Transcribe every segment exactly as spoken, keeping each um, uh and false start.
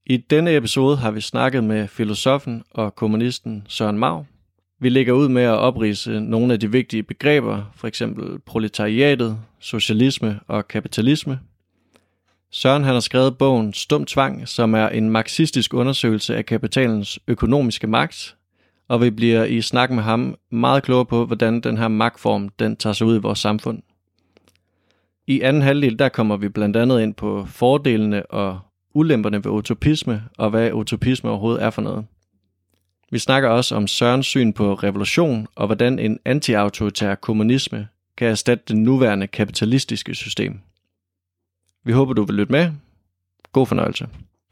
I denne episode har vi snakket med filosofen og kommunisten Søren Mau. Vi lægger ud med at opridse nogle af de vigtige begreber, for eksempel proletariatet, socialisme og kapitalisme. Søren han har skrevet bogen Stum Tvang, som er en marxistisk undersøgelse af kapitalens økonomiske magt, og vi bliver i snak med ham meget klogere på, hvordan den her magtform den tager sig ud i vores samfund. I anden halvdel der kommer vi blandt andet ind på fordelene og ulemperne ved utopisme, og hvad utopisme overhovedet er for noget. Vi snakker også om Sørens syn på revolution, og hvordan en anti-autoritær kommunisme kan erstatte det nuværende kapitalistiske system. Vi håber, du vil lytte med. God fornøjelse.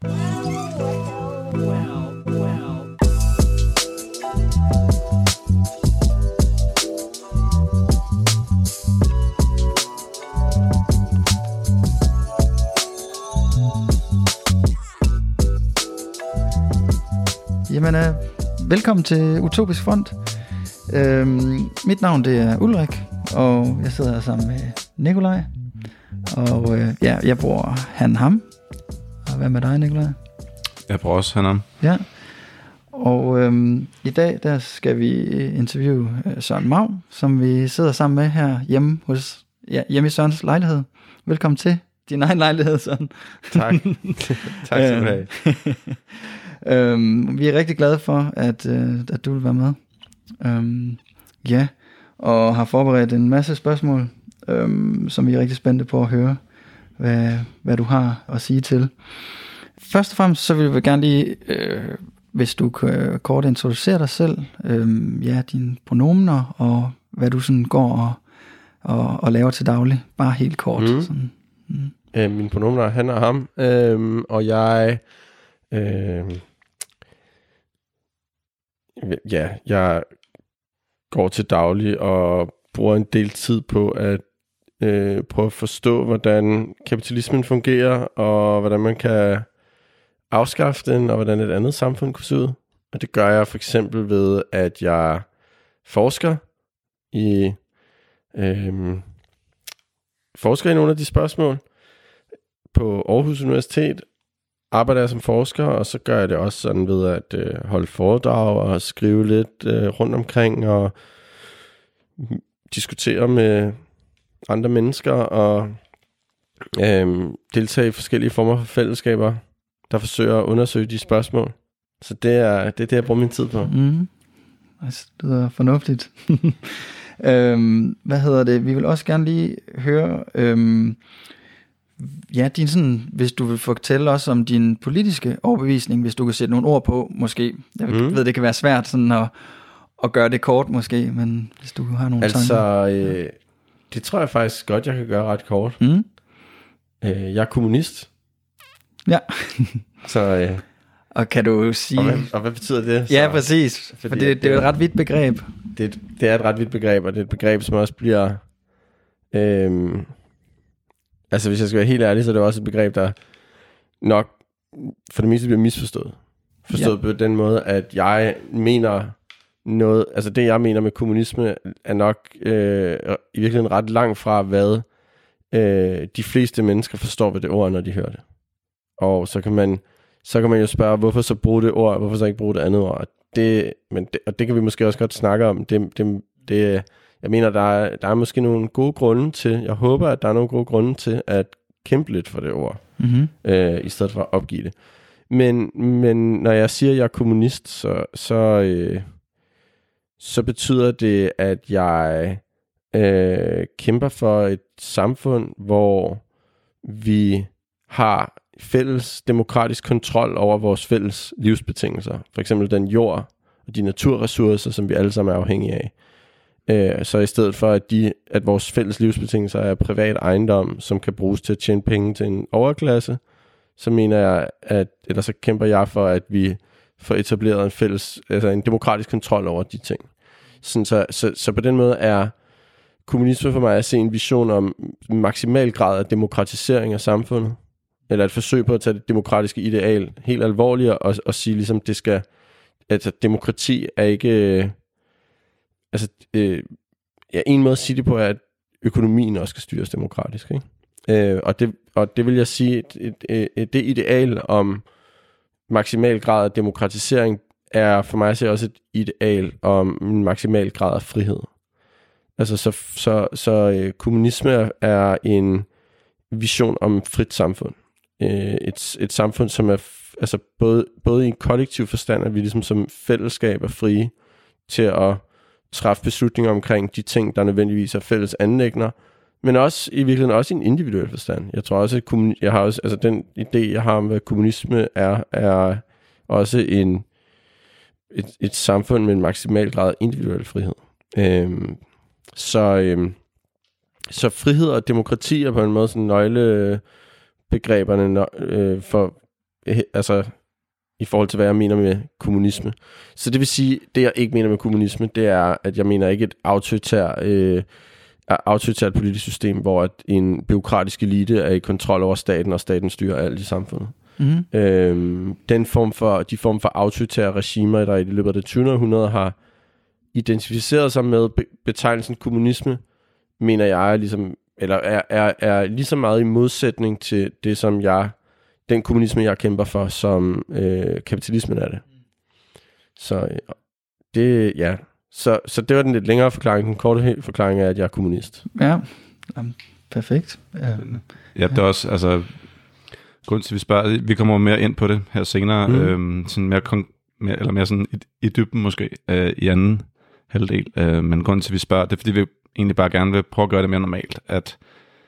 Jamen, øh, velkommen til Utopisk Front. Øhm, mit navn det er Ulrik, og jeg sidder her sammen med Nikolaj. Og øh, ja, jeg bruger han ham. Og hvad med dig, Nikolaj? Jeg bruger også han ham. Ja. Og øhm, i dag der skal vi interviewe øh, Søren Mau, som vi sidder sammen med her hjemme hos ja, hjemme i Sørens lejlighed. Velkommen til din egen lejlighed, Søren. Tak. Tak skal du have. Øhm, vi er rigtig glade for, at, øh, at du vil være med. Øhm, ja, og har forberedt en masse spørgsmål, øhm, som vi er rigtig spændte på at høre, hvad, hvad du har at sige til. Først og fremmest, så vil vi gerne lige, øh, hvis du kan kort introducere dig selv, øh, ja, dine pronomener, og hvad du sådan går og, og, og laver til daglig. Bare helt kort. Mm. Sådan. Mm. Øh, mine pronomener er han og ham, øh, og jeg... Øh, ja, jeg går til daglig og bruger en del tid på at øh, prøve at forstå, hvordan kapitalismen fungerer, og hvordan man kan afskaffe den, og hvordan et andet samfund kunne se ud. Og det gør jeg for eksempel ved, at jeg forsker i øh, forsker i nogle af de spørgsmål på Aarhus Universitet. Arbejder jeg som forsker, og så gør jeg det også sådan ved at øh, holde foredrag og skrive lidt øh, rundt omkring og diskutere med andre mennesker og øh, deltage i forskellige former for fællesskaber, der forsøger at undersøge de spørgsmål. Så det er det, er det jeg bruger min tid på. Mm. Altså, det er fornuftigt. øhm, hvad hedder det? Vi vil også gerne lige høre... Øhm, Ja, din sådan, hvis du vil fortælle os om din politiske overbevisning, hvis du kan sætte nogle ord på, måske. Jeg mm. ved, det kan være svært sådan at, at gøre det kort, måske, men hvis du har nogle altså, tanker. Altså, øh, det tror jeg faktisk godt, jeg kan gøre ret kort. Mm. Øh, jeg er kommunist. Ja. Så... Øh, og kan du sige... Og hvad, og hvad betyder det? Så? Ja, præcis. Fordi For det, det er jo et ret vidt begreb. Det, det er et ret vidt begreb, og det er et begreb, som også bliver... Øh, Altså, hvis jeg skal være helt ærlig, så er det også et begreb, der nok for det meste bliver misforstået. Forstået ja. På den måde, at jeg mener noget... Altså, det jeg mener med kommunisme er nok øh, i virkeligheden ret langt fra, hvad øh, de fleste mennesker forstår ved det ord, når de hører det. Og så kan man, så kan man jo spørge, hvorfor så bruge det ord, hvorfor så ikke bruge det andet ord? Det, men det, og det kan vi måske også godt snakke om. Det... det, det Jeg mener, der er, der er måske nogle gode grunde til, jeg håber, at der er nogle gode grunde til at kæmpe lidt for det ord, mm-hmm. øh, i stedet for at opgive det. Men, men når jeg siger, at jeg er kommunist, så, så, øh, så betyder det, at jeg øh, kæmper for et samfund, hvor vi har fælles demokratisk kontrol over vores fælles livsbetingelser. For eksempel den jord og de naturressourcer, som vi alle sammen er afhængige af. Så i stedet for, at, de, at vores fælles livsbetingelser er privat ejendom, som kan bruges til at tjene penge til en overklasse, så mener jeg, at, eller så kæmper jeg for, at vi får etableret en fælles, altså en demokratisk kontrol over de ting. Sådan så, så, så på den måde er kommunisme for mig at se en vision om maksimal grad af demokratisering af samfundet, eller et forsøg på at tage det demokratiske ideal helt alvorligt og, og sige ligesom, det skal, at demokrati er ikke... Altså, øh, ja, en måde at sige det på er, at økonomien også skal styres demokratisk, ikke? Øh, og, det, og det vil jeg sige, et, et, et, det ideal om maksimal grad af demokratisering er for mig at se også et ideal om en maksimal grad af frihed. Altså så, så, så øh, kommunisme er en vision om et frit samfund. Øh, et, et samfund, som er f- altså både, både i en kollektiv forstand, at vi ligesom som fællesskab er frie til at træffe beslutninger omkring de ting, der nødvendigvis er fælles anliggender, men også i virkeligheden også i en individuel forstand. Jeg tror også, at kommuni- jeg har også, altså den idé, jeg har om, hvad kommunisme er, er også en, et, et samfund med en maksimal grad af individuel frihed. Øhm, så, øhm, så frihed og demokrati er på en måde sådan nøglebegreberne øh, for, øh, altså i forhold til, hvad jeg mener med kommunisme. Så det vil sige, det jeg ikke mener med kommunisme, det er, at jeg mener ikke et autoritær, øh, autoritært politisk system, hvor at en bureaukratisk elite er i kontrol over staten, og staten styrer alt i samfundet. Mm-hmm. Øhm, den form for, de form for autoritære regimer, der i løbet af det tyvende århundrede har identificeret sig med be- betegnelsen kommunisme, mener jeg er ligesom, eller er, er, er lige så meget i modsætning til det, som jeg, den kommunisme, jeg kæmper for, som øh, kapitalismen er det. Så øh, det, ja. Så, så det var den lidt længere forklaring. Den korte forklaring er, at jeg er kommunist. Ja, Jamen, perfekt. Ja. Ja, det er også, altså, grund til, at vi spørger, vi kommer mere ind på det her senere, mm. øhm, sådan mere, kon- mere, eller mere sådan i, i dybden måske, øh, i anden halvdel, øh, men grund til, at vi spørger, det er, fordi vi egentlig bare gerne vil prøve at gøre det mere normalt, at,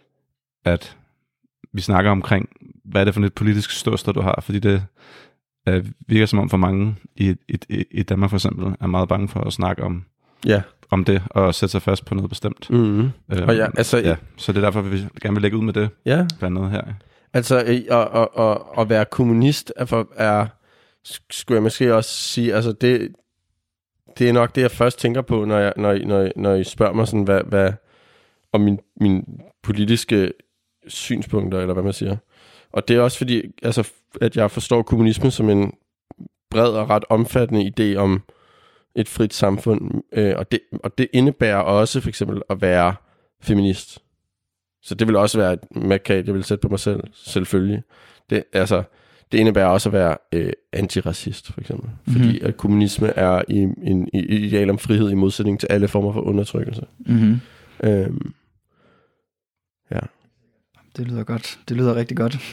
at vi snakker omkring, hvad er det for et politisk ståsted, du har, fordi det øh, virker som om for mange i, i, i Danmark for eksempel, er meget bange for at snakke om, ja. om det, og sætte sig fast på noget bestemt. Mm-hmm. Øh, og ja, altså, ja, så det er derfor, vi gerne vil lægge ud med det, ja. blandt andet her. Altså, at, at, at, at være kommunist er, er, skulle jeg måske også sige, altså det, det er nok det, jeg først tænker på, når jeg, når, når, når I spørger mig sådan, hvad, hvad om min, min politiske synspunkter, eller hvad man siger. Og det er også fordi, altså, at jeg forstår kommunismen som en bred og ret omfattende idé om et frit samfund, øh, og, det, og det indebærer også for eksempel at være feminist. Så det vil også være et mærkat, jeg vil sætte på mig selv, selvfølgelig. Det, altså, det indebærer også at være øh, antiracist, for eksempel. Mm-hmm. Fordi at kommunisme er i en, en ideal om frihed i modsætning til alle former for undertrykkelse. Mm-hmm. Øhm, ja. Det lyder godt. Det lyder rigtig godt.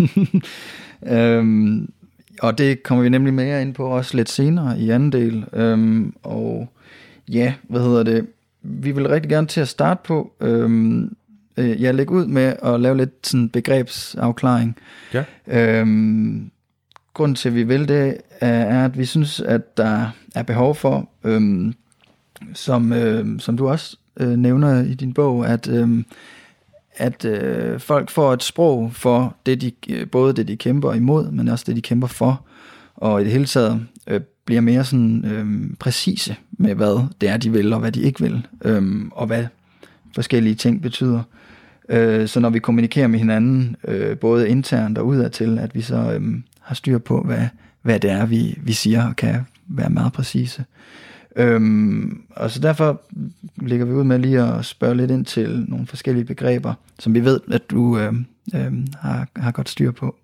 øhm, og det kommer vi nemlig mere ind på også lidt senere i anden del. Øhm, og ja, hvad hedder det? Vi vil rigtig gerne til at starte på... Øhm, øh, jeg lægger ud med at lave lidt sådan begrebsafklaring. Ja. Øhm, grunden til, at vi vil det, er, at vi synes, at der er behov for, øhm, som, øh, som du også øh, nævner i din bog, at... Øh, at øh, folk får et sprog for det, de, både det, de kæmper imod, men også det, de kæmper for, og i det hele taget øh, bliver mere sådan øh, præcise med, hvad det er, de vil, og hvad de ikke vil, øh, og hvad forskellige ting betyder. Øh, så når vi kommunikerer med hinanden, øh, både internt og udadtil, at vi så øh, har styr på, hvad, hvad det er, vi, vi siger, og kan være meget præcise. Øhm, og så derfor ligger vi ud med lige at spørge lidt ind til nogle forskellige begreber, som vi ved, at du øhm, øhm, har, har godt styr på.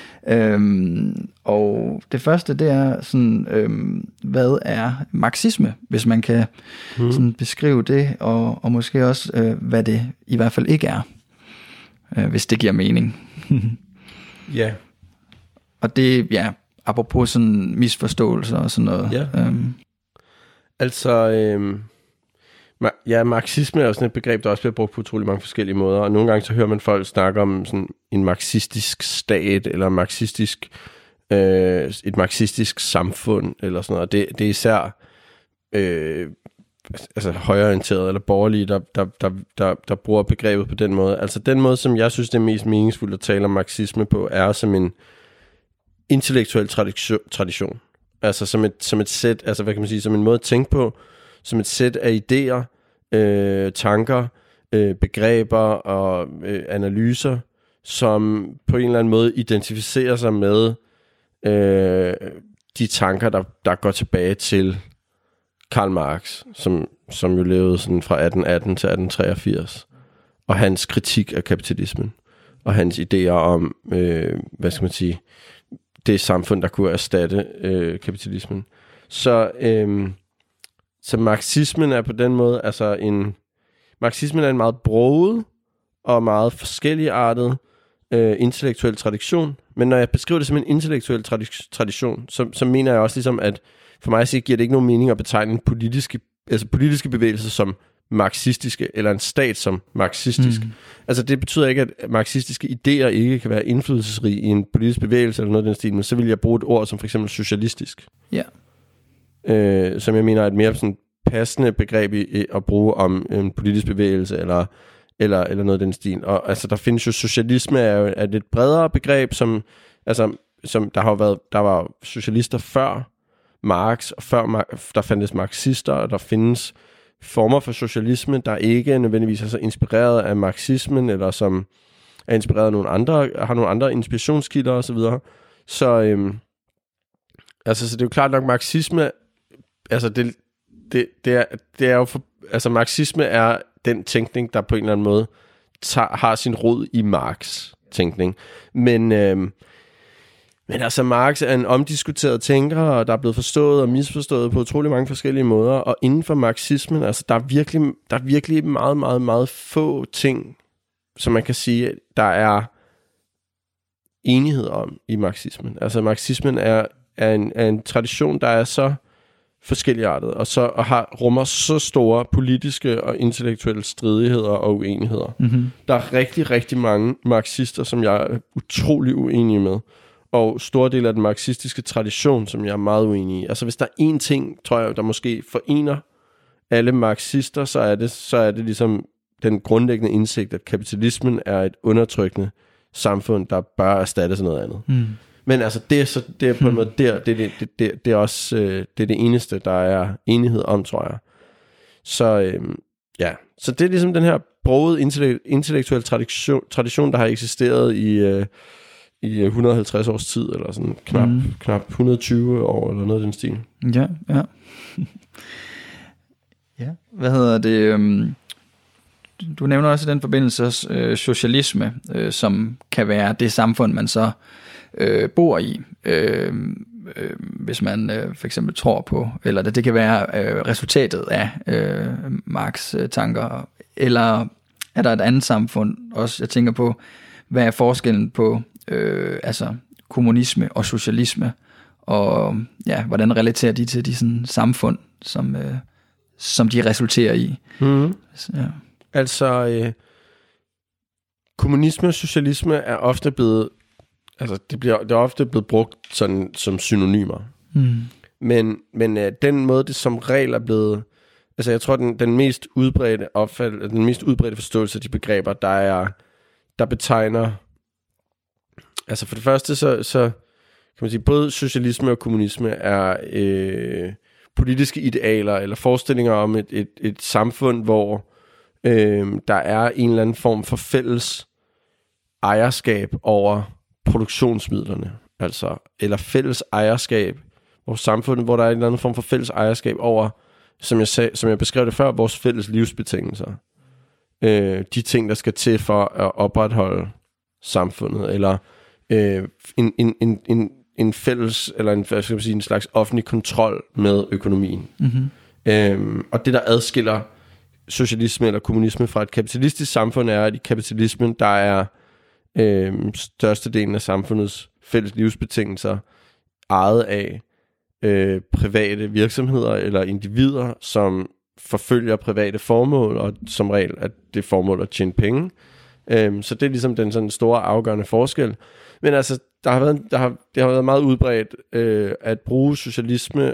Øhm, og det første, det er sådan, øhm, hvad er marxisme, hvis man kan mm. sådan beskrive det, og, og måske også, øh, hvad det i hvert fald ikke er, øh, hvis det giver mening. Ja. yeah. Og det, ja, apropos sådan misforståelser og sådan noget. Yeah. Øhm, Altså, øhm, ja, marxisme er jo sådan et begreb, der også bliver brugt på utrolig mange forskellige måder, og nogle gange så hører man folk snakke om sådan en marxistisk stat, eller marxistisk, øh, et marxistisk samfund, eller sådan noget. Det, det er især øh, altså højreorienteret eller borgerlige, der, der, der, der, der bruger begrebet på den måde. Altså den måde, som jeg synes, det er mest meningsfuldt at tale om marxisme på, er som en intellektuel tradition. tradition. Altså som et, som et sæt, altså hvad kan man sige, som en måde at tænke på, som et sæt af idéer, øh, tanker, øh, begreber og øh, analyser, som på en eller anden måde identificerer sig med øh, de tanker, der, der går tilbage til Karl Marx, som, som jo levede sådan fra atten atten til atten treogfirs, og hans kritik af kapitalismen, og hans idéer om, øh, hvad skal man sige, det samfund, der kunne erstatte øh, kapitalismen. Så, øh, så marxismen er på den måde, altså en, marxismen er en meget broget og meget forskelligartet øh, intellektuel tradition, men når jeg beskriver det som en intellektuel tradi- tradition, så, så mener jeg også ligesom, at for mig så giver det ikke nogen mening at betegne en politiske, altså politiske bevægelser som marxistiske, eller en stat som marxistisk. Mm. Altså det betyder ikke, at marxistiske idéer ikke kan være indflydelsesrige i en politisk bevægelse eller noget af den stil, men så vil jeg bruge et ord som for eksempel socialistisk. Ja. Øh, som jeg mener er et mere sådan passende begreb i, at bruge om en politisk bevægelse, eller, eller, eller noget af den stil. Og altså der findes jo, socialisme er jo et lidt bredere begreb, som, altså, som der har været, der var socialister før Marx, og før der fandtes marxister, og der findes former for socialisme, der ikke nødvendigvis er så inspireret af marxismen, eller som er inspireret af nogle andre, har nogle andre inspirationskilder og så videre. Så, øhm, altså, så det er jo klart nok, marxisme, altså det, det, det, er, det er jo, for, altså marxisme er den tænkning, der på en eller anden måde tager, har sin rod i Marx tænkning. Men, øhm, men altså Marx er en omdiskuteret tænker, og der er blevet forstået og misforstået på utrolig mange forskellige måder, og inden for marxismen, altså der er virkelig, der er virkelig meget, meget, meget få ting, som man kan sige, der er enighed om i marxismen. Altså marxismen er, er, en, er en tradition, der er så forskelligartet, og, så, og har, rummer så store politiske og intellektuelle stridigheder og uenigheder. Mm-hmm. Der er rigtig, rigtig mange marxister, som jeg er utrolig uenig med, og store dele af den marxistiske tradition, som jeg er meget uenig i. Altså hvis der er én ting, tror jeg, der måske forener alle marxister, så er det, så er det ligesom den grundlæggende indsigt, at kapitalismen er et undertrykkende samfund, der bør erstatte sådan noget andet. Mm. Men altså det er, så, det er på en måde der, det, det, det, det, det er også øh, det, er det eneste, der er enighed om, tror jeg. Så øh, ja, så det er ligesom den her brogede intellektuelle tradition, tradition, der har eksisteret i øh, i et hundrede og halvtreds års tid, eller sådan knap, mm. knap et hundrede og tyve år, eller noget af den stil. Ja, ja. Ja, hvad hedder det? Øhm, du nævner også i den forbindelse øh, socialisme, øh, som kan være det samfund, man så øh, bor i, øh, øh, hvis man øh, for eksempel tror på, eller det, det kan være øh, resultatet af øh, Marx' øh, tanker, eller er der et andet samfund også? Jeg tænker på, hvad er forskellen på Øh, altså kommunisme og socialisme, og ja, hvordan relaterer de til de sådan, samfund, som, øh, som de resulterer i? Mm. Så, ja. Altså, øh, kommunisme og socialisme er ofte blevet, altså det, bliver, det er ofte blevet brugt sådan, som synonymer. Mm. Men, men øh, den måde, det som regel er blevet, altså jeg tror, den, den mest udbredte opfattelse, den mest udbredte forståelse af de begreber, der er, der betegner. Altså for det første, så, så kan man sige, både socialisme og kommunisme er øh, politiske idealer eller forestillinger om et, et, et samfund, hvor øh, der er en eller anden form for fælles ejerskab over produktionsmidlerne. Altså, eller fælles ejerskab over samfundet, hvor der er en eller anden form for fælles ejerskab over, som jeg, sag, som jeg beskrev det før, vores fælles livsbetingelser. Øh, de ting, der skal til for at opretholde samfundet, eller Øh, en, en, en, en, en fælles, eller en, hvad skal man sige, en slags offentlig kontrol med økonomien. Mm-hmm. Øhm, og det, der adskiller socialisme eller kommunisme fra et kapitalistisk samfund, er, at i kapitalismen, der er øh, størstedelen af samfundets fælles livsbetingelser ejet af øh, private virksomheder eller individer, som forfølger private formål, og som regel er det formål at tjene penge. Øhm, så det er ligesom den sådan store afgørende forskel. Men altså, der har været, der har, det har været meget udbredt øh, at bruge socialisme,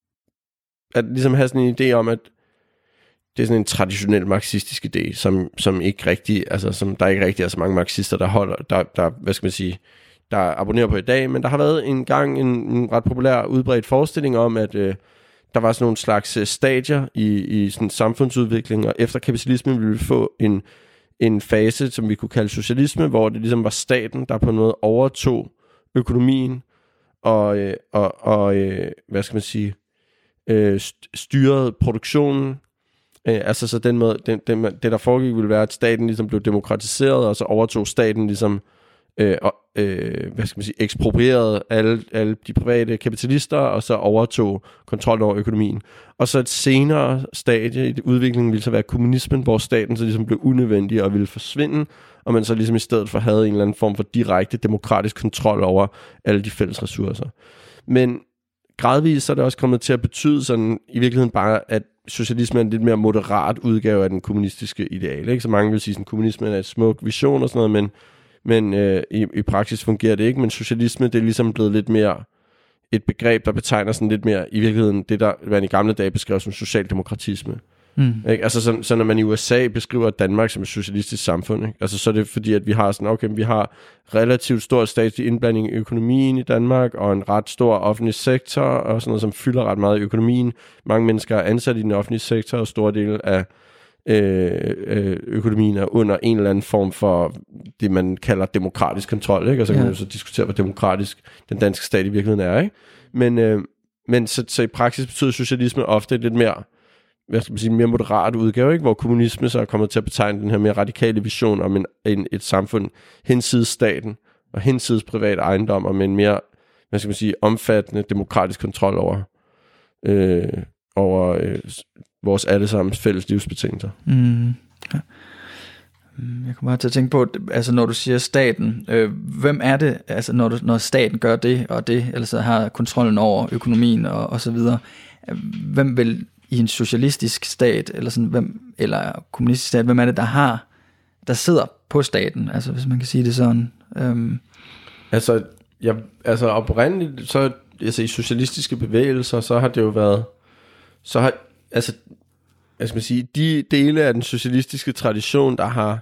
at ligesom have sådan en idé om, at det er sådan en traditionel marxistisk idé, som, som ikke rigtig, altså som der ikke rigtig er så mange marxister, der holder, der, der, hvad skal man sige, der abonnerer på i dag, men der har været en gang en, en ret populær udbredt forestilling om, at øh, der var sådan nogle slags stadier i, i sådan samfundsudvikling, og efter kapitalismen ville vi få en en fase, som vi kunne kalde socialisme, hvor det ligesom var staten, der på en måde overtog økonomien og, øh, og, og øh, hvad skal man sige, øh, styrede produktionen. Øh, altså så den måde, den, den, det der foregik ville være, at staten ligesom blev demokratiseret, og så overtog staten ligesom øh, og, øh, hvad skal man sige, eksproprierede alle, alle de private kapitalister, og så overtog kontrol over økonomien. Og så et senere stadie i udviklingen ville så være kommunismen, hvor staten så ligesom blev unødvendig og ville forsvinde, og man så ligesom i stedet for havde en eller anden form for direkte demokratisk kontrol over alle de fælles ressourcer. Men gradvist så er det også kommet til at betyde sådan i virkeligheden bare, at socialisme er en lidt mere moderat udgave af den kommunistiske ideal. Ikke? Så mange vil sige, at kommunismen er et smuk vision og sådan noget, men, men øh, i, i praksis fungerer det ikke. Men socialisme, det er ligesom blevet lidt mere et begreb, der betegner sådan lidt mere i virkeligheden det, der man i gamle dage beskrev som socialdemokratisme. Mm. Ikke? Altså så, så når man i U S A beskriver Danmark som et socialistisk samfund, ikke? Altså så er det fordi, at vi har sådan, okay, vi har relativt stor statslig indblanding i økonomien i Danmark, og en ret stor offentlig sektor, og sådan noget, som fylder ret meget i økonomien. Mange mennesker er ansat i den offentlige sektor, og store dele af øh, økonomien er under en eller anden form for det, man kalder demokratisk kontrol, ikke? Og så kan ja. man jo så diskutere, hvor demokratisk den danske stat i virkeligheden er, ikke? Men, øh, men så, så i praksis betyder socialisme ofte lidt mere hvad skal man sige, mere moderat udgave, ikke? Hvor kommunisme så er kommet til at betegne den her mere radikale vision om en, en, et samfund hensides staten og hensides privat ejendom, og med en mere, hvad skal man sige, omfattende demokratisk kontrol over, øh, over øh, vores allesammens fælles livsbetingelser. Mm. Ja. Jeg kommer bare til at tænke på, altså når du siger staten, øh, hvem er det, altså når, du, når staten gør det og det, eller så har kontrollen over økonomien og, og så videre, hvem vil i en socialistisk stat, eller sådan, hvem, eller kommunistisk stat, hvem er det, der har, der sidder på staten, altså hvis man kan sige det sådan. Øhm. Altså, jeg, altså oprindeligt, så altså i socialistiske bevægelser, så har det jo været, så har, altså, hvad skal man sige, de dele af den socialistiske tradition, der har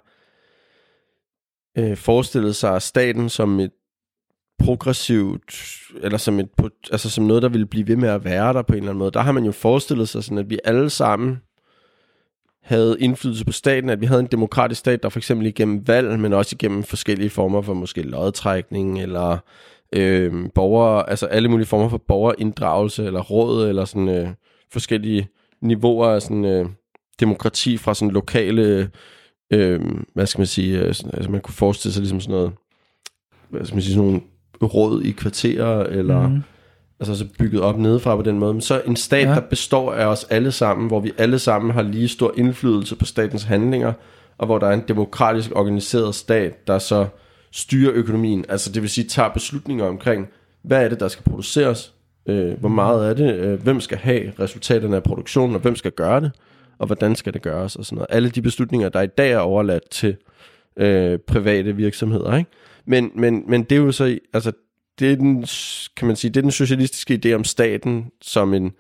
øh, forestillet sig staten som et progressivt, eller som, et, altså som noget, der ville blive ved med at være der på en eller anden måde. Der har man jo forestillet sig sådan, at vi alle sammen havde indflydelse på staten, at vi havde en demokratisk stat, der for eksempel igennem valg, men også igennem forskellige former for måske lodtrækning, eller øh, borgere, altså alle mulige former for borgerinddragelse, eller råd, eller sådan øh, forskellige niveauer af sådan øh, demokrati fra sådan lokale, øh, hvad skal man sige, øh, sådan, altså man kunne forestille sig ligesom sådan noget, hvad skal man sige, sådan nogle råd i kvarterer, eller mm. altså så bygget op nedefra på den måde. Men så en stat, ja. der består af os alle sammen, hvor vi alle sammen har lige stor indflydelse på statens handlinger, og hvor der er en demokratisk organiseret stat, der så styrer økonomien. Altså det vil sige, tager beslutninger omkring, hvad er det, der skal produceres, øh, hvor meget er det, øh, hvem skal have resultaterne af produktionen, og hvem skal gøre det, og hvordan skal det gøres, og sådan noget. Alle de beslutninger, der i dag er overladt til øh, private virksomheder, ikke? Men, men, men det er jo så, altså, det er den, kan man sige, det er den socialistiske idé om staten som en,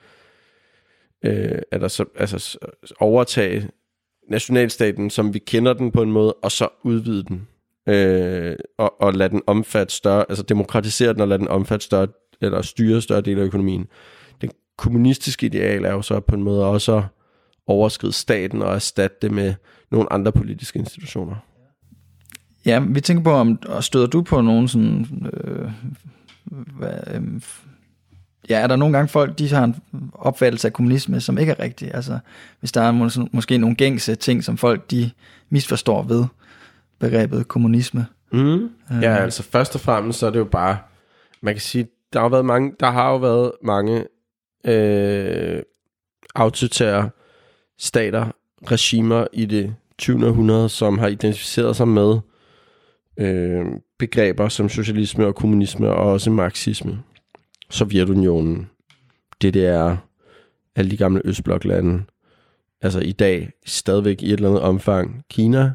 øh, eller så, altså overtage nationalstaten, som vi kender den på en måde, og så udvide den, øh, og, og lade den omfatte større, altså demokratisere den og lade den omfatte større, eller styre større del af økonomien. Den kommunistiske ideal er jo så på en måde også at overskride staten og erstatte det med nogle andre politiske institutioner. Ja, vi tænker på, om støder du på nogen sådan, øh, hvad, øh, ja, er der nogle gange folk, de har en opfattelse af kommunisme, som ikke er rigtig, altså hvis der er mås- måske nogle gængse ting, som folk, de misforstår ved begrebet kommunisme. Mm. Øh. Ja, altså først og fremmest, så er det jo bare, man kan sige, der har været mange, der har jo været mange øh, autoritære stater, regimer i det tyvende århundrede, som har identificeret sig med Øh, begreber som socialisme og kommunisme og også marxisme. Sovjetunionen, D D R, alle de gamle østbloklande, altså i dag stadigvæk i et eller andet omfang Kina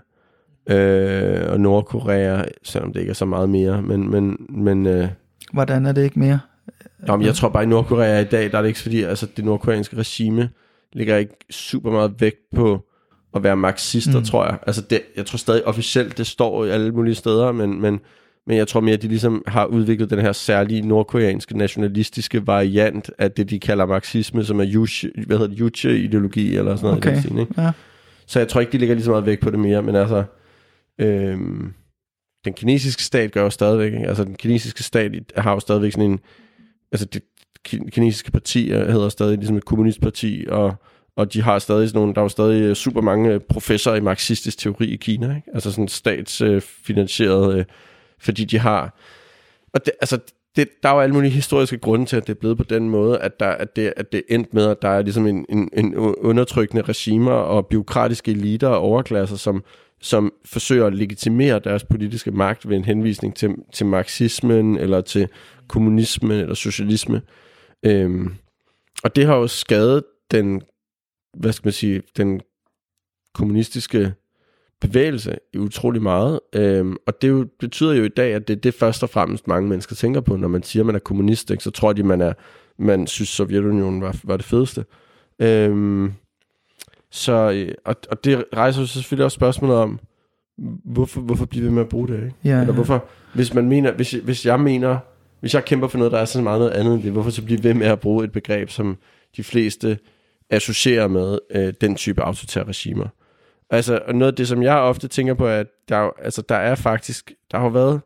øh, og Nordkorea, selvom det ikke er så meget mere, men, men, men øh, hvordan er det ikke mere? Nå, men jeg tror bare i Nordkorea i dag, der er det ikke fordi, altså det nordkoreanske regime ligger ikke super meget vægt på at være marxister, mm. tror jeg. Altså det, jeg tror stadig officielt, det står i alle mulige steder, men, men, men jeg tror mere, at de ligesom har udviklet den her særlige nordkoreanske nationalistiske variant af det, de kalder marxisme, som er Juche, hvad hedder det, Juche-ideologi, eller sådan noget. Okay. Den stil, ikke? Ja. Så jeg tror ikke, de ligger lige så meget vægt på det mere, men altså, øhm, den kinesiske stat gør jo stadigvæk, ikke? Altså den kinesiske stat har jo stadigvæk sådan en, altså det kinesiske parti hedder stadig ligesom et kommunistparti, og Og de har stadig sådan nogle, der er jo stadig super mange professorer i marxistisk teori i Kina, ikke? Altså sådan statsfinansieret fordi de har... Og det, altså, det, der er jo alle mulige historiske grunde til, at det er blevet på den måde, at, der, at, det, at det er endt med, at der er ligesom en, en, en undertrykkende regimer og bureaukratiske eliter og overklasser, som, som forsøger at legitimere deres politiske magt ved en henvisning til, til marxismen, eller til kommunismen, eller socialisme. Øhm, og det har jo skadet den, hvad skal man sige, den kommunistiske bevægelse utrolig meget. Øhm, og det jo, betyder jo i dag, at det er det først og fremmest mange mennesker tænker på, når man siger, at man er kommunist, ikke? Så tror de, man er, man synes, Sovjetunionen var, var det fedeste. Øhm, så, og, og det rejser jo selvfølgelig også spørgsmålet om, hvorfor, hvorfor bliver vi med at bruge det, ikke? Ja, Eller hvorfor, hvis man mener, hvis, hvis jeg mener, hvis jeg kæmper for noget, der er så meget noget andet end det, hvorfor så blive ved med at bruge et begreb, som de fleste associerer med øh, den type autoritære regimer? Altså, og noget af det, som jeg ofte tænker på, er, at der, altså, der er faktisk, der har været,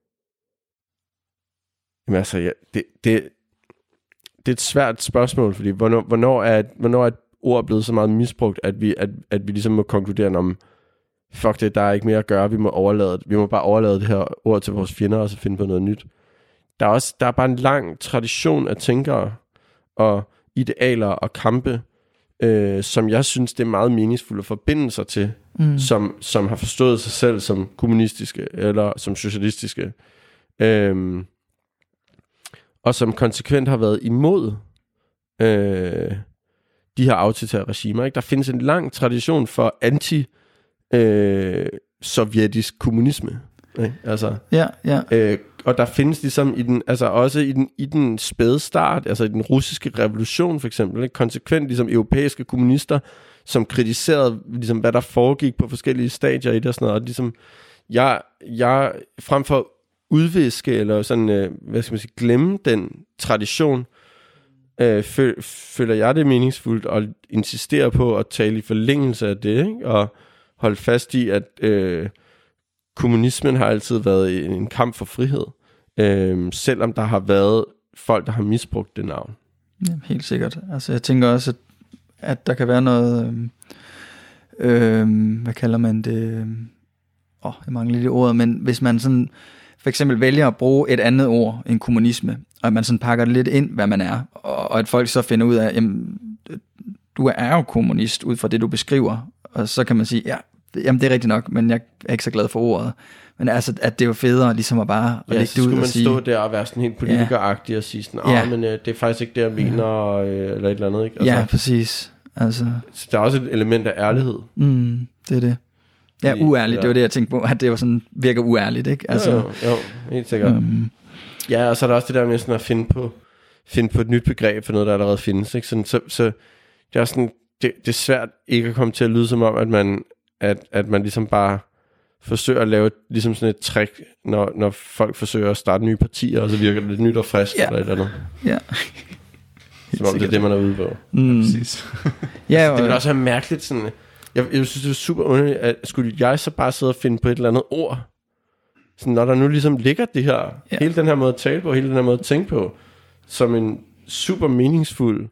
jamen altså, ja, det, det, det er et svært spørgsmål, fordi hvornår, hvornår, er, hvornår er et ord blevet så meget misbrugt, at vi, at, at vi ligesom må konkludere om, fuck det, der er ikke mere at gøre, vi må overlade, vi må bare overlade det her ord til vores fjender, og så finde på noget nyt. Der er også, der er bare en lang tradition af tænkere, og idealer og kampe, Øh, som jeg synes, det er meget meningsfuldt at forbinde sig til, mm. som, som har forstået sig selv som kommunistiske eller som socialistiske, øhm, og som konsekvent har været imod øh, de her autoritære regimer. Ikke? Der findes en lang tradition for anti-sovjetisk øh, kommunisme. Ikke? Altså, ja, ja. Øh, og der findes ligesom i den, altså også i den, i den spæde start, altså i den russiske revolution for eksempel, ikke? Konsekvent ligesom europæiske kommunister, som kritiserede ligesom, hvad der foregik på forskellige stadier i det og sådan noget. Og ligesom, jeg, jeg frem for at udviske eller sådan, øh, hvad skal man sige, glemme den tradition, øh, føl, føler jeg det meningsfuldt at insistere på at tale i forlængelse af det, ikke? Og holde fast i, at øh, kommunismen har altid været en kamp for frihed, øh, selvom der har været folk, der har misbrugt det navn. Ja, helt sikkert. Altså, jeg tænker også, at, at der kan være noget, øh, øh, hvad kalder man det? Åh, oh, jeg mangler lidt ordet, men hvis man sådan for eksempel vælger at bruge et andet ord end kommunisme, og man sådan pakker det lidt ind, hvad man er, og, og at folk så finder ud af, jamen, du er jo kommunist ud fra det, du beskriver, og så kan man sige, ja, jamen det er rigtigt nok, men jeg er ikke så glad for ordet. Men altså, at det er jo federe ligesom at bare ja, lægge det ud og sige... Ja, så skulle man stå der og være sådan helt politikeragtig ja. Og sige sådan, ja. men øh, det er faktisk ikke det, jeg mener, ja. øh, eller et eller andet, ikke? Altså, ja, præcis. Altså... Så der er også et element af ærlighed. Mm, det er det. Ja, uærligt, ja. Det var det, jeg tænkte på, at det var sådan, virker uærligt, ikke? Altså, jo, jo, jo, helt sikkert. Um... Ja, og så er der også det der med sådan at finde på, finde på et nyt begreb for noget, der allerede findes, ikke? Sådan, så, så det er sådan, det, det er svært ikke at komme til at lyde som om, at man, at, at man ligesom bare forsøger at lave ligesom sådan et trick, når, når folk forsøger at starte nye partier, og så virker det lidt nyt og frisk, ja. Eller et eller andet. Ja. Som om det er det, man er ude på. Mm. Præcis. Ja, altså, det vil også være mærkeligt sådan... Jeg, jeg synes, det er super underligt, at skulle jeg så bare sidde og finde på et eller andet ord, sådan, når der nu ligesom ligger det her, ja. Hele den her måde at tale på, hele den her måde at tænke på, som en super meningsfuld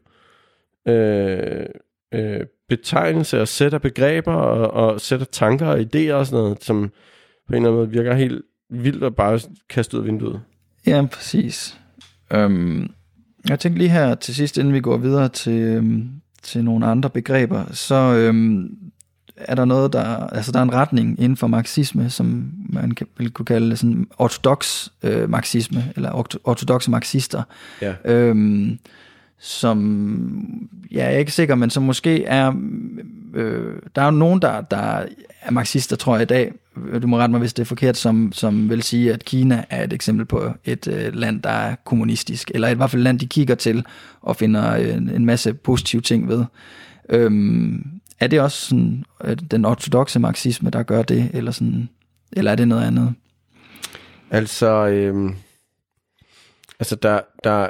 øh, øh, betegnelse og sæt af begreber og, og sæt af tanker og idéer og sådan noget, som på en eller anden måde virker helt vildt at bare kaste ud af vinduet. Ja, præcis. Um, jeg tænkte lige her til sidst, inden vi går videre til, um, til nogle andre begreber, så um, er der noget, der, altså der er en retning inden for marxisme, som man kan, vil kunne kalde sådan ortodox øh, marxisme, eller ortodoxe marxister, ja. um, som, ja, jeg er ikke sikker, men som måske er, øh, der er jo nogen, der, der er marxister, tror jeg i dag, du må rette mig, hvis det er forkert, som, som vil sige, at Kina er et eksempel på et øh, land, der er kommunistisk, eller i hvert fald et land, de kigger til, og finder en, en masse positive ting ved. Øhm, er det også sådan, den ortodoxe marxisme, der gør det, eller, sådan, eller er det noget andet? Altså, øh, altså der, der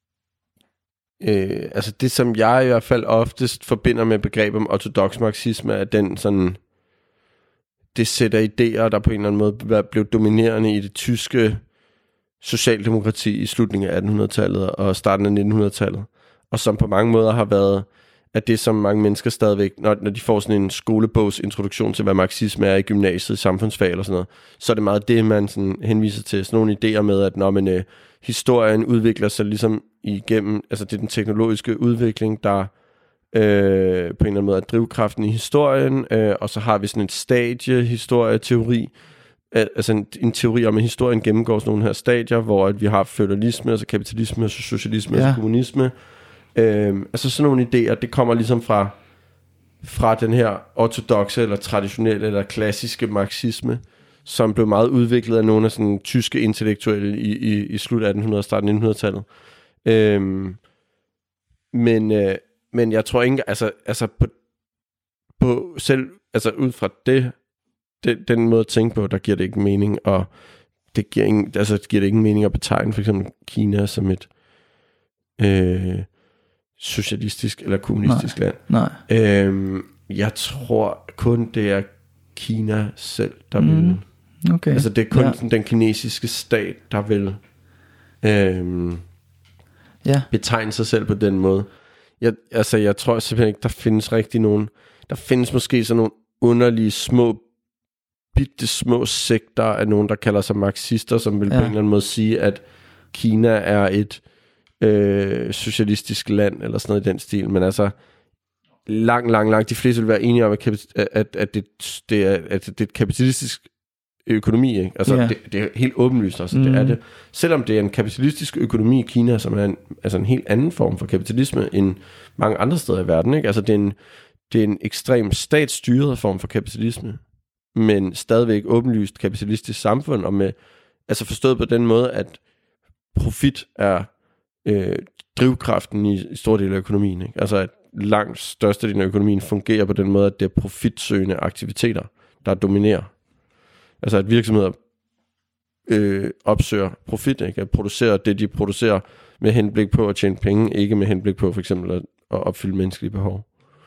Øh, altså det, som jeg i hvert fald oftest forbinder med begrebet om ortodox marxisme, er den sådan, det sætter idéer, der på en eller anden måde blev dominerende i det tyske socialdemokrati i slutningen af attenhundredetallet og starten af nittenhundredetallet, og som på mange måder har været at det, som mange mennesker stadigvæk, når, når de får sådan en skolebogsintroduktion til, hvad marxisme er i gymnasiet, samfundsfag eller sådan noget, så er det meget det, man sådan henviser til. Sådan nogle idéer med, at når man, øh, historien udvikler sig ligesom igennem, altså det er den teknologiske udvikling, der øh, på en eller anden måde er drivkraften i historien, øh, og så har vi sådan en stadiehistorieteori, altså en, en teori om, at historien gennemgår sådan nogle her stadier, hvor at vi har feudalisme, altså kapitalisme, altså socialisme, ja. altså kommunisme. Øhm, altså sådan nogle idéer, det kommer ligesom fra, fra den her ortodokse, eller traditionelle, eller klassiske marxisme, som blev meget udviklet af nogle af sådan tyske intellektuelle i, i, i slut attenhundrede og starten nittenhundredetallet. Øhm, men, øh, men jeg tror ikke, altså, altså på, på selv, altså ud fra det, Den, den måde at tænke på, der giver det ikke mening, og det giver, ingen, altså, det giver det ikke mening at betegne for eksempel Kina som et øh, socialistisk eller kommunistisk nej, land. Nej. Øhm, jeg tror kun, det er Kina selv, der mm, vil. Okay. Altså det er kun ja. den kinesiske stat, der vil øh, ja. betegne sig selv på den måde. Jeg, altså jeg tror simpelthen ikke, der findes rigtig nogen. Der findes måske sådan nogle underlige små bitte små sekter af nogen, der kalder sig marxister, som vil ja. på en eller anden måde sige, at Kina er et øh, socialistisk land, eller sådan noget i den stil. Men altså, langt, langt, langt de fleste vil være enige om, at, at, at, det, det, er, at det er et kapitalistisk økonomi. Ikke? Altså, ja. det, det er helt åbenlyst også. Mm. Det er det. Selvom det er en kapitalistisk økonomi i Kina, som er en, altså en helt anden form for kapitalisme, end mange andre steder i verden. Ikke? Altså, det er en, det er en ekstrem statsstyret form for kapitalisme, men stadigvæk åbenlyst kapitalistisk samfund, og med, altså forstået på den måde, at profit er øh, drivkraften i, i store dele af økonomien. Ikke? Altså at langt størstedelen af økonomien fungerer på den måde, at det er profitsøgende aktiviteter, der dominerer. Altså at virksomheder øh, opsøger profit, ikke? At producere det, de producerer med henblik på at tjene penge, ikke med henblik på for eksempel at, at opfylde menneskelige behov.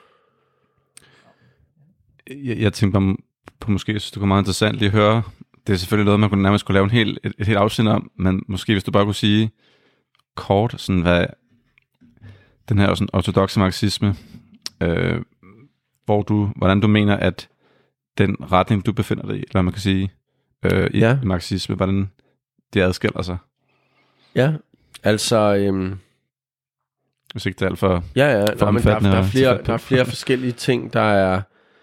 Jeg, jeg tænker bare på måske, jeg synes, det kunne meget interessant lige at høre. Det er selvfølgelig noget, man kunne nærmest kunne lave en hel, et, et helt afsnit om, men måske hvis du bare kunne sige kort, sådan hvad den her sådan ortodokse marxisme, øh, hvor du, hvordan du mener, at den retning, du befinder dig i, eller hvad man kan sige, øh, i, ja. i marxisme, hvordan det adskiller sig. Ja, altså... Øhm, hvis ikke det er alt for, ja, ja, for nej, men der, der, er flere, der er flere forskellige ting, der er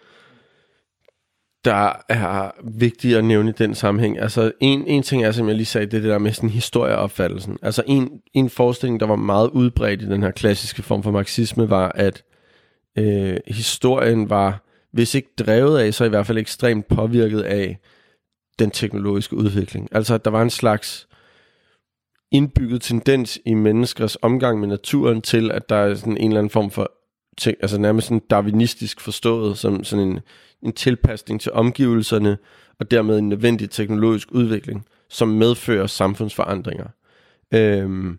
der er vigtigt at nævne i den sammenhæng. Altså en, en ting er, som jeg lige sagde, det er det der med sådan historieopfattelsen. Altså en, en forestilling, der var meget udbredt i den her klassiske form for marxisme, var, at øh, historien var, hvis ikke drevet af, så i hvert fald ekstremt påvirket af den teknologiske udvikling. Altså at der var en slags indbygget tendens i menneskers omgang med naturen til, at der er sådan en eller anden form for ting, altså nærmest sådan darwinistisk forstået, som sådan en, en tilpasning til omgivelserne, og dermed en nødvendig teknologisk udvikling, som medfører samfundsforandringer. Øhm,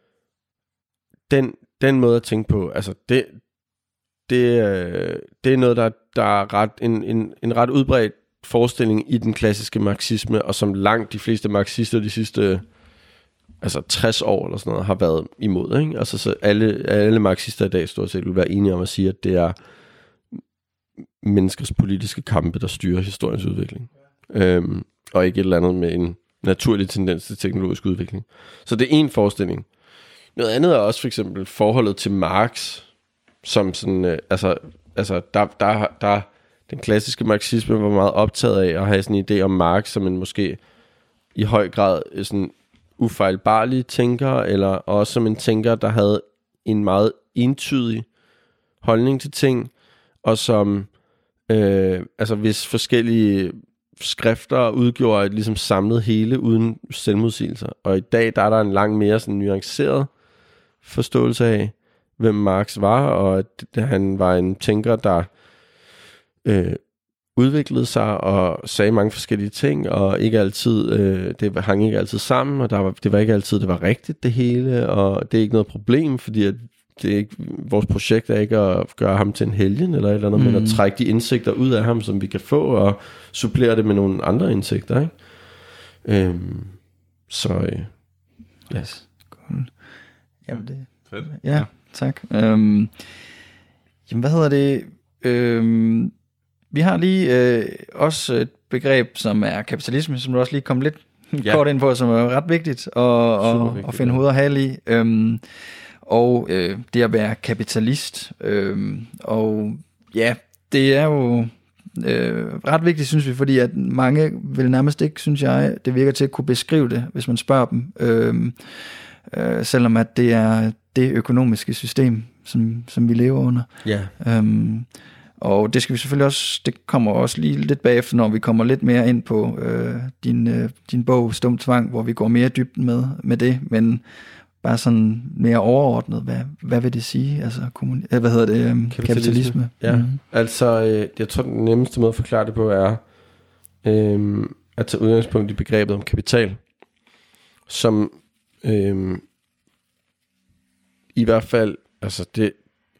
den, den måde at tænke på, altså det, det, det er noget, der, der er ret, en, en, en ret udbredt forestilling i den klassiske marxisme, og som langt de fleste marxister de sidste altså tres år eller sådan noget, har været imod. Ikke? Altså så alle, alle marxister i dag stort set vil være enige om at sige, at det er menneskers politiske kampe, der styrer historiens udvikling. Øhm, og ikke et eller andet med en naturlig tendens til teknologisk udvikling. Så det er en forestilling. Noget andet er også for eksempel forholdet til Marx, som sådan, øh, altså, altså der, der, der, den klassiske marxisme var meget optaget af at have sådan en idé om Marx som en måske i høj grad sådan ufejlbarlig tænker, eller også som en tænker, der havde en meget entydig holdning til ting, og som øh, altså hvis forskellige skrifter udgjorde et ligesom samlet hele uden selvmodsigelser. Og i dag der er der en langt mere sådan nuanceret forståelse af, hvem Marx var, og at han var en tænker, der øh, udviklede sig og sagde mange forskellige ting, og ikke altid, øh, det hang ikke altid sammen, og der var, det var ikke altid, det var rigtigt det hele, og det er ikke noget problem, fordi at det er ikke, vores projekt er ikke at gøre ham til en helgen eller et eller andet, mm. men at trække de indsigter ud af ham, som vi kan få, og supplere det med nogle andre indsigter, ikke? Øhm, så, øh, yes. Cool. Jamen det... Fedt. Ja, tak. Øhm, Jamen, hvad hedder det? Øhm, vi har lige øh, også et begreb, som er kapitalisme, som du også lige kom lidt ja. kort ind på, som er ret vigtigt at, og, vigtigt, at finde hoved og hale i. Øhm, og øh, det at være kapitalist. Øhm, og ja, det er jo øh, ret vigtigt, synes vi, fordi at mange vil nærmest ikke, synes jeg, det virker til at kunne beskrive det, hvis man spørger dem. Øhm, øh, selvom at det er det økonomiske system, som, som vi lever under. Ja. Øhm, og det skal vi selvfølgelig også, det kommer også lige lidt bagefter, når vi kommer lidt mere ind på øh, din, øh, din bog Stum Tvang, hvor vi går mere dybt med, med det, men bare sådan mere overordnet, hvad, hvad vil det sige? Altså, kommuni- øh, hvad hedder det? Øh, kapitalisme. kapitalisme. Ja, mm-hmm. altså, øh, jeg tror, den nemmeste måde at forklare det på er øh, at tage udgangspunkt i begrebet om kapital, som øh, i hvert fald, altså det,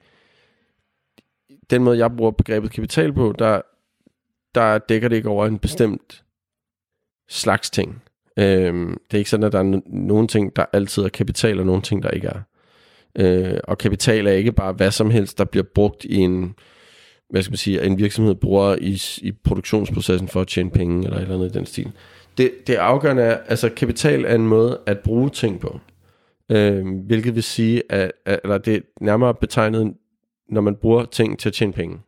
den måde, jeg bruger begrebet kapital på, der, der dækker det ikke over en bestemt slags ting. Øhm, det er ikke sådan, at der er no- nogle ting, der altid er kapital, og nogle ting, der ikke er. Øh, og kapital er ikke bare hvad som helst, der bliver brugt i en, hvad skal man sige, en virksomhed bruger i, i produktionsprocessen for at tjene penge, eller et eller andet i den stil. Det, det afgørende er, altså kapital er en måde at bruge ting på. Øh, hvilket vil sige, at, at eller det er nærmere betegnet, når man bruger ting til at tjene penge.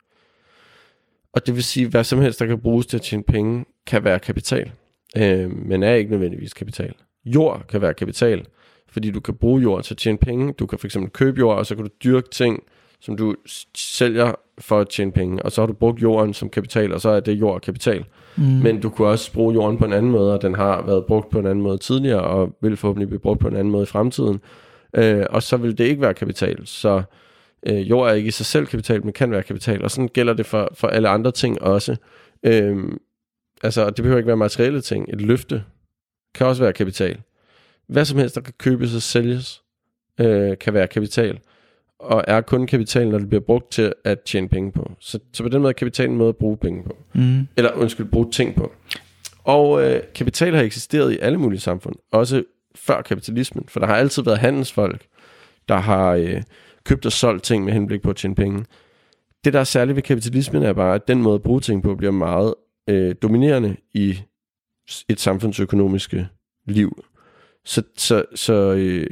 Og det vil sige, hvad som helst, der kan bruges til at tjene penge, kan være kapital. Øh, men er ikke nødvendigvis kapital. Jord kan være kapital, fordi du kan bruge jord til at tjene penge. Du kan for eksempel købe jord, og så kan du dyrke ting, som du sælger for at tjene penge. Og så har du brugt jorden som kapital, og så er det jord kapital. Mm. Men du kan også bruge jorden på en anden måde, og den har været brugt på en anden måde tidligere, og vil forhåbentlig blive brugt på en anden måde i fremtiden. Øh, og så vil det ikke være kapital. Så øh, jord er ikke i sig selv kapital, men kan være kapital. Og sådan gælder det for, for alle andre ting også. Øh, altså, det behøver ikke være materielle ting. Et løfte kan også være kapital. Hvad som helst, der kan købes og sælges, øh, kan være kapital. Og er kun kapital, når det bliver brugt til at tjene penge på. Så, så på den måde er kapital en måde at bruge penge på. Mm. Eller undskyld, bruge ting på. Og øh, kapital har eksisteret i alle mulige samfund. Også før kapitalismen. For der har altid været handelsfolk, der har øh, købt og solgt ting med henblik på at tjene penge. Det, der er særligt ved kapitalismen, er bare, at den måde at bruge ting på, bliver meget øh, dominerende i et samfundsøkonomiske liv. Så, så, så øh,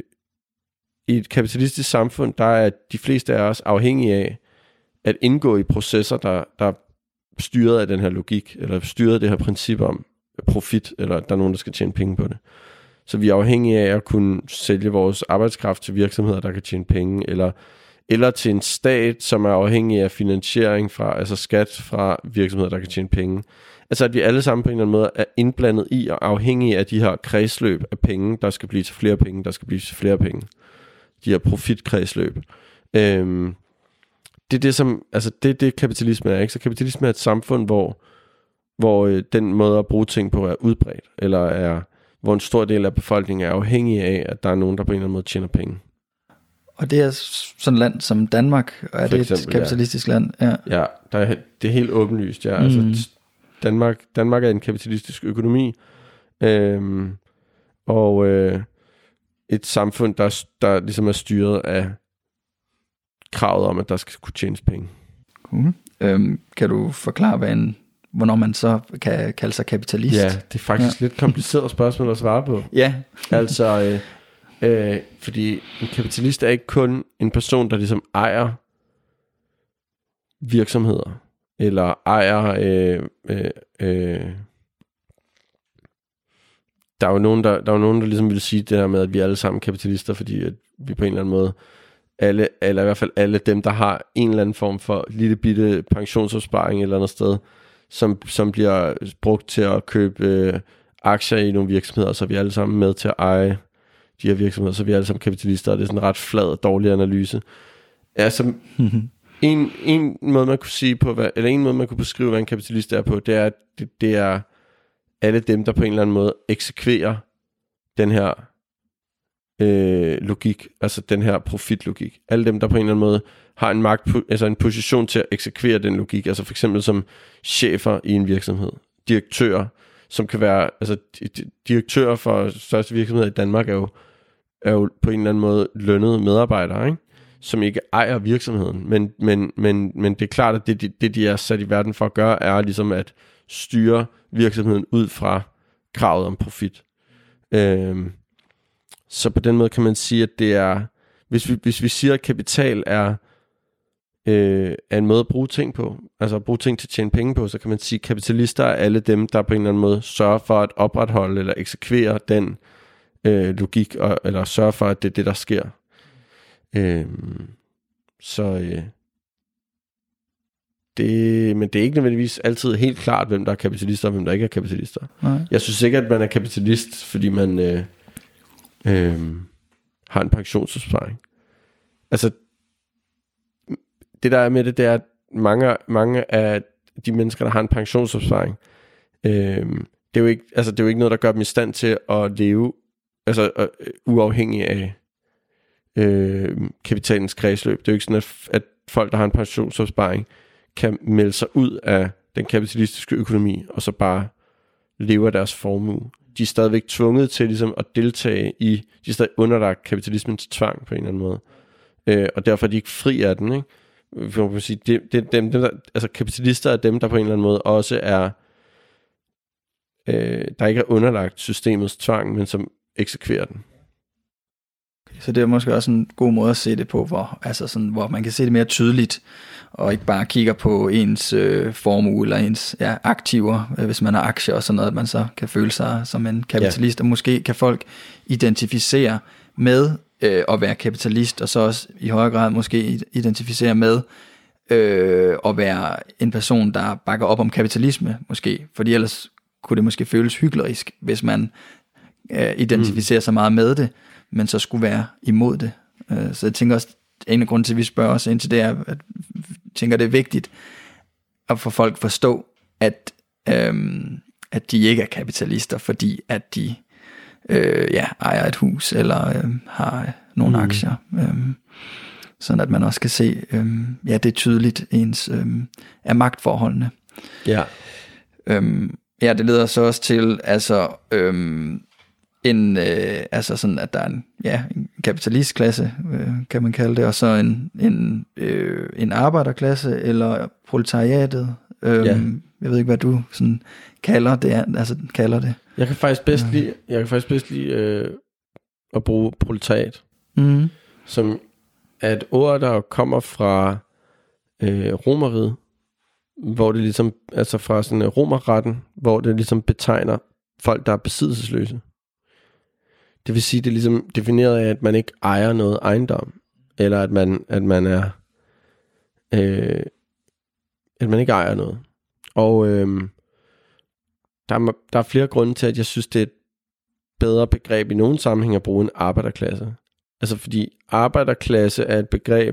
i et kapitalistisk samfund, der er de fleste af os afhængige af at indgå i processer, der, der er styret af den her logik, eller styret af det her princip om profit, eller der er nogen, der skal tjene penge på det. Så vi er afhængige af at kunne sælge vores arbejdskraft til virksomheder, der kan tjene penge, eller, eller til en stat, som er afhængig af finansiering fra, altså skat fra virksomheder, der kan tjene penge. Altså at vi alle sammen på en eller anden måde er indblandet i og afhængige af de her kredsløb af penge, der skal blive til flere penge, der skal blive til flere penge. De her profitkredsløb. Øhm, det er det, som, altså det er det, kapitalisme er, ikke? Så kapitalisme er et samfund, hvor, hvor øh, den måde at bruge ting på er udbredt, eller er, hvor en stor del af befolkningen er afhængig af, at der er nogen, der på en eller anden måde tjener penge. Og det er sådan et land som Danmark, og er det eksempel, et kapitalistisk ja. land? Ja, ja der er, det er helt åbenlyst, ja. Mm. Altså, Danmark, Danmark er en kapitalistisk økonomi, øhm, og øh, et samfund, der, der ligesom er styret af kravet om, at der skal kunne tjenes penge. Cool. Øhm, kan du forklare, hvad en, hvornår man så kan kalde sig kapitalist? Ja, det er faktisk ja. lidt kompliceret spørgsmål at svare på. Ja. altså, øh, øh, fordi en kapitalist er ikke kun en person, der ligesom ejer virksomheder, eller ejer øh, øh, øh, der er jo nogen der, der er jo nogen der ligesom vil sige det her med, at vi er alle sammen kapitalister, fordi at vi på en eller anden måde alle, eller i hvert fald alle dem, der har en eller anden form for lille bitte pensionsopsparing et eller andet sted, som, som bliver brugt til at købe øh, aktier i nogle virksomheder, så er vi alle sammen med til at eje de her virksomheder, så er vi alle sammen kapitalister, og det er sådan en ret flad og dårlig analyse. Altså En, en måde man kunne sige på hvad, eller en måde man kunne beskrive hvad en kapitalist er på, det er at det, det er alle dem der på en eller anden måde eksekverer den her øh, logik, altså den her profitlogik. Alle dem der på en eller anden måde har en magt, altså en position til at eksekvere den logik, altså for eksempel som chefer i en virksomhed, direktører, som kan være, altså direktører for største virksomheder i Danmark er jo, er jo på en eller anden måde lønnede medarbejdere, ikke? som ikke ejer virksomheden. Men, men, men, men det er klart, at det, det, det, de er sat i verden for at gøre, er ligesom at styre virksomheden ud fra kravet om profit. Øhm, så på den måde kan man sige, at det er, hvis vi, hvis vi siger, at kapital er, øh, er en måde at bruge ting på, altså at bruge ting til at tjene penge på, så kan man sige, at kapitalister er alle dem, der på en eller anden måde sørger for at opretholde eller eksekvere den øh, logik, og, eller sørger for, at det er det, der sker. Øhm, så øh, det, men det er ikke nødvendigvis altid helt klart, hvem der er kapitalister og hvem der ikke er kapitalister. Nej. Jeg synes ikke, at man er kapitalist, fordi man øh, øh, har en pensionsopsparing. Altså det der er med det, det er, at mange, mange af de mennesker, der har en pensionsopsparing, øh, det er jo ikke, altså det er jo ikke noget, der gør dem i stand til at leve, altså øh, uafhængig af øh, kapitalens kredsløb. Det er jo ikke sådan, at, at folk, der har en pensionsopsparing, kan melde sig ud af den kapitalistiske økonomi, og så bare leve af deres formue. De er stadigvæk tvunget til ligesom at deltage i, de er stadig underlagt kapitalismens tvang på en eller anden måde. Øh, og derfor er de ikke fri af den, ikke? For man kan sige, det, det, dem, dem der, altså kapitalister er dem, der på en eller anden måde også er, øh, der ikke er underlagt systemets tvang, men som eksekverer den. Så det er måske også en god måde at se det på, hvor, altså sådan, hvor man kan se det mere tydeligt, og ikke bare kigger på ens øh, formue eller ens ja, aktiver, øh, hvis man har aktier og sådan noget, at man så kan føle sig som en kapitalist, ja. Og måske kan folk identificere med øh, at være kapitalist, og så også i højere grad måske identificere med øh, at være en person, der bakker op om kapitalisme, måske, fordi ellers kunne det måske føles hyklerisk, hvis man øh, identificerer mm. sig meget med det, men så skulle være imod det. Så jeg tænker også, en af grunden til, at vi spørger os ind til det, er, at jeg tænker, det er vigtigt at få folk forstå, at, øhm, at de ikke er kapitalister, fordi at de øh, ja, ejer et hus, eller øh, har nogle mm. aktier. Øh, sådan at man også kan se, øh, ja, det er tydeligt ens øh, af magtforholdene. Ja. Øh, ja, det leder så også til, altså... Øh, En, øh, altså sådan, at der er en, ja, en kapitalistklasse, øh, kan man kalde det, og så en, en, øh, en arbejderklasse, eller proletariatet. Øh, ja. Jeg ved ikke, hvad du sådan kalder det, altså kalder det. Jeg kan faktisk bedst ja. lide, jeg kan faktisk bedst lide øh, at bruge proletariat, mm. som er et ord, der kommer fra øh, romeriet, hvor det ligesom, altså fra sådan romerretten, hvor det ligesom betegner folk, der er besiddelsesløse. Det vil sige, det er ligesom defineret af, at man ikke ejer noget ejendom, eller at man, at man er, øh, at man ikke ejer noget. Og øh, der, er, der er flere grunde til, at jeg synes, det er et bedre begreb i nogen sammenhæng at bruge en arbejderklasse. Altså fordi arbejderklasse er et begreb,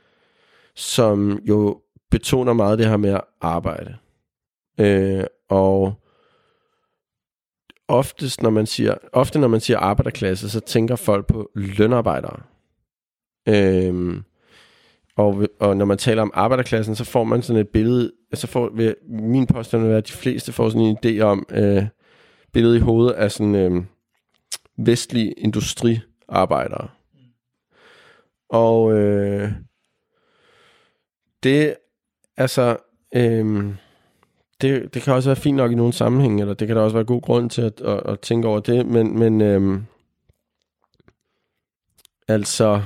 som jo betoner meget det her med at arbejde. Øh, og Oftest, når man siger, ofte når man siger arbejderklasse, så tænker folk på lønarbejdere. Øhm, og, og når man taler om arbejderklassen, så får man sådan et billede, så får vil, min påstand vil være, at de fleste får sådan en idé om øh, billedet i hovedet af sådan øh, vestlige industriarbejdere. Og øh, det altså øh, Det, det kan også være fint nok i nogle sammenhæng, eller det kan der også være god grund til at, at, at tænke over det, men, men øhm, altså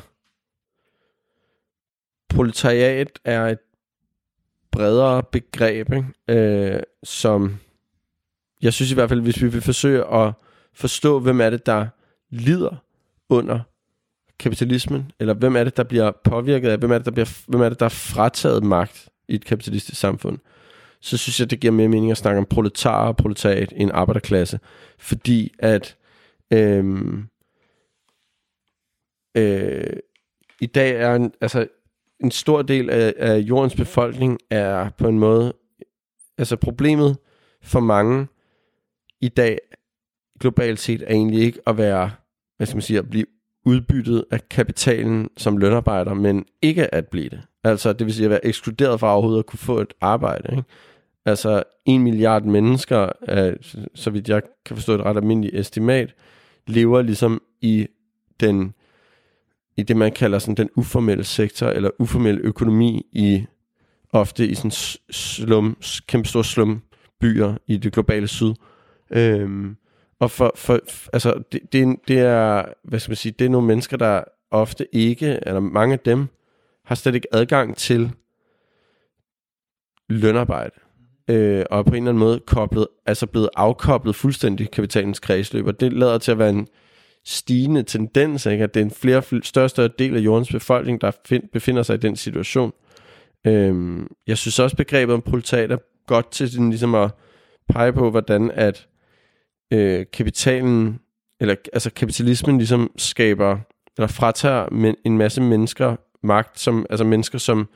proletariat er et bredere begreb, ikke? Øh, som jeg synes i hvert fald, hvis vi vil forsøge at forstå, hvem er det, der lider under kapitalismen, eller hvem er det, der bliver påvirket af, hvem er det, der, bliver, hvem er det, der er frataget magt i et kapitalistisk samfund, så synes jeg, det giver mere mening at snakke om proletarer og proletariat i en arbejderklasse. Fordi at øhm, øh, i dag er en, altså, en stor del af, af jordens befolkning er på en måde, altså problemet for mange i dag globalt set er egentlig ikke at være, hvad skal man sige, at blive udbyttet af kapitalen som lønarbejder, men ikke at blive det. Altså det vil sige at være ekskluderet fra overhovedet at kunne få et arbejde, ikke? Altså en milliard mennesker, øh, så vidt jeg kan forstå et ret almindeligt estimat, lever ligesom i den i det, man kalder sådan den uformelle sektor, eller uformel økonomi, i ofte i sådan slum, kæmpe store slumbyer i det globale syd. Øhm, og for, for altså, det, det, det er, hvad skal man sige, det er nogle mennesker, der ofte ikke, eller mange af dem, har slet ikke adgang til lønarbejde. Øh, og på en eller anden måde koblet, altså blevet afkoblet fuldstændig kapitalens kredsløb, og det lader til at være en stigende tendens, ikke? At det er en flere, større og større del af jordens befolkning, der find, befinder sig i den situation. Øhm, jeg synes også, begrebet om proletariat er godt til sådan, ligesom at pege på, hvordan at øh, kapitalen, eller altså kapitalismen ligesom skaber, eller fratager men, en masse mennesker magt, som, altså mennesker, som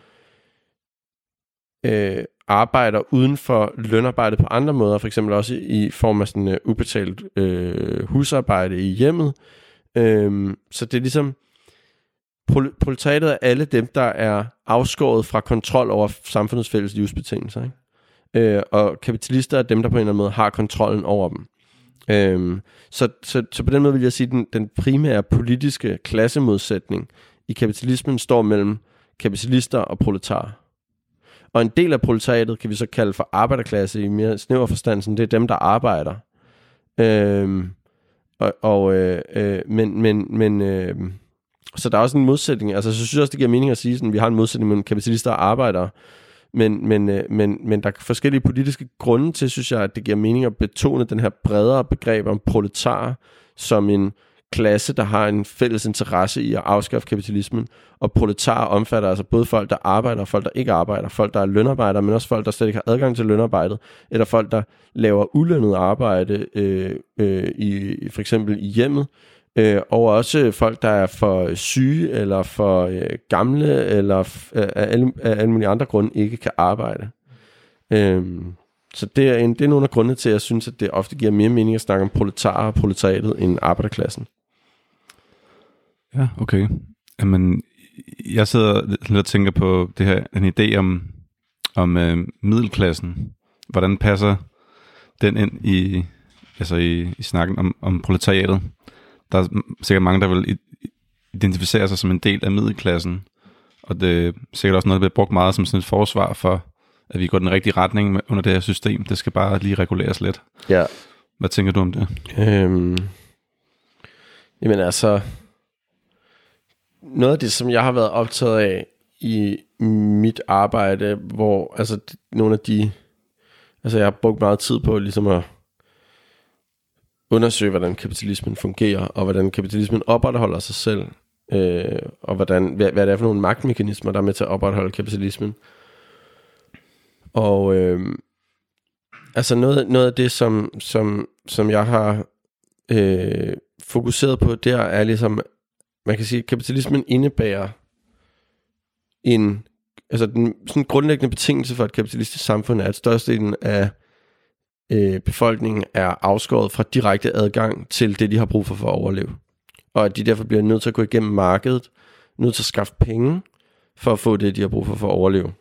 øh, arbejder uden for lønarbejde på andre måder, for eksempel også i form af sådan uh, ubetalt øh, husarbejde i hjemmet. Øhm, så det er ligesom prol- proletariatet er alle dem, der er afskåret fra kontrol over samfundets fælles livsbetingelser, ikke? Øh, og kapitalister er dem, der på en eller anden måde har kontrollen over dem. Øhm, så, så, så på den måde vil jeg sige, at den, den primære politiske klassemodsætning i kapitalismen står mellem kapitalister og proletarer. Og en del af proletariatet kan vi så kalde for arbejderklasse i mere snæver forstand, det er dem, der arbejder. Øhm, og, og, øh, øh, men, men, men øh, så der er også en modsætning. Altså, så synes jeg også, det giver mening at sige, at vi har en modsætning mellem kapitalister og arbejdere. Men, men, øh, men, men der er forskellige politiske grunde til, synes jeg, at det giver mening at betone den her bredere begreb om proletarer som en klasse, der har en fælles interesse i at afskaffe kapitalismen. Og proletarer omfatter altså både folk, der arbejder, og folk, der ikke arbejder. Folk, der er lønarbejdere, men også folk, der slet ikke har adgang til lønarbejdet. Eller folk, der laver ulønnet arbejde, øh, øh, i, for eksempel i hjemmet. Øh, og også folk, der er for syge, eller for øh, gamle, eller f- af, alle, af alle mulige andre grunde ikke kan arbejde. Øh, så det er, en, det er nogle af grundene til, at jeg synes, at det ofte giver mere mening at snakke om proletarer og proletariatet end arbejderklassen. Ja, okay. Jamen, jeg sidder lidt og tænker på det her, en idé om, om øh, middelklassen. Hvordan passer den ind i, altså i, i snakken om, om proletariatet? Der er sikkert mange, der vil identificere sig som en del af middelklassen, og det er sikkert også noget, der bliver brugt meget som sådan et forsvar for, at vi går den rigtige retning under det her system. Det skal bare lige reguleres lidt. Ja. Hvad tænker du om det? Øhm, jamen altså, noget af det, som jeg har været optaget af i mit arbejde, hvor altså nogle af de, altså jeg har brugt meget tid på ligesom at undersøge, hvordan kapitalismen fungerer, og hvordan kapitalismen opretholder sig selv, øh, og hvordan, hvad, hvad det er for nogle magtmekanismer, der er med til at opretholde kapitalismen. Og øh, altså noget, noget af det, som, som, som jeg har øh, fokuseret på, der er ligesom, man kan sige, at kapitalismen indebærer en, altså den sådan grundlæggende betingelse for et kapitalistisk samfund er, at størstedelen af øh, befolkningen er afskåret fra direkte adgang til det, de har brug for for at overleve. Og at de derfor bliver nødt til at gå igennem markedet, nødt til at skaffe penge for at få det, de har brug for for at overleve.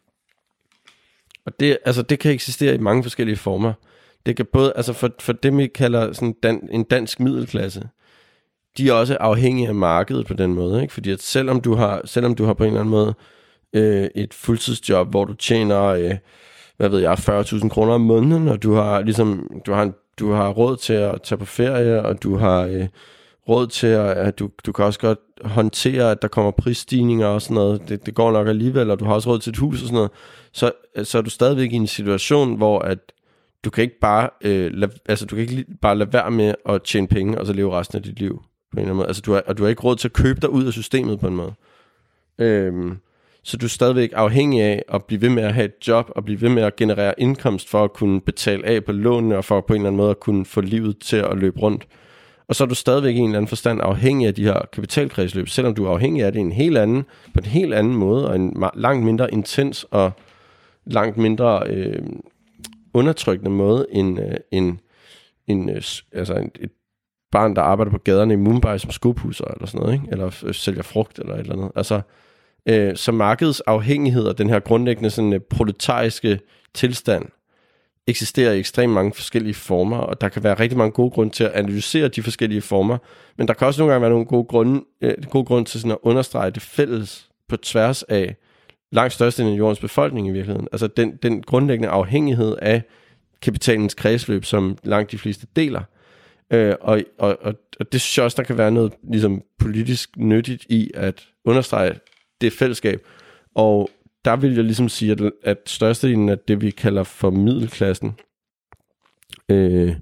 Og det, altså, det kan eksistere i mange forskellige former. Det kan både, altså for, for det, vi kalder sådan dan, en dansk middelklasse, de er også afhængige af markedet på den måde, ikke? Fordi at selvom du har, selvom du har på en eller anden måde øh, et fuldtidsjob, hvor du tjener, øh, hvad ved jeg, fyrre tusind kroner om måneden, og du har ligesom, du har, du har råd til at tage på ferie, og du har øh, råd til at, at du, du kan også godt håndtere, at der kommer prisstigninger og sådan noget. Det, det går nok alligevel, og du har også råd til et hus og sådan noget. Så, så er du stadigvæk i en situation, hvor at du kan ikke bare, øh, lade, altså du kan ikke bare lade være med at tjene penge, og så leve resten af dit liv på en eller anden måde. Altså du har, og du har ikke råd til at købe dig ud af systemet på en måde. Øhm, så du er stadigvæk afhængig af at blive ved med at have et job, og blive ved med at generere indkomst for at kunne betale af på lånene, og for på en eller anden måde at kunne få livet til at løbe rundt. Og så er du stadigvæk i en eller anden forstand afhængig af de her kapitalkredsløb, selvom du er afhængig af det en helt anden, på en helt anden måde, og en langt mindre intens og langt mindre øh, undertrykkende måde end, øh, end, end øh, altså en, et barn, der arbejder på gaderne i Mumbai som skopusser eller sådan noget, ikke? Eller øh, sælger frugt eller et eller andet. Altså, øh, så markedets afhængighed og den her grundlæggende sådan, øh, proletariske tilstand eksisterer i ekstremt mange forskellige former, og der kan være rigtig mange gode grunde til at analysere de forskellige former, men der kan også nogle gange være nogle gode grunde, øh, gode grunde til sådan at understrege det fælles på tværs af langt størstedelen af jordens befolkning i virkeligheden. Altså den, den grundlæggende afhængighed af kapitalens kredsløb, som langt de fleste deler. Øh, og, og, og, og det synes jeg også, der kan være noget ligesom, politisk nyttigt i at understrege det fællesskab. Og der vil jeg ligesom sige, at, at størstedelen af det, vi kalder for middelklassen, øh,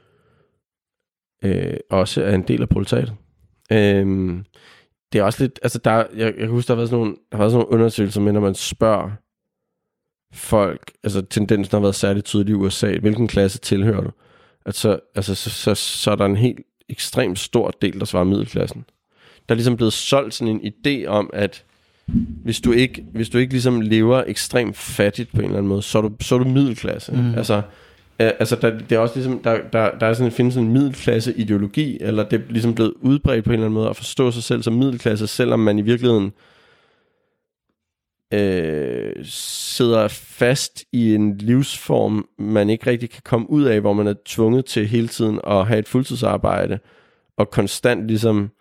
øh, også er en del af proletariatet. Øh, det er også lidt, altså der, jeg, jeg kan huske, der har været sådan nogle, der har været sådan nogle undersøgelser med, når man spørger folk, altså tendensen har været særligt tydelig i U S A, hvilken klasse tilhører du? Altså, altså så, så, så er der en helt ekstremt stor del, der svarer middelklassen. Der er ligesom blevet solgt sådan en idé om, at hvis du ikke, hvis du ikke ligesom lever ekstremt fattigt på en eller anden måde, så er du, så er du middelklasse. Mm. Altså, øh, altså der, det er også ligesom, der, der, der er sådan, findes sådan en middelklasse ideologi, eller det er ligesom blevet udbredt på en eller anden måde at forstå sig selv som middelklasse, selvom man i virkeligheden øh, sidder fast i en livsform, man ikke rigtig kan komme ud af, hvor man er tvunget til hele tiden at have et fuldtidsarbejde, og konstant ligesom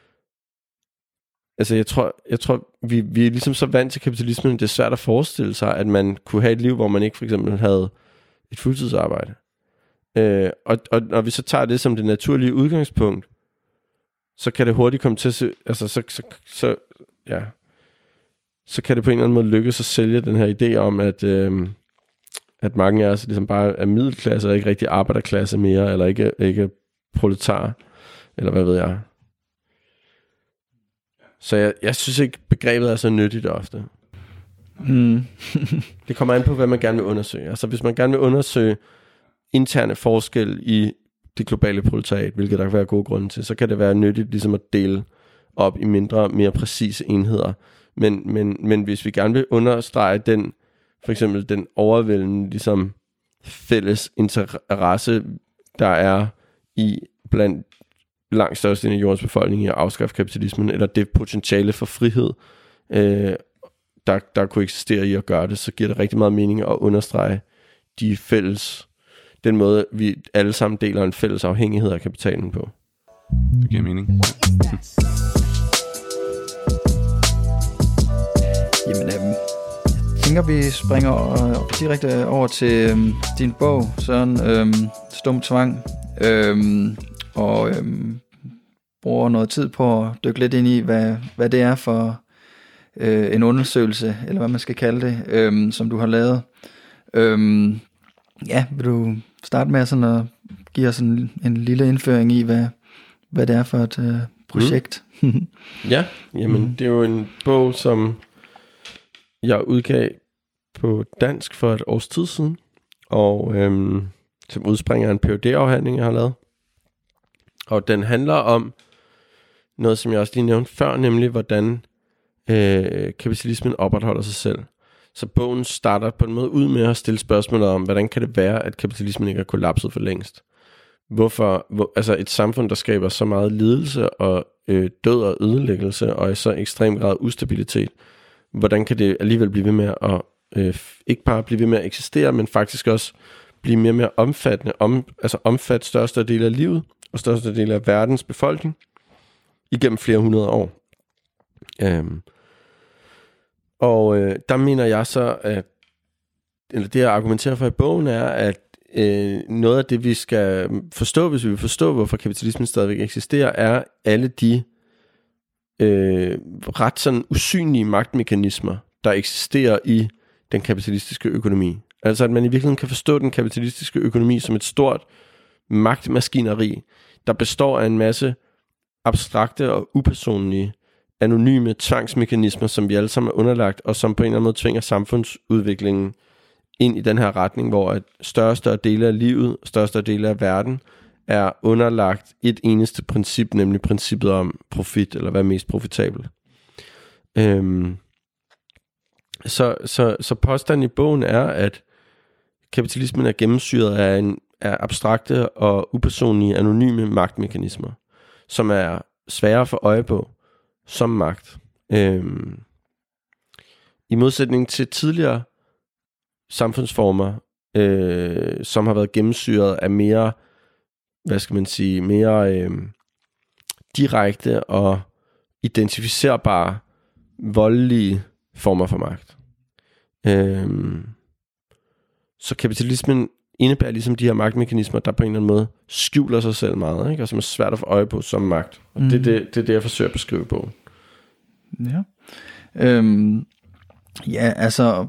altså jeg tror, jeg tror vi, vi er ligesom så vant til kapitalismen, det er svært at forestille sig, at man kunne have et liv, hvor man ikke for eksempel havde et fuldtidsarbejde. Øh, og, og når vi så tager det som det naturlige udgangspunkt, så kan det hurtigt komme til at se, altså så, så, så, ja, så kan det på en eller anden måde lykkes at sælge den her idé om, at, øh, at mange af os ligesom bare er middelklasse, og ikke rigtig arbejderklasse mere, eller ikke, ikke proletar, eller hvad ved jeg. Så jeg, jeg synes ikke, begrebet er så nyttigt ofte. Mm. Det kommer an på, hvad man gerne vil undersøge. Altså hvis man gerne vil undersøge interne forskel i det globale proletariat, hvilket der kan være gode grunde til, så kan det være nyttigt ligesom at dele op i mindre, mere præcise enheder. Men, men, men hvis vi gerne vil understrege den, for eksempel den overvældende ligesom fælles interesse, der er i blandt langt størstedelen af jordens befolkning i at afskaffe kapitalismen, eller det potentiale for frihed, øh, der, der kunne eksistere i at gøre det, så giver det rigtig meget mening at understrege de fælles, den måde, vi alle sammen deler en fælles afhængighed af kapitalen på. Det giver mening. Jamen, øhm, jeg tænker, vi springer øh, direkte over til øhm, din bog, Søren, øhm, Stum Tvang, øhm, og øhm, bruger noget tid på at dykke lidt ind i, hvad, hvad det er for øh, en undersøgelse, eller hvad man skal kalde det, øhm, som du har lavet. Øhm, ja, vil du starte med sådan at give os en, en lille indføring i, hvad, hvad det er for et øh, projekt? Mm. Ja, jamen mm. det er jo en bog, som jeg udgav på dansk for et års tid siden, og øhm, som udspringer af en P H D-afhandling, jeg har lavet. Og den handler om noget, som jeg også lige nævnte før, nemlig hvordan øh, kapitalismen opretholder sig selv. Så bogen starter på en måde ud med at stille spørgsmålet om, hvordan kan det være, at kapitalismen ikke er kollapset for længst? Hvorfor, hvor, altså et samfund, der skaber så meget lidelse og øh, død og ødelæggelse, og i så ekstrem grad ustabilitet, hvordan kan det alligevel blive ved med at, øh, ikke bare blive ved med at eksistere, men faktisk også blive mere og mere omfattende, om, altså omfatte største del af livet, og største del af verdens befolkning, igennem flere hundrede år. Øhm. Og øh, der mener jeg så, at eller det jeg argumenterer for i bogen er, at øh, noget af det vi skal forstå, hvis vi vil forstå, hvorfor kapitalismen stadigvæk eksisterer, er alle de øh, ret sådan usynlige magtmekanismer, der eksisterer i den kapitalistiske økonomi. Altså at man i virkeligheden kan forstå den kapitalistiske økonomi som et stort magtmaskineri, der består af en masse abstrakte og upersonlige anonyme tvangsmekanismer, som vi alle sammen er underlagt, og som på en eller anden måde tvinger samfundsudviklingen ind i den her retning, hvor at større og større dele af livet, større og større dele af verden, er underlagt et eneste princip, nemlig princippet om profit, eller hvad er mest profitabelt. Øhm, så, så, så påstanden i bogen er, at kapitalismen er gennemsyret af, en, af abstrakte og upersonlige anonyme magtmekanismer, som er svære for øje på som magt. Øhm, I modsætning til tidligere samfundsformer, øh, som har været gennemsyret af mere, hvad skal man sige, mere øh, direkte og identificerbare voldelige former for magt. Øh, så kapitalismen indebærer ligesom de her magtmekanismer, der på en eller anden måde skjuler sig selv meget, ikke? Og som er svært at få øje på som magt. Og mm. det, det, det er det, jeg forsøger at beskrive på. Ja. Øhm, ja, altså...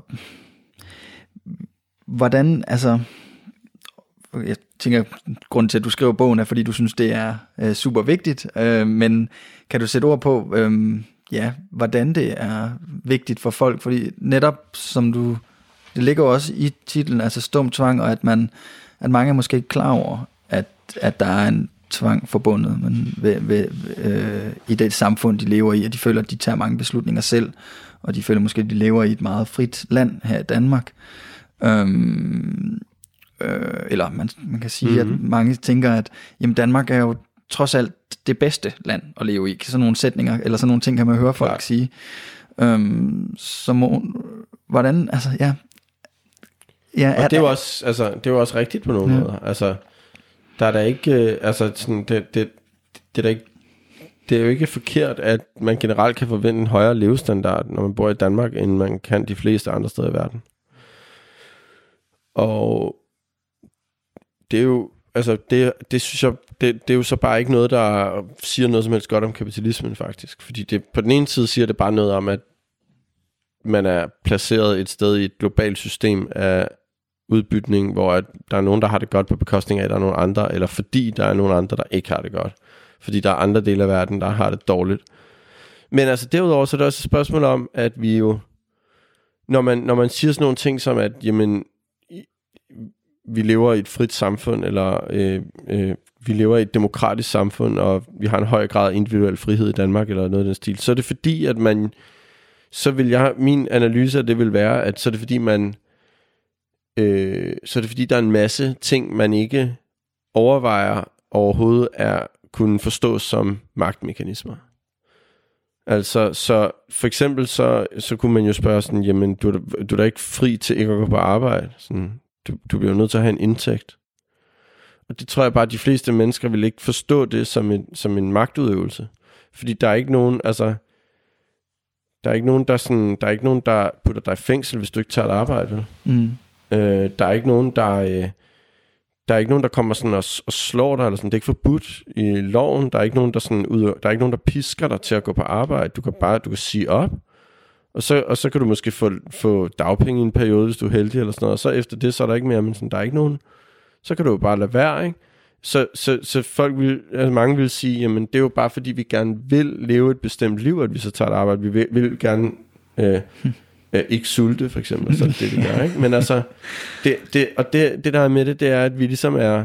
Hvordan, altså... Jeg tænker, grunden til, at du skriver bogen, er, fordi du synes, det er øh, super vigtigt. Øh, men kan du sætte ord på, øh, ja, hvordan det er vigtigt for folk? Fordi netop, som du... Det ligger jo også i titlen, altså stum tvang, og at man, at mange er måske ikke klar over, at, at der er en tvang forbundet men ved, ved, øh, i det samfund, de lever i, og de føler, at de tager mange beslutninger selv, og de føler måske, at de lever i et meget frit land her i Danmark. Øhm, øh, eller man, man kan sige, mm-hmm. at mange tænker, at jamen, Danmark er jo trods alt det bedste land at leve i. Sådan nogle sætninger, eller sådan nogle ting, kan man høre folk ja. sige. Øhm, så må, hvordan, altså, ja... Ja, og det er jo også, altså, det er jo også rigtigt på nogle ja. måder. Altså, der er der ikke, altså, sådan, det, det, det er der ikke, det er jo ikke forkert, at man generelt kan forvente en højere levestandard, når man bor i Danmark, end man kan de fleste andre steder i verden. Og det er jo, altså, det, det synes jeg, det, det er jo så bare ikke noget, der siger noget som helst godt om kapitalismen, faktisk. Fordi det, på den ene side siger det bare noget om, at man er placeret et sted i et globalt system af udbytning, hvor at der er nogen, der har det godt på bekostning af, at der er nogle andre, eller fordi der er nogle andre, der ikke har det godt. Fordi der er andre dele af verden, der har det dårligt. Men altså derudover, så er det også et spørgsmål om, at vi jo, når man, når man siger sådan nogle ting som, at jamen, vi lever i et frit samfund, eller øh, øh, vi lever i et demokratisk samfund, og vi har en høj grad af individuel frihed i Danmark, eller noget af den stil, så er det fordi, at man, så vil jeg, min analyse af det vil være, at så er det fordi, man, øh, så er det fordi, der er en masse ting, man ikke overvejer overhovedet er kunne forstås som magtmekanismer. Altså, så for eksempel, så, så kunne man jo spørge sådan, jamen, du er, du er da ikke fri til ikke at gå på arbejde. Sådan, du, du bliver jo nødt til at have en indtægt. Og det tror jeg bare, at de fleste mennesker vil ikke forstå det som en, som en magtudøvelse. Fordi der er ikke nogen, altså, der er ikke nogen, der sådan, der er ikke nogen, der putter dig i fængsel, hvis du ikke tager et arbejde. Mm. Øh, der er ikke nogen, der, øh, der er ikke nogen, der kommer sådan og, og slår dig, eller sådan. Det er ikke forbudt i loven. Der er ikke nogen, der sådan ud, der er ikke nogen, der pisker dig til at gå på arbejde. Du kan bare, du kan sige op, og så, og så kan du måske få, få dagpenge i en periode, hvis du er heldig, eller sådan noget. Og så efter det, så er der ikke mere, men sådan, der er ikke nogen. Så kan du jo bare lade være, ikke? Så, så, så folk vil, altså mange vil sige, jamen det er jo bare fordi, vi gerne vil leve et bestemt liv, at vi så tager et arbejde. Vi vil, vil gerne øh, øh, ikke sulte, for eksempel, så det det gør, ikke? Men altså, det, det, og det, det der er med det, det er, at vi ligesom er,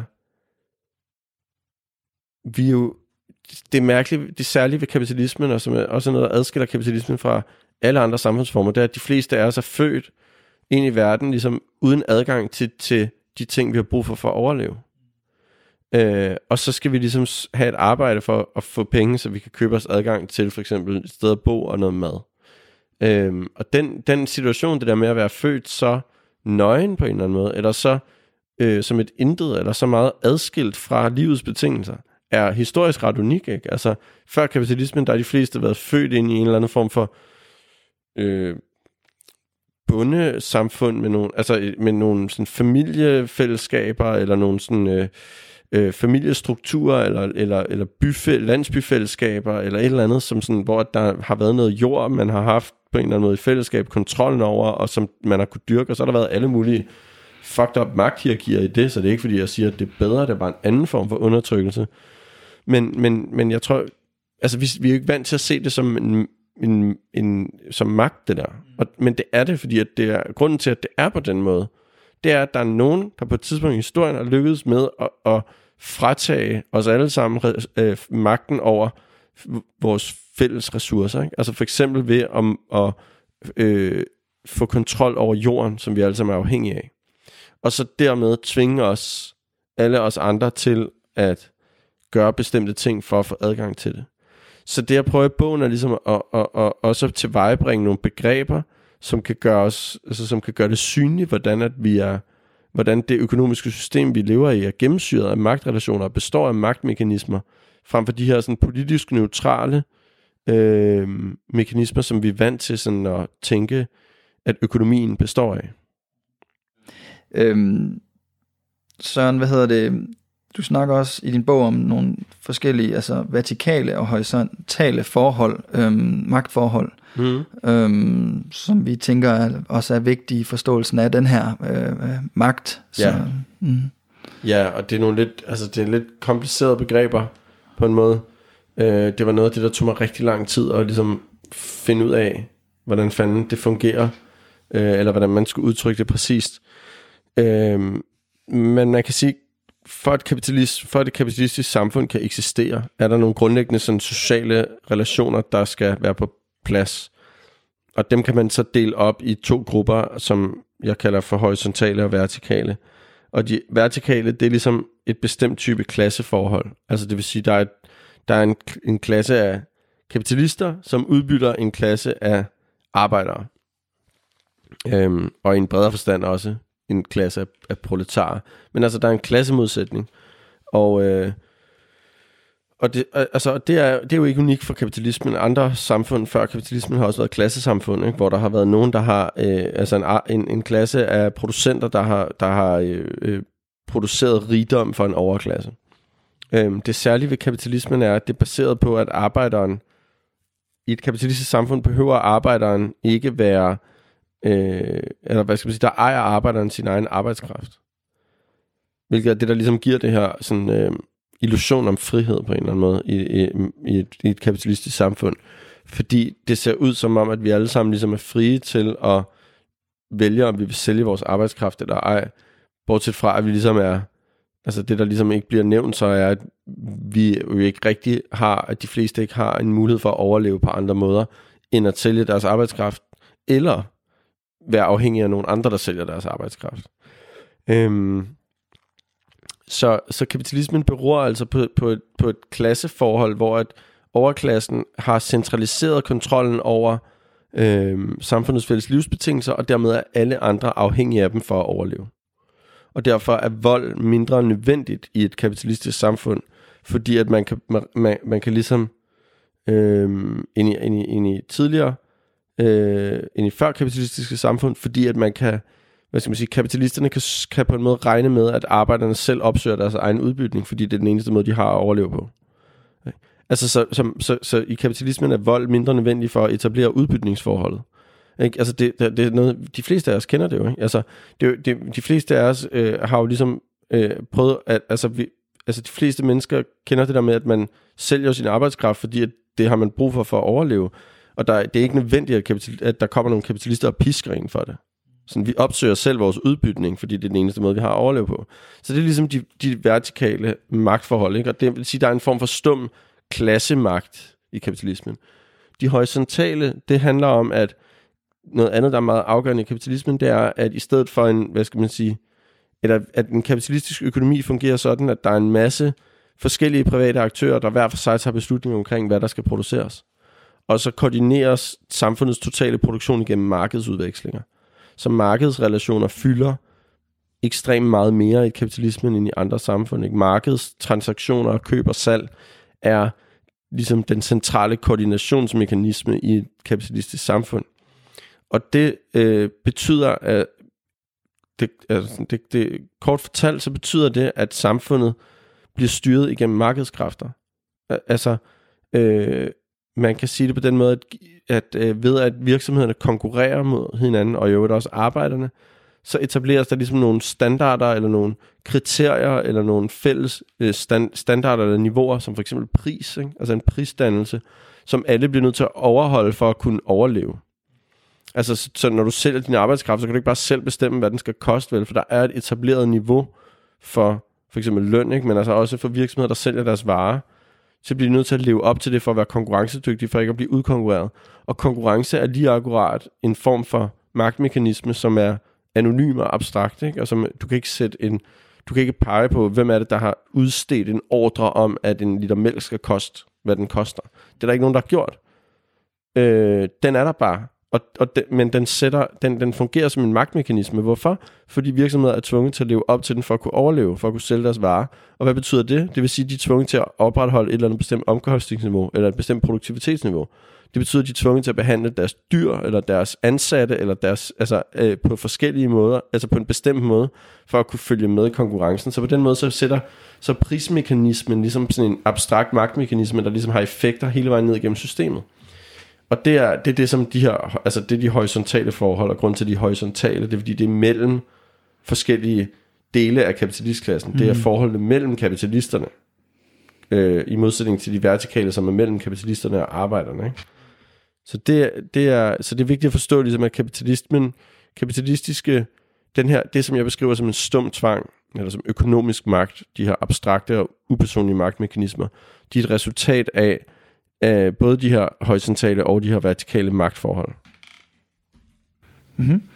vi jo, det er mærkeligt, det særlige ved kapitalismen, og som er også noget, der adskiller kapitalismen fra alle andre samfundsformer, det er, at de fleste af os er født ind i verden, ligesom uden adgang til, til de ting, vi har brug for for at overleve. Øh, og så skal vi ligesom have et arbejde for at få penge, så vi kan købe os adgang til for eksempel et sted at bo og noget mad. Øh, og den, den situation, det der med at være født så nøgen på en eller anden måde, eller så øh, som et intet, eller så meget adskilt fra livets betingelser, er historisk ret unik, ikke? Altså før kapitalismen, der er de fleste været født ind i en eller anden form for øh, bondesamfund med nogle, altså med nogle sådan familiefællesskaber, eller nogle sådan øh, øh, familiestrukturer, eller, eller, eller byfæ- landsbyfællesskaber, eller et eller andet, som sådan, hvor der har været noget jord, man har haft på en eller anden måde i fællesskab kontrollen over, og som man har kunne dyrke, og så har der været alle mulige fucked up magthierarkier i det, så det er ikke fordi, jeg siger, at det er bedre, det er bare en anden form for undertrykkelse. Men, men, men jeg tror, altså vi, vi er jo ikke vant til at se det som en, en, en som magt, det der. Og, men det er det, fordi at det er, grunden til, at det er på den måde, det er, at der er nogen, der på et tidspunkt i historien har lykkedes med at, at fratage os alle sammen øh, magten over vores fælles ressourcer. Ikke? Altså for eksempel ved at, at øh, få kontrol over jorden, som vi alle sammen er afhængige af. Og så dermed tvinge os, alle os andre, til at gøre bestemte ting for at få adgang til det. Så det jeg prøver i bogen er ligesom at, at, at, at også tilvejebringe nogle begreber, som kan gøre os, altså som kan gøre det synligt, hvordan at vi er, hvordan det økonomiske system, vi lever i, er gennemsyret af magtrelationer og består af magtmekanismer, frem for de her sådan politisk neutrale øh, mekanismer, som vi er vant til sådan at tænke, at økonomien består af. Øhm, Søren, hvad hedder det? Du snakker også i din bog om nogle forskellige, altså vertikale og horisontale forhold, øhm, magtforhold, mm. øhm, som vi tænker er, også er vigtige i forståelsen af den her øh, magt. Så, ja. Mm. ja, og det er nogle lidt, altså det er lidt komplicerede begreber på en måde. Øh, det var noget af det, der tog mig rigtig lang tid at ligesom finde ud af, hvordan fanden det fungerer, øh, eller hvordan man skulle udtrykke det præcist. Øh, men man kan sige, for at, kapitalist, for at et kapitalistisk samfund kan eksistere, er der nogle grundlæggende sådan, sociale relationer, der skal være på plads. Og dem kan man så dele op i to grupper, som jeg kalder for horisontale og vertikale. Og de vertikale, det er ligesom et bestemt type klasseforhold. Altså det vil sige, der er, et, der er en, en klasse af kapitalister, som udbytter en klasse af arbejdere. Øhm, og i en bredere forstand også en klasse af, af proletarer. Men altså, der er en klassemodsætning. Og, øh, og det, altså, det, er, det er jo ikke unikt for kapitalismen. Andre samfund før kapitalismen har også været klassesamfund, ikke? Hvor der har været nogen, der har øh, altså en, en, en klasse af producenter, der har, der har øh, øh, produceret rigdom for en overklasse. Øh, det særlige ved kapitalismen er, at det er baseret på, at arbejderen i et kapitalistisk samfund behøver arbejderen ikke være Øh, eller hvad skal man sige, der ejer arbejderen sin egen arbejdskraft. Hvilket er det, der ligesom giver det her sådan, øh, illusion om frihed på en eller anden måde i, i, i, et, i et kapitalistisk samfund. Fordi det ser ud som om, at vi alle sammen ligesom er frie til at vælge, om vi vil sælge vores arbejdskraft eller ej. Bortset fra, at vi ligesom er, altså det, der ligesom ikke bliver nævnt, så er, at vi jo ikke rigtig har, at de fleste ikke har en mulighed for at overleve på andre måder, end at sælge deres arbejdskraft, eller være afhængig af nogle andre, der sælger deres arbejdskraft. Øhm, så, så kapitalismen beror altså på, på, et, på et klasseforhold, hvor at overklassen har centraliseret kontrollen over øhm, samfundets fælles livsbetingelser, og dermed er alle andre afhængige af dem for at overleve. Og derfor er vold mindre nødvendigt i et kapitalistisk samfund, fordi at man kan, man, man kan ligesom øhm, ind, i, ind, i, ind i tidligere Øh, end i før kapitalistiske samfund, fordi at man kan, hvad skal man sige, kapitalisterne kan, kan på en måde regne med, at arbejderne selv opsøger deres egen udbytning, fordi det er den eneste måde, de har at overleve på. Okay. Altså, så, så, så, så i kapitalismen er vold mindre nødvendig for at etablere udbytningsforholdet. Ikke? Altså, det, det, det er noget, de fleste af os kender det jo, ikke? Altså, det, det, de fleste af os øh, har jo ligesom øh, prøvet, at, altså, vi, altså, de fleste mennesker kender det der med, at man sælger sin arbejdskraft, fordi at det har man brug for for at overleve. Og der, det er ikke nødvendigt, at, kapital, at der kommer nogle kapitalister og pisker ind for det. Så vi opsøger selv vores udbytning, fordi det er den eneste måde, vi har at overleve på. Så det er ligesom de, de vertikale magtforhold, ikke? Og det vil sige, at der er en form for stum klassemagt i kapitalismen. De horisontale, det handler om, at noget andet, der er meget afgørende i kapitalismen, det er, at i stedet for en, hvad skal man sige, eller at en kapitalistisk økonomi fungerer sådan, at der er en masse forskellige private aktører, der hver for sig tager beslutninger omkring, hvad der skal produceres. Og så koordineres samfundets totale produktion igennem markedsudvekslinger. Så markedsrelationer fylder ekstremt meget mere i kapitalismen end i andre samfund. Ikke? Markedstransaktioner og køb og salg er ligesom den centrale koordinationsmekanisme i et kapitalistisk samfund. Og det øh, betyder, at det, altså det, det, kort fortalt, så betyder det, at samfundet bliver styret igennem markedskræfter. Altså, øh, man kan sige det på den måde, at, at øh, ved at virksomhederne konkurrerer mod hinanden, og jo også arbejderne, så etableres der ligesom nogle standarder, eller nogle kriterier, eller nogle fælles øh, stand, standarder eller niveauer, som for eksempel pris, ikke? Altså en prisdannelse, som alle bliver nødt til at overholde for at kunne overleve. Altså, så, så når du sælger din arbejdskraft, så kan du ikke bare selv bestemme, hvad den skal koste, vel? For der er et etableret niveau for for eksempel løn, ikke? Men altså også for virksomheder, der sælger deres varer, så bliver de nødt til at leve op til det for at være konkurrencedygtige, for ikke at blive udkonkurreret. Og konkurrence er lige akkurat en form for magtmekanisme, som er anonym og abstrakt, ikke? Og som du kan ikke sætte en, du kan ikke pege på, hvem er det, der har udstedt en ordre om, at en liter mælk skal koste, hvad den koster. Det er der ikke nogen, der har gjort. Øh, den er der bare. og, og de, men den, sætter, den, den fungerer som en magtmekanisme. Hvorfor? Fordi virksomheder er tvunget til at leve op til den for at kunne overleve, for at kunne sælge deres varer. Og hvad betyder det? Det vil sige, at de er tvunget til at opretholde et eller andet bestemt omkostningsniveau, eller et bestemt produktivitetsniveau. Det betyder, at de er tvunget til at behandle deres dyr, eller deres ansatte, eller deres, altså, øh, på forskellige måder, altså på en bestemt måde, for at kunne følge med i konkurrencen. Så på den måde, så sætter så prismekanismen ligesom sådan en abstrakt magtmekanisme, der ligesom har effekter hele vejen ned igennem systemet. Og det er det, er det som de her, altså det er de horisontale forhold, og grund til de horisontale, det er fordi, det er mellem forskellige dele af kapitalistklassen. Mm. Det er forholdet mellem kapitalisterne, øh, i modsætning til de vertikale, som er mellem kapitalisterne og arbejderne, ikke? Så det, det er, så det er vigtigt at forstå, ligesom at kapitalismen, kapitalistiske, den her, det som jeg beskriver som en stum tvang, eller som økonomisk magt, de her abstrakte og upersonlige magtmekanismer, de er et resultat af, af både de her horisontale og de her vertikale magtforhold. Mm-hmm.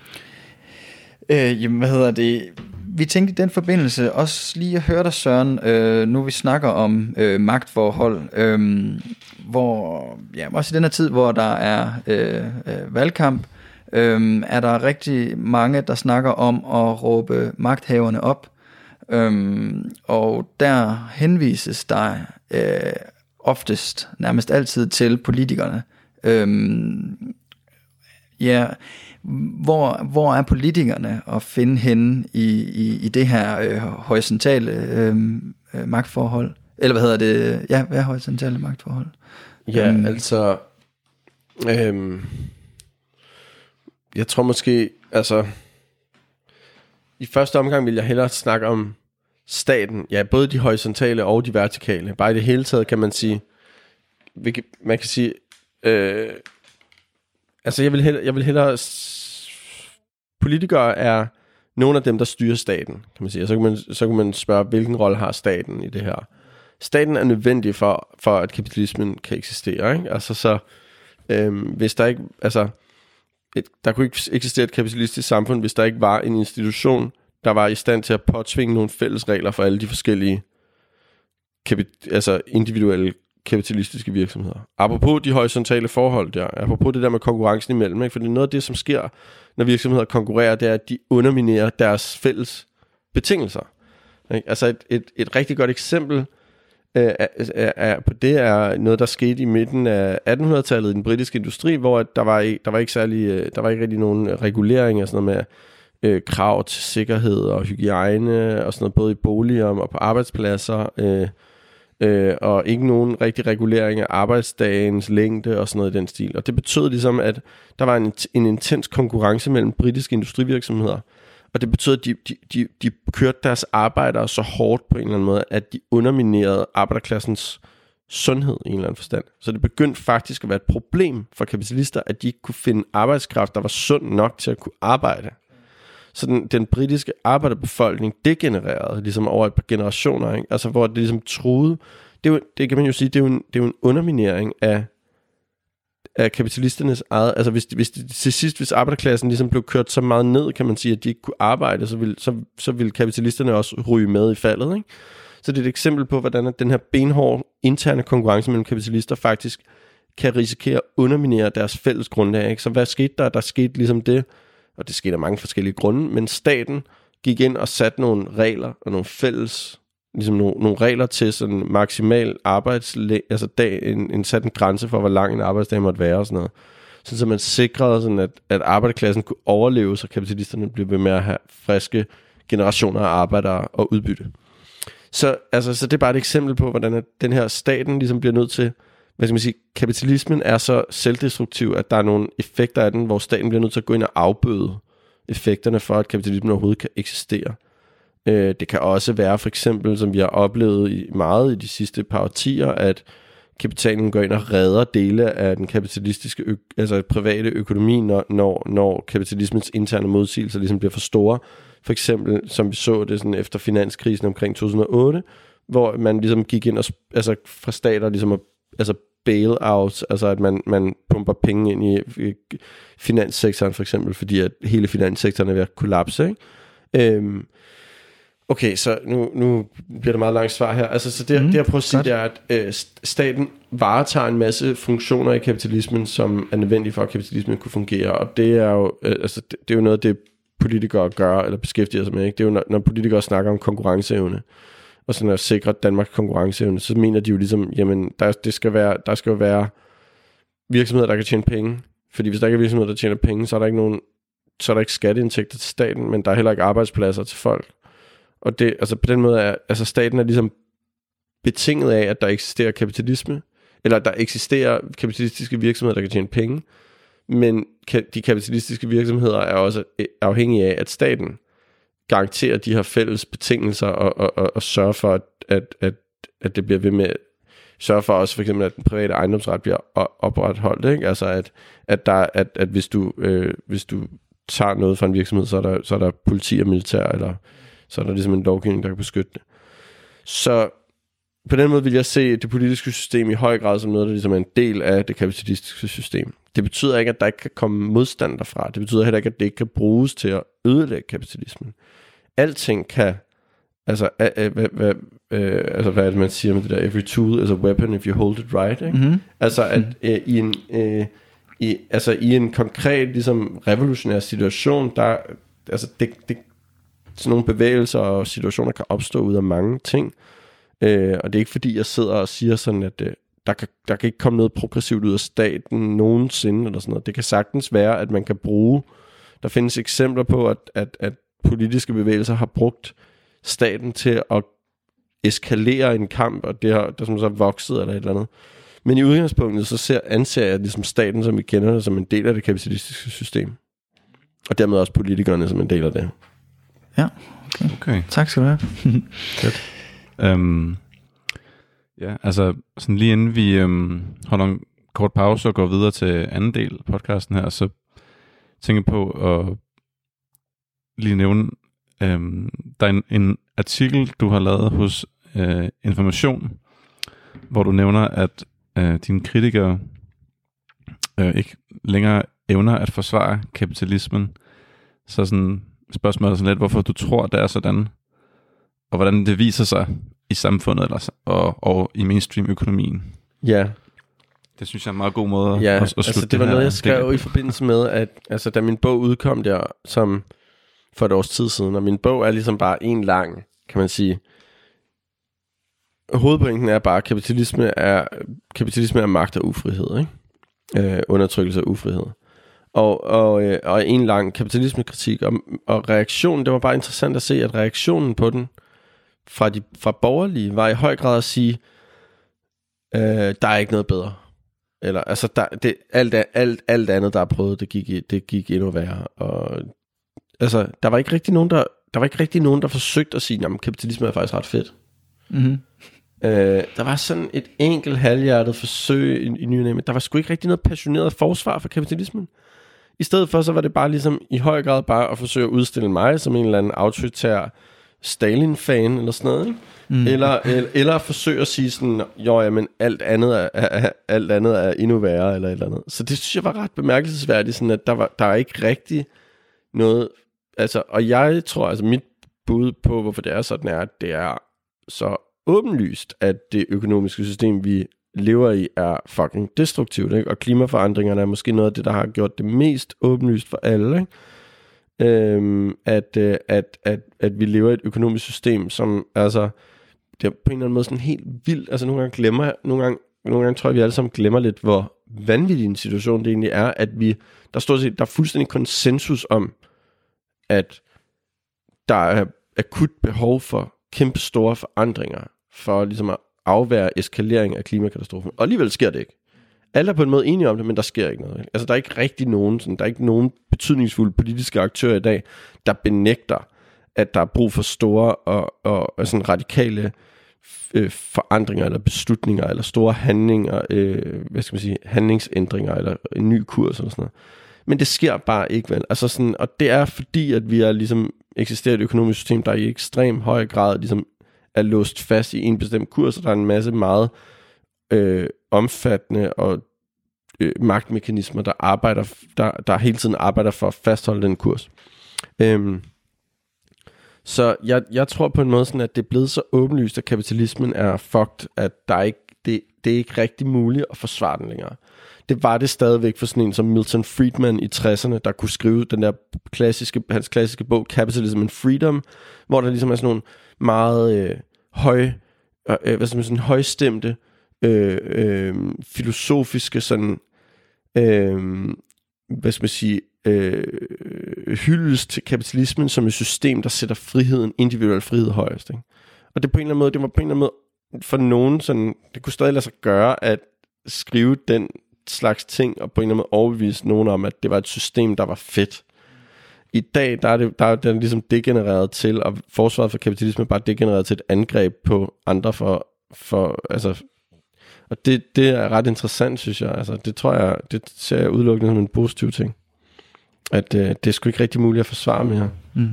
Øh, jamen, hvad hedder det? Vi tænkte i den forbindelse også lige at høre dig, Søren, øh, nu vi snakker om øh, magtforhold, øh, hvor, ja, også i den her tid, hvor der er øh, øh, valgkamp, øh, er der rigtig mange, der snakker om at råbe magthaverne op, øh, og der henvises der øh, oftest, nærmest altid til politikerne. Øh, ja, Hvor, hvor er politikerne at finde henne i, i, i det her øh, horisontale øh, øh, magtforhold? Eller hvad hedder det? Ja, hvad er horisontale magtforhold? Ja, um, altså... Øhm, jeg tror måske... Altså... I første omgang vil jeg hellere snakke om staten. Ja, både de horisontale og de vertikale. Bare i det hele taget kan man sige... Man kan sige... Øh, Altså jeg vil hellere, jeg vil hellere politikere er nogle af dem, der styrer staten, kan man sige. Og så kan man, så kan man spørge, hvilken rolle har staten i det her. Staten er nødvendig for, for at kapitalismen kan eksistere, ikke? Altså så, øhm, hvis der ikke, altså, et, der kunne ikke eksistere et kapitalistisk samfund, hvis der ikke var en institution, der var i stand til at påtvinge nogle fælles regler for alle de forskellige kapit- altså individuelle kapitalistiske virksomheder. Apropos de horisontale forhold der, apropos det der med konkurrencen imellem, ikke? For det er noget af det, som sker, når virksomheder konkurrerer, det er, at de underminerer deres fælles betingelser. Ikke? Altså et, et, et rigtig godt eksempel øh, er, er, er, på det er noget, der skete i midten af attenhundredetallet i den britiske industri, hvor der var, ikke, der var ikke særlig, der var ikke rigtig nogen regulering og sådan noget med øh, krav til sikkerhed og hygiejne og sådan noget, både i boliger og på arbejdspladser, øh, Øh, og ikke nogen rigtig regulering af arbejdsdagens længde og sådan noget i den stil. Og det betød ligesom, at der var en, en intens konkurrence mellem britiske industrivirksomheder. Og det betød, at de, de, de, de kørte deres arbejdere så hårdt på en eller anden måde, at de underminerede arbejderklassens sundhed i en eller anden forstand. Så det begyndte faktisk at være et problem for kapitalister, at de ikke kunne finde arbejdskraft, der var sund nok til at kunne arbejde. Så den, den britiske arbejderbefolkning degenererede ligesom over et par generationer, ikke? Altså hvor det ligesom truede. Det, er jo, det kan man jo sige, det er jo en, det er jo en underminering af, af kapitalisternes eget. Altså hvis, hvis til sidst, hvis arbejderklassen ligesom blev kørt så meget ned, kan man sige, at de ikke kunne arbejde, så ville, så, så ville kapitalisterne også ryge med i faldet, ikke? Så det er et eksempel på, hvordan den her benhårde interne konkurrence mellem kapitalister faktisk kan risikere at underminere deres fælles grundlag, ikke? Så hvad skete der? Der skete ligesom det, og det skete af mange forskellige grunde, men staten gik ind og satte nogle regler og nogle fælles, ligesom nogle, nogle regler til sådan maksimal arbejdslæ, altså dag, en, en sat en grænse for, hvor lang en arbejdsdag måtte være og sådan noget. Sådan, så man sikrede, sådan at, at arbejderklassen kunne overleve, så kapitalisterne blev ved med at have friske generationer af arbejdere og udbytte. Så, altså, så det er bare et eksempel på, hvordan at den her staten ligesom bliver nødt til, hvad skal man sige, kapitalismen er så selvdestruktiv, at der er nogle effekter af den, hvor staten bliver nødt til at gå ind og afbøde effekterne for, at kapitalismen overhovedet kan eksistere. Øh, det kan også være for eksempel, som vi har oplevet i, meget i de sidste par årtier, at kapitalen går ind og redder dele af den kapitalistiske, ø- altså private økonomi, når, når, når kapitalismens interne modsigelser ligesom bliver for store. For eksempel, som vi så det sådan efter finanskrisen omkring to tusind og otte, hvor man ligesom gik ind og, altså fra stater ligesom at, altså bailouts, altså at man, man pumper penge ind i, i finanssektoren for eksempel, fordi at hele finanssektoren er ved at kollapse, ikke? Øhm, Okay, så nu, nu bliver det meget langt svar her. Altså, så det, mm, det jeg prøver at sige, godt. det er, at øh, staten varetager en masse funktioner i kapitalismen, som er nødvendige for, at kapitalismen kunne fungere. Og det er jo, øh, altså, det, det er jo noget, det politikere gør, eller beskæftiger sig med. Ikke? Det er jo, når, når politikere snakker om konkurrenceevne, og sådan at sikre Danmarks konkurrenceevne, så mener de jo ligesom, jamen, der, det skal være, der skal jo være virksomheder, der kan tjene penge. Fordi hvis der ikke er virksomheder, der tjener penge, så er der ikke nogen, så er der ikke skatteindtægter til staten, men der er heller ikke arbejdspladser til folk. Og det, altså på den måde er, altså staten er ligesom betinget af, at der eksisterer kapitalisme, eller at der eksisterer kapitalistiske virksomheder, der kan tjene penge, men de kapitalistiske virksomheder er også afhængige af, at staten garanterer de her fælles betingelser og, og, og, og sørger for, at, at, at, at det bliver ved med, sørger for også for eksempel, at den private ejendomsret bliver opretholdt, ikke? Altså at, at, der, at, at hvis, du, øh, hvis du tager noget fra en virksomhed, så er der, så er der politi og militær, eller så er der ligesom en lovgivning, der kan beskytte det. Så på den måde vil jeg se det politiske system i høj grad som noget, der ligesom er en del af det kapitalistiske system. Det betyder ikke, at der ikke kan komme modstand derfra. Det betyder heller ikke, at det ikke kan bruges til at ødelægge kapitalismen. Alting kan, altså, øh, øh, øh, øh, altså hvad er det, man siger med det der, every tool is a weapon if you hold it right, ikke? Mm-hmm. Altså at øh, i en øh, i, altså i en konkret ligesom revolutionær situation, der altså det, det sådan nogle bevægelser og situationer kan opstå ud af mange ting. Øh, og det er ikke fordi, jeg sidder og siger sådan, at øh, der, kan, der kan ikke komme noget progressivt ud af staten nogensinde, eller sådan noget. Det kan sagtens være, at man kan bruge, der findes eksempler på, at, at, at politiske bevægelser har brugt staten til at eskalere en kamp, og det har der som så er vokset eller et eller andet. Men i udgangspunktet, så ser, anser jeg ligesom staten, som vi kender det, som en del af det kapitalistiske system. Og dermed også politikerne som en del af det. Ja, okay. okay. Tak skal du have. um, ja, altså sådan lige inden vi um, holder en kort pause og går videre til anden del af podcasten her, så tænker jeg på at lige nævne, um, der er en, en artikel, du har lavet hos uh, Information, hvor du nævner, at uh, dine kritikere uh, ikke længere evner at forsvare kapitalismen. Så sådan spørgsmålet er sådan lidt, hvorfor du tror, det er sådan, og hvordan det viser sig i samfundet eller, og, og i mainstream-økonomien. Ja. Det synes jeg er en meget god måde ja, at, at slutte altså det var det noget, jeg skrev del. i forbindelse med, at altså, da min bog udkom der, som for et års tid siden, og min bog er ligesom bare en lang, kan man sige. Hovedpointen er bare, at kapitalisme er, kapitalisme er magt og ufrihed, ikke? Øh, undertrykkelse og ufrihed. Og, og, øh, og en lang kapitalismekritik, og, og reaktionen, det var bare interessant at se, at reaktionen på den fra de fra borgerlige var i høj grad at sige, øh, der er ikke noget bedre. Eller altså der, det, alt, alt, alt andet der er prøvet, det gik, det gik endnu værre. Og altså der var ikke rigtig nogen der, der var ikke rigtig nogen der forsøgte at sige, jamen kapitalisme er faktisk ret fedt. Mm-hmm. Øh, der var sådan et enkelt halvhjertet forsøg i, i ny og næ, men der var sgu ikke rigtig noget passioneret forsvar for kapitalismen. I stedet for så var det bare ligesom i høj grad bare at forsøge at udstille mig som en eller anden autoritær Stalin-fan eller sådan noget, ikke? Mm. Eller, eller, eller forsøge at sige sådan, jo ja, men alt andet er, er, alt andet er endnu værre eller et eller andet. Så det synes jeg var ret bemærkelsesværdigt, sådan at der var der er ikke rigtig noget, altså, og jeg tror, altså mit bud på, hvorfor det er sådan er, at det er så åbenlyst, at det økonomiske system, vi lever i, er fucking destruktivt, ikke? Og klimaforandringerne er måske noget af det, der har gjort det mest åbenlyst for alle, ikke? Øhm, at, at, at, at vi lever i et økonomisk system, som altså, det er på en eller anden måde sådan helt vildt, altså nogle gange glemmer jeg, nogle gange, nogle gange tror jeg, vi alle sammen glemmer lidt, hvor vanvittig en situation det egentlig er, at vi, der står set, der er fuldstændig konsensus om, at der er akut behov for kæmpe store forandringer, for ligesom at afværge eskalering af klimakatastrofen. Og alligevel sker det ikke. Alle er på en måde enige om det, men der sker ikke noget. Altså der er ikke rigtig nogen, sådan, der er ikke nogen betydningsfulde politiske aktører i dag, der benægter, at der er brug for store og, og, og sådan radikale øh, forandringer eller beslutninger eller store handlinger, øh, hvad skal man sige, handlingsændringer eller en ny kurs eller sådan noget. Men det sker bare ikke, vel? Altså sådan, og det er fordi, at vi er ligesom eksisterer et økonomisk system, der i ekstrem høj grad ligesom er låst fast i en bestemt kurs, og der er en masse meget øh, omfattende og øh, magtmekanismer, der arbejder, der, der hele tiden arbejder for at fastholde den kurs. Øhm, Så jeg, jeg tror på en måde sådan, at det er blevet så åbenlyst, at kapitalismen er fucked, at der er ikke, det, det er ikke rigtig muligt at forsvare den længere. Det var det stadigvæk for sådan en som Milton Friedman i tresserne, der kunne skrive den der klassiske, hans klassiske bog, Capitalism and Freedom, hvor der ligesom er sådan nogle meget øh, høj, øh, hvad skal man, sådan højstemte, øh, øh, filosofiske sådan, øh, hvad skal man sige, øh, hyldest til kapitalismen som et system, der sætter friheden, individuel frihed højest. Ikke? Og det på en eller anden måde, det var på en eller anden måde for nogen sådan, det kunne stadig lade sig gøre at skrive den slags ting, og på en eller anden måde overbevise nogen om, at det var et system, der var fedt. I dag, der er det, der er det ligesom degenereret til, og forsvaret for kapitalisme er bare degenereret til et angreb på andre for, for altså, og det, det er ret interessant, synes jeg. Altså, det tror jeg, det ser jeg udelukkende som en positiv ting. At øh, det er sgu ikke rigtig muligt at forsvare mere. Mm.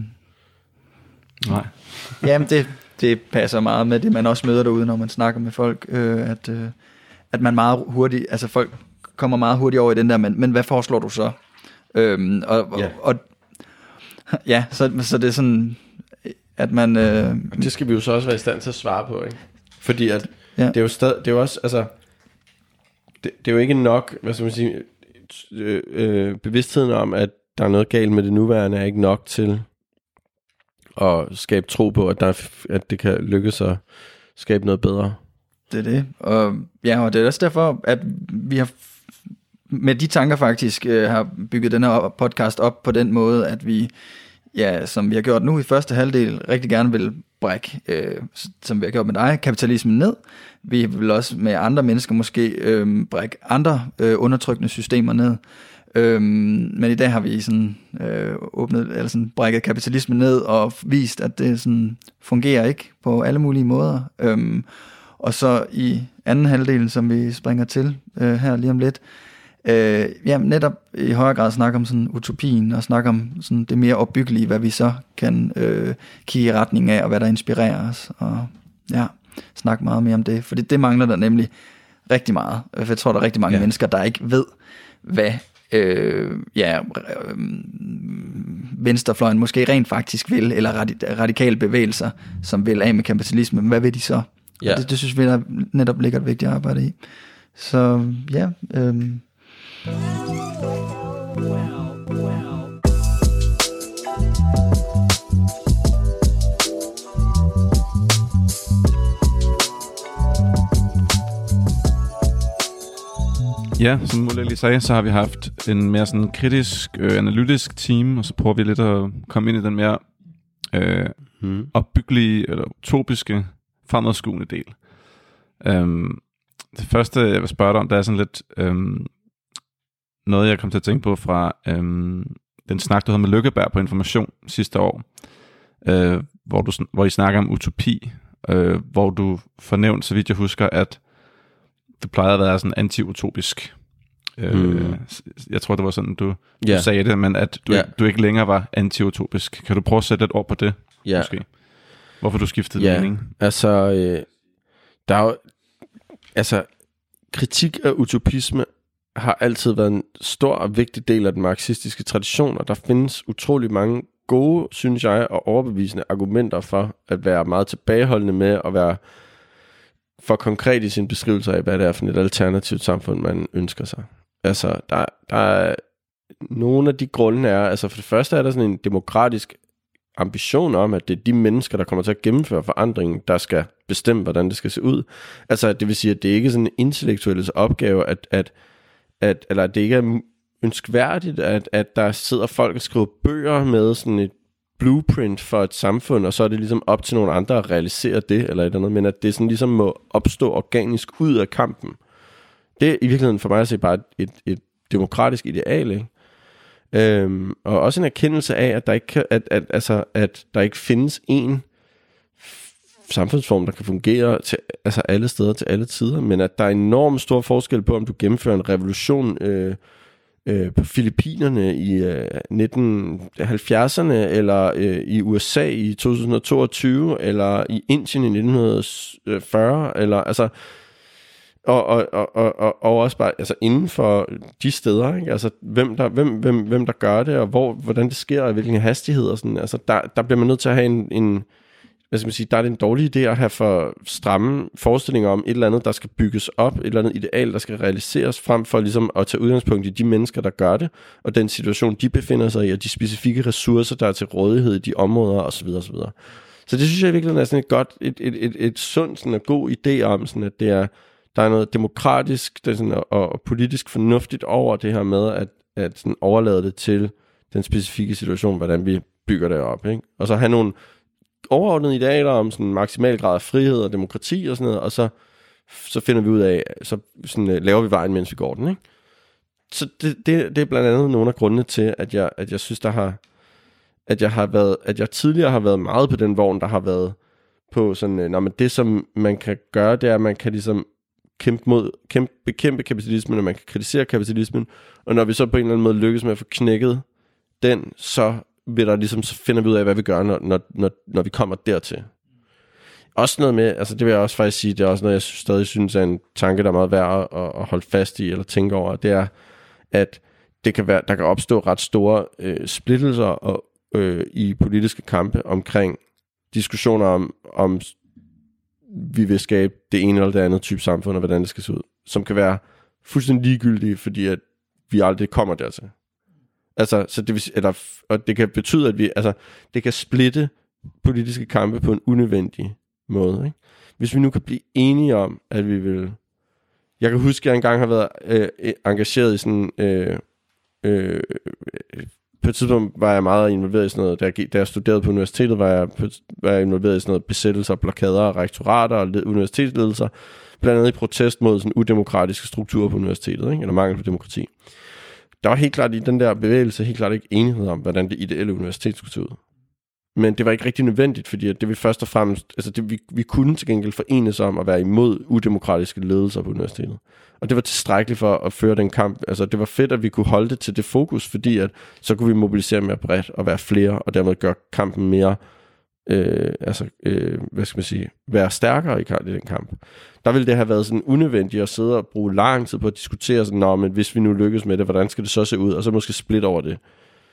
Nej. Jamen, det, det passer meget med det, man også møder derude, når man snakker med folk, øh, at, øh, at man meget hurtigt, altså folk kommer meget hurtigt over i den der, men, men hvad foreslår du så? Øhm, og, og, Yeah. og ja, så, så det er sådan, at man... Øh, Det skal vi jo så også være i stand til at svare på, ikke? Fordi at Ja. det er jo stadig, det er jo også, altså, det, det er jo ikke nok, hvad skal man sige, øh, øh, bevidstheden om, at der er noget galt med det nuværende, er ikke nok til at skabe tro på, at, der er, at det kan lykkes at skabe noget bedre. Det er det. Og, ja, og det er også derfor, at vi har med de tanker faktisk øh, har bygget den her podcast op på den måde, at vi, ja, som vi har gjort nu i første halvdel, rigtig gerne vil brække, øh, som vi har gjort med dig, kapitalismen ned. Vi vil også med andre mennesker måske øh, brække andre øh, undertrykkende systemer ned. Øhm, men i dag har vi sådan øh, åbnet, eller sådan brækket kapitalismen ned og vist, at det sådan fungerer ikke på alle mulige måder. Øhm, og så i anden halvdel, som vi springer til øh, her lige om lidt, øh, ja, netop i højere grad snakke om sådan utopien og snakke om sådan det mere opbyggelige, hvad vi så kan øh, kigge i retning af og hvad der inspirerer os. Og ja, snakke meget mere om det, for det, det mangler der nemlig rigtig meget. For jeg tror, der er rigtig mange ja. mennesker, der ikke ved, hvad Øh, ja, øh, venstrefløjen måske rent faktisk vil, eller radikale bevægelser, som vil af med kapitalisme, men hvad vil de så? Ja. Det, det synes vi, der netop ligger et vigtigt arbejde i. Så ja, øh. Ja, som Mulle lige sagde, så har vi haft en mere sådan kritisk, øh, analytisk team, og så prøver vi lidt at komme ind i den mere øh, hmm. opbyggelige, eller utopiske, fremadskuende del. Um, det første, jeg vil spørge dig om, det er sådan lidt um, noget, jeg kom til at tænke på fra um, den snak, du havde med Lykkeberg på Information sidste år, uh, hvor, du, hvor I snakker om utopi, uh, hvor du fornævnt, så vidt jeg husker, at det plejede at være sådan anti-utopisk. Mm. Øh, jeg tror, det var sådan, du, yeah. du sagde det, men at du, yeah. du ikke længere var anti-utopisk. Kan du prøve at sætte et ord på det? Yeah. Måske? Hvorfor du skiftede yeah. mening? Altså, øh, der er jo, altså, kritik af utopisme har altid været en stor og vigtig del af den marxistiske tradition, og der findes utrolig mange gode, synes jeg, og overbevisende argumenter for at være meget tilbageholdende med at være for konkret i sin beskrivelse af, hvad det er for et alternativt samfund, man ønsker sig. Altså, der, der er nogle af de grunde er, altså for det første er der sådan en demokratisk ambition om, at det er de mennesker, der kommer til at gennemføre forandringen, der skal bestemme, hvordan det skal se ud. Altså, det vil sige, at det ikke er sådan en intellektuelles opgave, at, at, at, eller at det ikke er ønskværdigt, at, at der sidder folk og skriver bøger med sådan et blueprint for et samfund, og så er det ligesom op til nogle andre at realisere det, eller et eller andet, men at det sådan ligesom må opstå organisk ud af kampen. Det er i virkeligheden for mig at se bare et, et, et demokratisk ideal, ikke? Øhm, og også en erkendelse af, at der ikke, kan, at, at, altså, at der ikke findes en samfundsform, der kan fungere til altså alle steder til alle tider, men at der er enormt stor forskel på, om du gennemfører en revolution øh, øh, på Filippinerne i øh, nitten halvfjerdserne, eller øh, i U S A i to tusind og toogtyve, eller i Indien i nitten fyrre, eller altså Og, og, og, og, og, og også bare altså inden for de steder, ikke? Altså hvem der, hvem, hvem, hvem der gør det, og hvor, hvordan det sker, og hvilken hastighed og sådan. Altså der, der bliver man nødt til at have en, en hvad skal man sige, der er det en dårlig idé at have for stramme forestillinger om et eller andet, der skal bygges op, et eller andet ideal, der skal realiseres, frem for ligesom at tage udgangspunkt i de mennesker, der gør det, og den situation, de befinder sig i, og de specifikke ressourcer, der er til rådighed i de områder, osv. osv. Så det synes jeg virkelig er sådan et godt, et, et, et, et sundt, sådan en god idé om, sådan at det er, der er noget demokratisk det er sådan, og, og politisk fornuftigt over det her med, at, at sådan overlade det til den specifikke situation, hvordan vi bygger det op, ikke? Og så have nogle overordnede idealer om sådan en maksimal grad af frihed og demokrati og sådan noget, og så, så finder vi ud af, så sådan, uh, laver vi vejen, mens vi går den, ikke? Så det, det, det er blandt andet nogle af grundene til, at jeg, at jeg synes, der har, at jeg har været, at jeg tidligere har været meget på den vogn, der har været på sådan, uh, nå, men det som man kan gøre, det er, at man kan ligesom kæmpe mod, kæmpe, bekæmpe kapitalismen, og man kan kritisere kapitalismen, og når vi så på en eller anden måde lykkes med at få knækket den, så vil der ligesom, så finder vi ud af, hvad vi gør, når, når, når, når vi kommer dertil. Også noget med, altså det vil jeg også faktisk sige, det er også noget, jeg stadig synes er en tanke, der er meget værd at, at holde fast i, eller tænke over, det er, at det kan være, der kan opstå ret store øh, splittelser og, øh, i politiske kampe omkring diskussioner om, om vi vil skabe det ene eller det andet type samfund, og hvordan det skal se ud, som kan være fuldstændig ligegyldige, fordi at vi aldrig kommer dertil. Altså, så det vil, eller, og det kan betyde, at vi, altså, det kan splitte politiske kampe på en unødvendig måde, ikke? Hvis vi nu kan blive enige om, at vi vil... Jeg kan huske, at jeg engang har været øh, engageret i sådan... Øh, øh, på et tidspunkt var jeg meget involveret i sådan noget, da jeg, da jeg studerede på universitetet, var jeg, var jeg involveret i sådan noget besættelser, blokader og rektorater og universitetsledelser, blandt andet i protest mod sådan udemokratiske strukturer på universitetet, ikke? Eller mangel på demokrati. Der var helt klart i den der bevægelse helt klart ikke enighed om, hvordan det ideelle universitet skulle se ud. Men det var ikke rigtig nødvendigt, fordi det vi først og fremmest, altså det, vi, vi kunne til gengæld forenes om at være imod udemokratiske ledelser på universitetet. Og det var tilstrækkeligt for at føre den kamp. Altså det var fedt, at vi kunne holde det til det fokus, fordi at så kunne vi mobilisere mere bredt og være flere, og dermed gøre kampen mere, øh, altså, øh, hvad skal man sige, være stærkere i, i den kamp. Der ville det have været sådan unødvendigt at sidde og bruge lang tid på at diskutere sådan, nå, men hvis vi nu lykkes med det, hvordan skal det så se ud? Og så måske splitte over det.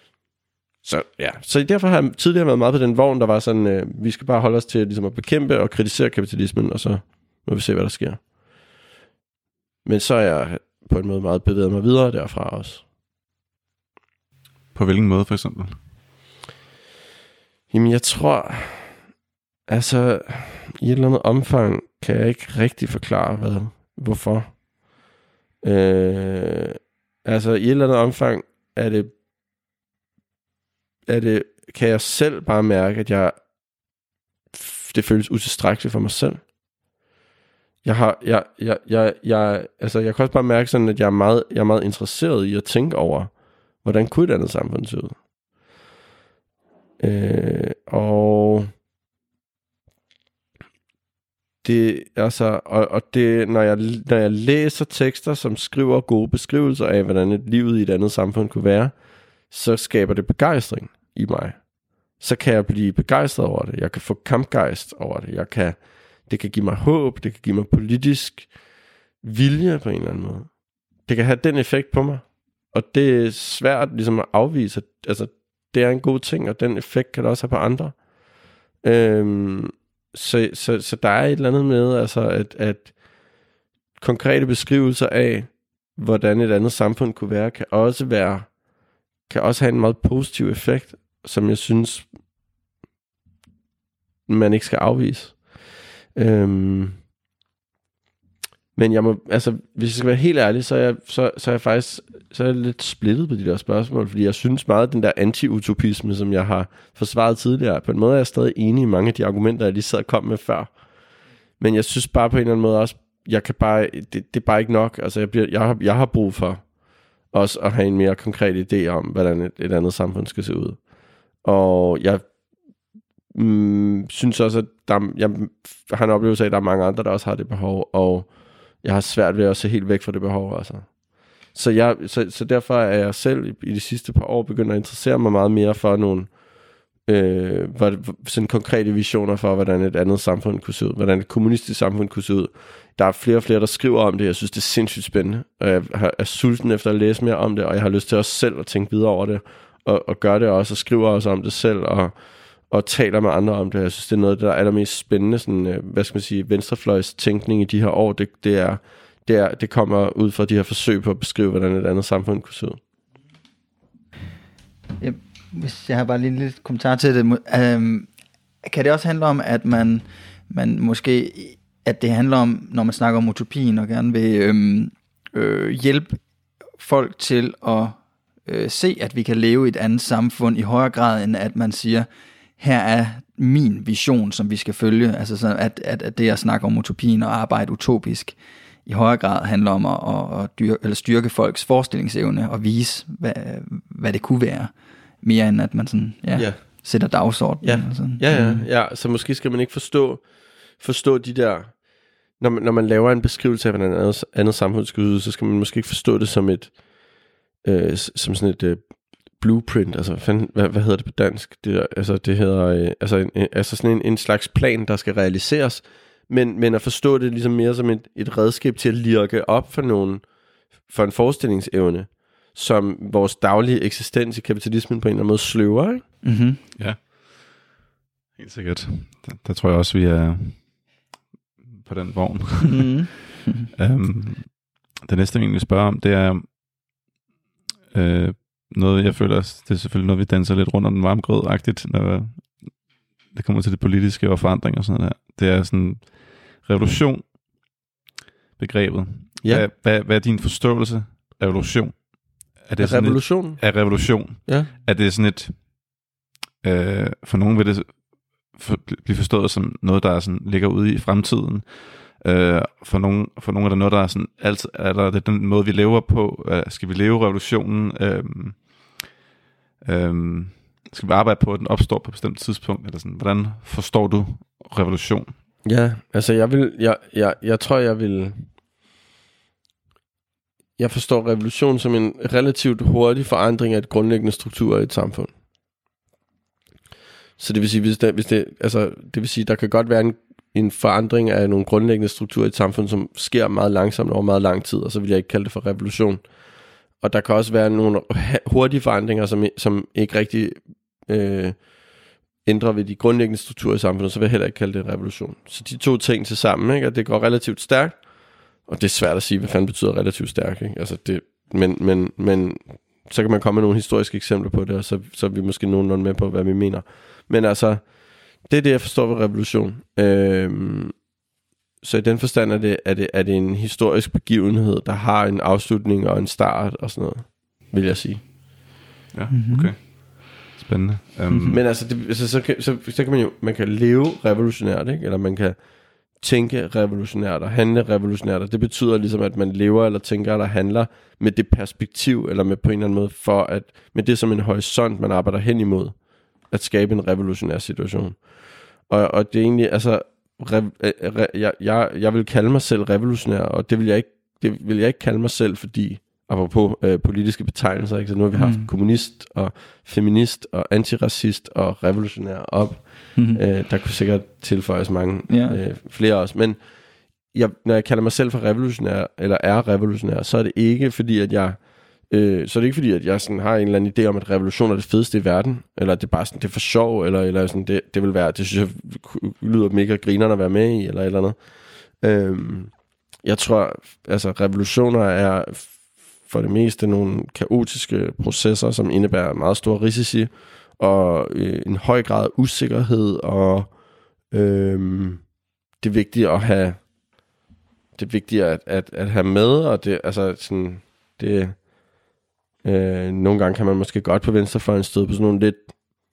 Så ja, så derfor har jeg tidligere været meget på den vogn, der var sådan, øh, vi skal bare holde os til ligesom at bekæmpe og kritisere kapitalismen, og så må vi se, hvad der sker. Men så er jeg på en måde meget bevæget mig videre derfra også. På hvilken måde for eksempel? Jamen jeg tror, altså i et eller andet omfang kan jeg ikke rigtig forklare, hvad, hvorfor. Øh, altså i et eller andet omfang er det, er det, kan jeg selv bare mærke, at jeg, det føles utilstrækkeligt for mig selv. Jeg har, jeg, jeg, jeg, jeg, altså jeg kan også bare mærke sådan, at jeg er meget, jeg er meget interesseret i at tænke over, hvordan kunne et andet samfund se ud. Øh, og det, altså, og, og det, når jeg, når jeg læser tekster, som skriver gode beskrivelser af, hvordan et livet i et andet samfund kunne være, så skaber det begejstring i mig. Så kan jeg blive begejstret over det. Jeg kan få kampgejst over det. Jeg kan, det kan give mig håb. Det kan give mig politisk vilje på en eller anden måde. Det kan have den effekt på mig. Og det er svært ligesom at afvise. Altså, det er en god ting, og den effekt kan det også have på andre. Øhm, så, så, så der er et eller andet med, altså, at, at konkrete beskrivelser af, hvordan et andet samfund kunne være, kan også være, kan også have en meget positiv effekt, som jeg synes, man ikke skal afvise. Øhm, men jeg må, altså, hvis jeg skal være helt ærlig, så er jeg, så, så er jeg faktisk så er jeg lidt splittet på de der spørgsmål, fordi jeg synes meget, at den der anti-utopisme, som jeg har forsvaret tidligere, på en måde er jeg stadig enig i mange af de argumenter, jeg lige sad og kom med før. Men jeg synes bare på en eller anden måde også, jeg kan bare, det, det er bare ikke nok. Altså, jeg, bliver, jeg, har, jeg har brug for også at have en mere konkret idé om, hvordan et, et andet samfund skal se ud. Og jeg mm, synes også, at der, jeg har en oplevelse af, at der er mange andre, der også har det behov, og jeg har svært ved at se helt væk fra det behov, altså. Så, jeg, så, så derfor er jeg selv i de sidste par år begyndt at interessere mig meget mere for nogle øh, sådan konkrete visioner for, hvordan et andet samfund kunne se ud, hvordan et kommunistisk samfund kunne se ud. Der er flere og flere, der skriver om det. Jeg synes, det er sindssygt spændende, og jeg er sulten efter at læse mere om det, og jeg har lyst til også selv at tænke videre over det, og, og gøre det også, og skriver også om det selv, og, og taler med andre om det. Jeg synes, det er noget, der er allermest spændende, sådan, hvad skal man sige, venstrefløjs tænkning i de her år. Det, det, er, det, er, det kommer ud fra de her forsøg på at beskrive, hvordan et andet samfund kunne se ud. Ja, hvis jeg har bare lige en lille kommentar til det. Øhm, kan det også handle om, at man, man måske, at det handler om, når man snakker om utopien, og gerne vil øhm, øh, hjælpe folk til at øh, se, at vi kan leve i et andet samfund i højere grad, end at man siger, her er min vision, som vi skal følge. Altså så at, at, at det at snakke om utopien og arbejde utopisk i højere grad handler om at, at, at dyr, eller styrke folks forestillingsevne og vise, hvad, hvad det kunne være, mere end at man sådan, ja, ja. sætter dagsordenen. Ja. Og sådan. Ja, ja, ja, så måske skal man ikke forstå, forstå de der, når man, når man laver en beskrivelse af, hvordan et andet, andet samfund skal ud, så skal man måske ikke forstå det som et, øh, som sådan et øh, blueprint, altså fanden, hvad, hvad hedder det på dansk? Det, altså det hedder, øh, altså, en, altså sådan en, en slags plan, der skal realiseres, men, men at forstå det ligesom mere som et, et redskab til at lirke op for nogen, for en forestillingsevne, som vores daglige eksistens i kapitalismen på en eller anden måde sløver, ikke? Mm-hmm. Ja, helt sikkert. Der, der tror jeg også, vi er på den vogn. Mm-hmm. um, det næste, vi egentlig spørger om, det er øh, noget, jeg føler, det er selvfølgelig noget, vi danser lidt rundt om den varme grød-agtigt, når det kommer til det politiske og forandring og sådan noget der. Det er sådan revolution, begrebet. Ja. Hvad, hvad, hvad er din forståelse af revolution? Er det af revolution? Et, af revolution. Ja. Er det sådan et, øh, for nogen vil det for, blive forstået som noget, der sådan ligger ude i fremtiden. Øh, for nogen, for nogen er der noget, der er sådan, altså, er der, det er den måde, vi lever på. Øh, skal vi leve revolutionen? Øh, øh, skal vi arbejde på, at den opstår på et bestemt tidspunkt? Eller sådan, hvordan forstår du revolution? Ja, altså jeg vil, jeg, jeg, jeg tror, jeg vil... Jeg forstår revolution som en relativt hurtig forandring af et grundlæggende struktur i et samfund. Så det vil sige, hvis det, hvis det, altså, det vil sige, der kan godt være en, en forandring af nogle grundlæggende strukturer i et samfund, som sker meget langsomt over meget lang tid, og så vil jeg ikke kalde det for revolution. Og der kan også være nogle hurtige forandringer, som, som ikke rigtig øh, ændrer ved de grundlæggende strukturer i samfundet, så vil jeg heller ikke kalde det revolution. Så de to ting til sammen, ikke? At det går relativt stærkt, og det er svært at sige, hvad fanden betyder relativt stærkt, ikke? Altså det, men, men, men så kan man komme med nogle historiske eksempler på det, og så, så er vi måske nogenlunde med på, hvad vi mener. Men altså, det er det, jeg forstår ved revolution. Øhm, så i den forstand er det, er, det, er det en historisk begivenhed, der har en afslutning og en start og sådan noget, vil jeg sige. Ja, okay. Spændende. Um, Men altså, det, så, så, kan, så, så kan man jo, man kan leve revolutionært, ikke? Eller man kan tænke revolutionært og handle revolutionært, og det betyder ligesom, at man lever eller tænker eller handler med det perspektiv, eller med på en eller anden måde for at, med det som en horisont, man arbejder hen imod, at skabe en revolutionær situation. Og, og det er egentlig, altså, re, re, jeg, jeg, jeg vil kalde mig selv revolutionær, og det vil jeg ikke, det vil jeg ikke kalde mig selv, fordi, apropos øh, politiske betegnelser, ikke? Så nu har vi haft mm. kommunist og feminist og antiracist og revolutionær op. Mm-hmm. Øh, der kunne sikkert tilføjes mange yeah. øh, flere også, men jeg, når jeg kalder mig selv for revolutionær, eller er revolutionær, så er det ikke fordi, at jeg øh, så er det ikke fordi, at jeg sådan har en eller anden idé om, at revolution er det fedeste i verden, eller det er bare sådan, det er for sjov, eller, eller sådan, det, det vil være, det synes jeg lyder mega grinerne at være med i, eller et eller andet. Øhm, jeg tror, altså revolutioner er for det meste nogle kaotiske processer, som indebærer meget store risici, og øh, en høj grad af usikkerhed, og øh, det er vigtigt at have, det er vigtigt at, at, at have med, og det, altså sådan, det, øh, nogle gange kan man måske godt på venstrefløjen støde på sådan nogle lidt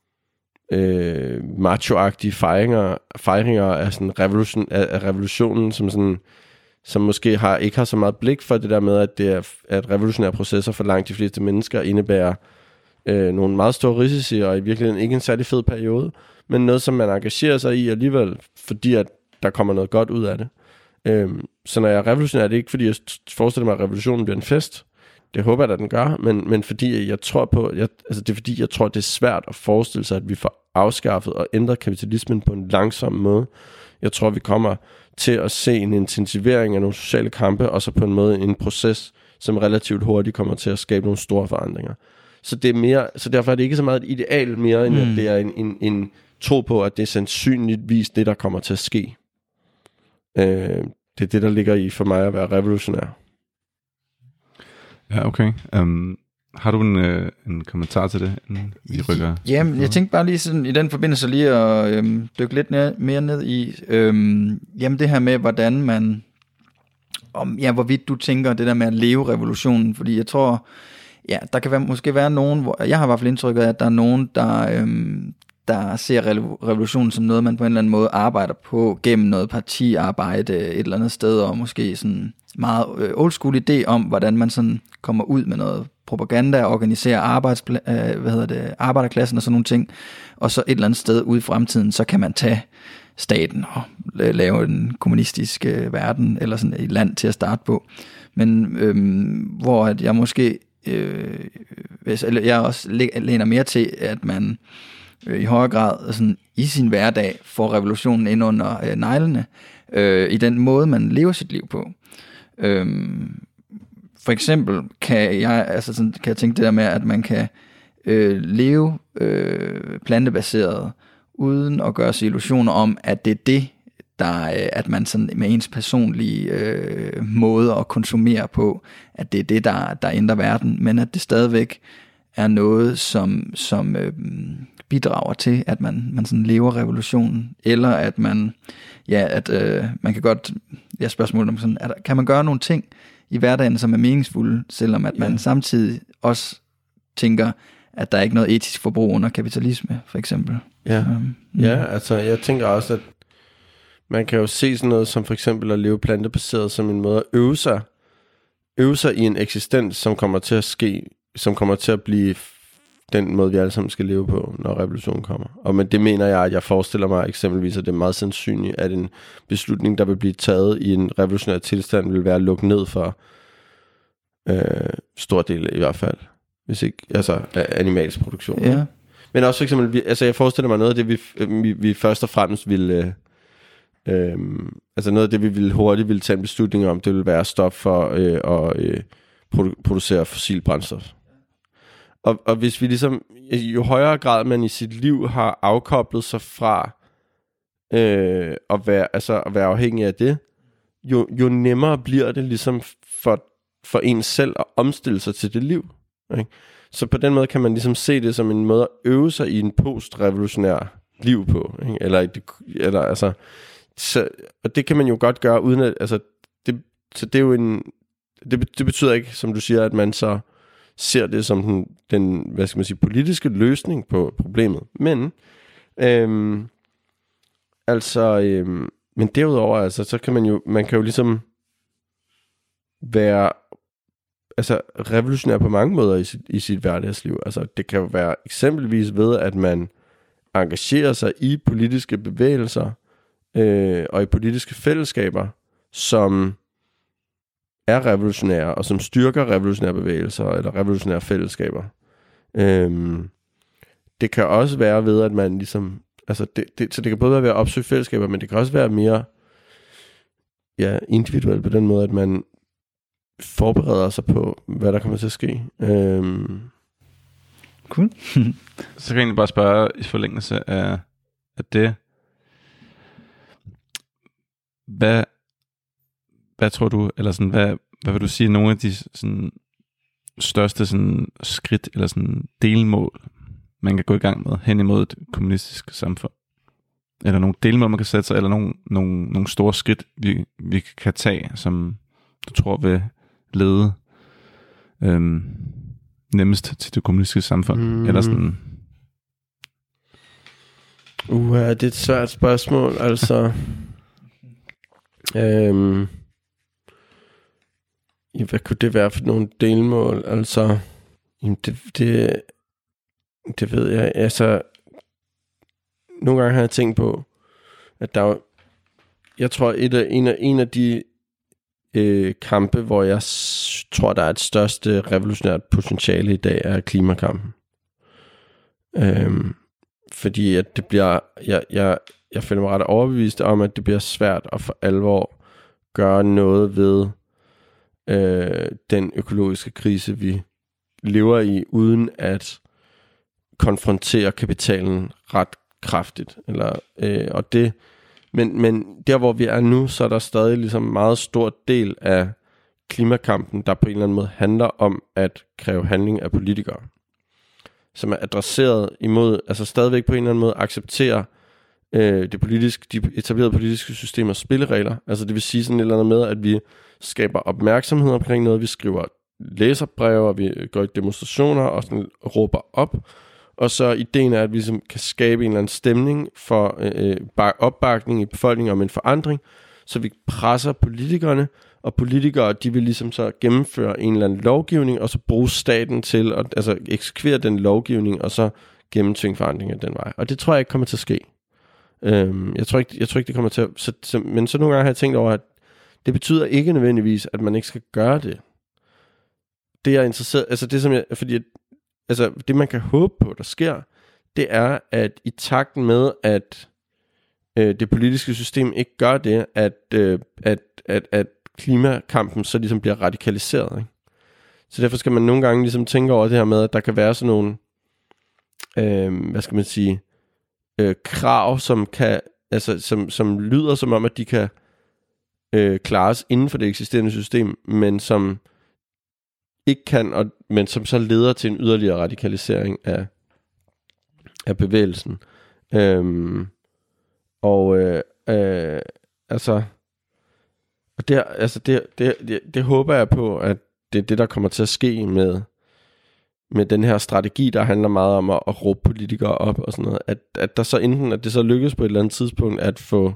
øh, macho-agtige fejringer, fejringer af, sådan revolution, af, af revolutionen, som sådan, som måske har, ikke har så meget blik for det der med, at det er, at revolutionære processer for langt de fleste mennesker indebærer øh, nogle meget store risici, og i virkeligheden ikke en særlig fed periode, men noget, som man engagerer sig i alligevel, fordi at der kommer noget godt ud af det. Øhm, så når jeg er revolutionær, er det ikke fordi, jeg forestiller mig, at revolutionen bliver en fest. Det håber jeg, at den gør, men, men fordi jeg tror på, jeg, altså det er fordi, jeg tror, det er svært at forestille sig, at vi får afskaffet og ændret kapitalismen på en langsom måde. Jeg tror, vi kommer til at se en intensivering af nogle sociale kampe, og så på en måde en proces, som relativt hurtigt kommer til at skabe nogle store forandringer. Så, det er mere, så derfor er det ikke så meget et ideal mere, end mm. at det er en, en, en tro på, at det er sandsynligvis det, der kommer til at ske. Øh, det er det, der ligger i for mig at være revolutionær. Ja, okay. Um, har du en, øh, en kommentar til det, inden vi rykker? Jamen, jeg tænkte bare lige sådan, i den forbindelse lige at øhm, dykke lidt ned, mere ned i, øhm, jamen det her med, hvordan man, om, ja, hvorvidt du tænker det der med at leve revolutionen, fordi jeg tror, ja, der kan være, måske være nogen, hvor, jeg har i hvert fald indtrykket af, at der er nogen, der, øhm, der ser revolutionen som noget, man på en eller anden måde arbejder på gennem noget partiarbejde et eller andet sted, og måske sådan meget old school idé om, hvordan man sådan kommer ud med noget propaganda og organiserer arbejdspla- øh, hvad hedder det, arbejderklassen og sådan nogle ting, og så et eller andet sted ude i fremtiden, så kan man tage staten og lave en kommunistisk øh, verden, eller sådan et land til at starte på. Men øhm, hvor at jeg måske, øh, eller jeg også læner mere til, at man øh, i højere grad sådan, i sin hverdag får revolutionen ind under øh, neglene, øh, i den måde, man lever sit liv på. Øhm, for eksempel kan jeg, altså sådan, kan jeg tænke det der med, at man kan øh, leve øh, plantebaseret, uden at gøre sig illusioner om, at det er det, der, øh, at man sådan med ens personlige øh, måde at konsumere på, at det er det, der, der ændrer verden, men at det stadigvæk er noget, som, som øh, bidrager til, at man, man sådan lever revolutionen, eller at man, ja, at øh, man kan godt, ja, spørgsmålet om sådan, der, kan man gøre nogle ting i hverdagen, som er meningsfulde, selvom at man ja. samtidig også tænker, at der er ikke noget etisk forbrug under kapitalisme, for eksempel. Ja, um, ja, altså jeg tænker også, at man kan jo se sådan noget som for eksempel at leve plantebaseret som en måde at øve sig, øve sig i en eksistens, som kommer til at ske, som kommer til at blive den måde, vi alle sammen skal leve på, når revolutionen kommer. Og men det mener jeg, at jeg forestiller mig eksempelvis, at det er meget sandsynligt, at en beslutning, der vil blive taget i en revolutionær tilstand, vil være lukket ned for øh, stor del i hvert fald. Hvis ikke, altså animalsk produktion. Ja. Men også for eksempel, vi, altså jeg forestiller mig noget af det, vi, vi, vi først og fremmest ville, øh, øh, altså noget af det, vi ville hurtigt ville tage en beslutning om, det ville være stop for øh, at øh, produ- producere fossil brændstof. Og, og hvis vi ligesom, jo højere grad man i sit liv har afkoblet sig fra øh, at, være, altså at være afhængig af det, jo, jo nemmere bliver det ligesom for, for en selv at omstille sig til det liv. Ikke? Så på den måde kan man ligesom se det som en måde at øve sig i en postrevolutionær liv på. Ikke? Eller, eller altså, så, og det kan man jo godt gøre uden at, altså, det, så det er jo en, det, det betyder ikke, som du siger, at man så ser det som den, den, hvad skal man sige, politiske løsning på problemet. Men, øhm, altså, øhm, men derudover, altså, så kan man jo, man kan jo ligesom være, altså, revolutionær på mange måder i sit, i sit hverdagsliv. Altså, det kan jo være eksempelvis ved, at man engagerer sig i politiske bevægelser, øh, og i politiske fællesskaber, som er revolutionære, og som styrker revolutionære bevægelser, eller revolutionære fællesskaber. Øhm, det kan også være ved, at man ligesom, altså det, det, så det kan både være ved at opsøge fællesskaber, men det kan også være mere, ja, individuelt på den måde, at man forbereder sig på, hvad der kommer til at ske. Øhm. Cool. Så kan jeg egentlig bare spørge i forlængelse af, af det, hvad Hvad tror du, eller sådan, hvad, hvad vil du sige, nogle af de sådan, største sådan, skridt, eller sådan, delmål, man kan gå i gang med, hen imod et kommunistisk samfund? Eller nogle delmål, man kan sætte sig, eller nogle, nogle, nogle store skridt, vi, vi kan tage, som du tror vil lede øhm, nemmest til det kommunistiske samfund? Mm. Eller sådan. Uh, det er et svært spørgsmål, altså. øhm. Ja, hvad kunne det være for nogle delmål? Altså, jamen det, det, det ved jeg. Altså, nogle gange har jeg tænkt på, at der er, jeg tror, et af, en, af, en af de øh, kampe, hvor jeg s- tror, der er et største revolutionært potentiale i dag, er klimakampen. Øhm, fordi at det bliver, jeg, jeg, jeg føler mig ret overbevist om, at det bliver svært at for alvor gøre noget ved øh, den økologiske krise, vi lever i, uden at konfrontere kapitalen ret kraftigt. Eller, øh, og det, men, men der, hvor vi er nu, så er der stadig ligesom en meget stor del af klimakampen, der på en eller anden måde handler om at kræve handling af politikere, som er adresseret imod, altså stadigvæk på en eller anden måde accepterer øh, det politiske, de etablerede politiske systemers spilleregler. Altså det vil sige sådan et eller andet med, at vi skaber opmærksomhed omkring noget, vi skriver læserbreve, og vi går i demonstrationer og sådan råber op. Og så ideen er, at vi ligesom kan skabe en eller anden stemning for øh, opbakning i befolkningen om en forandring, så vi presser politikerne, og politikere, de vil ligesom så gennemføre en eller anden lovgivning, og så bruge staten til at altså, eksekvere den lovgivning, og så gennemtvinge forandringer den vej. Og det tror jeg ikke kommer til at ske. Øhm, jeg, tror ikke, jeg tror ikke, det kommer til at... Så, så, men så nogle gange har jeg tænkt over, at det betyder ikke nødvendigvis, at man ikke skal gøre det. Det jeg er interesseret... Altså det, som jeg... Fordi altså, det man kan håbe på, der sker, det er, at i takt med, at øh, det politiske system ikke gør det, at, øh, at, at, at klimakampen så ligesom bliver radikaliseret, ikke? Så derfor skal man nogle gange ligesom tænke over det her med, at der kan være sådan nogle, øh, hvad skal man sige, øh, krav, som kan, altså som, som lyder som om, at de kan øh, klares inden for det eksisterende system, men som ikke kan, og, men som så leder til en yderligere radikalisering af, af bevægelsen. Øhm, og øh, øh, altså Og det, altså det, det, det, det håber jeg på, at det er det, der kommer til at ske med, med den her strategi, der handler meget om at, at råbe politikere op og sådan noget. At, at der så enten, at det så lykkes på et eller andet tidspunkt at få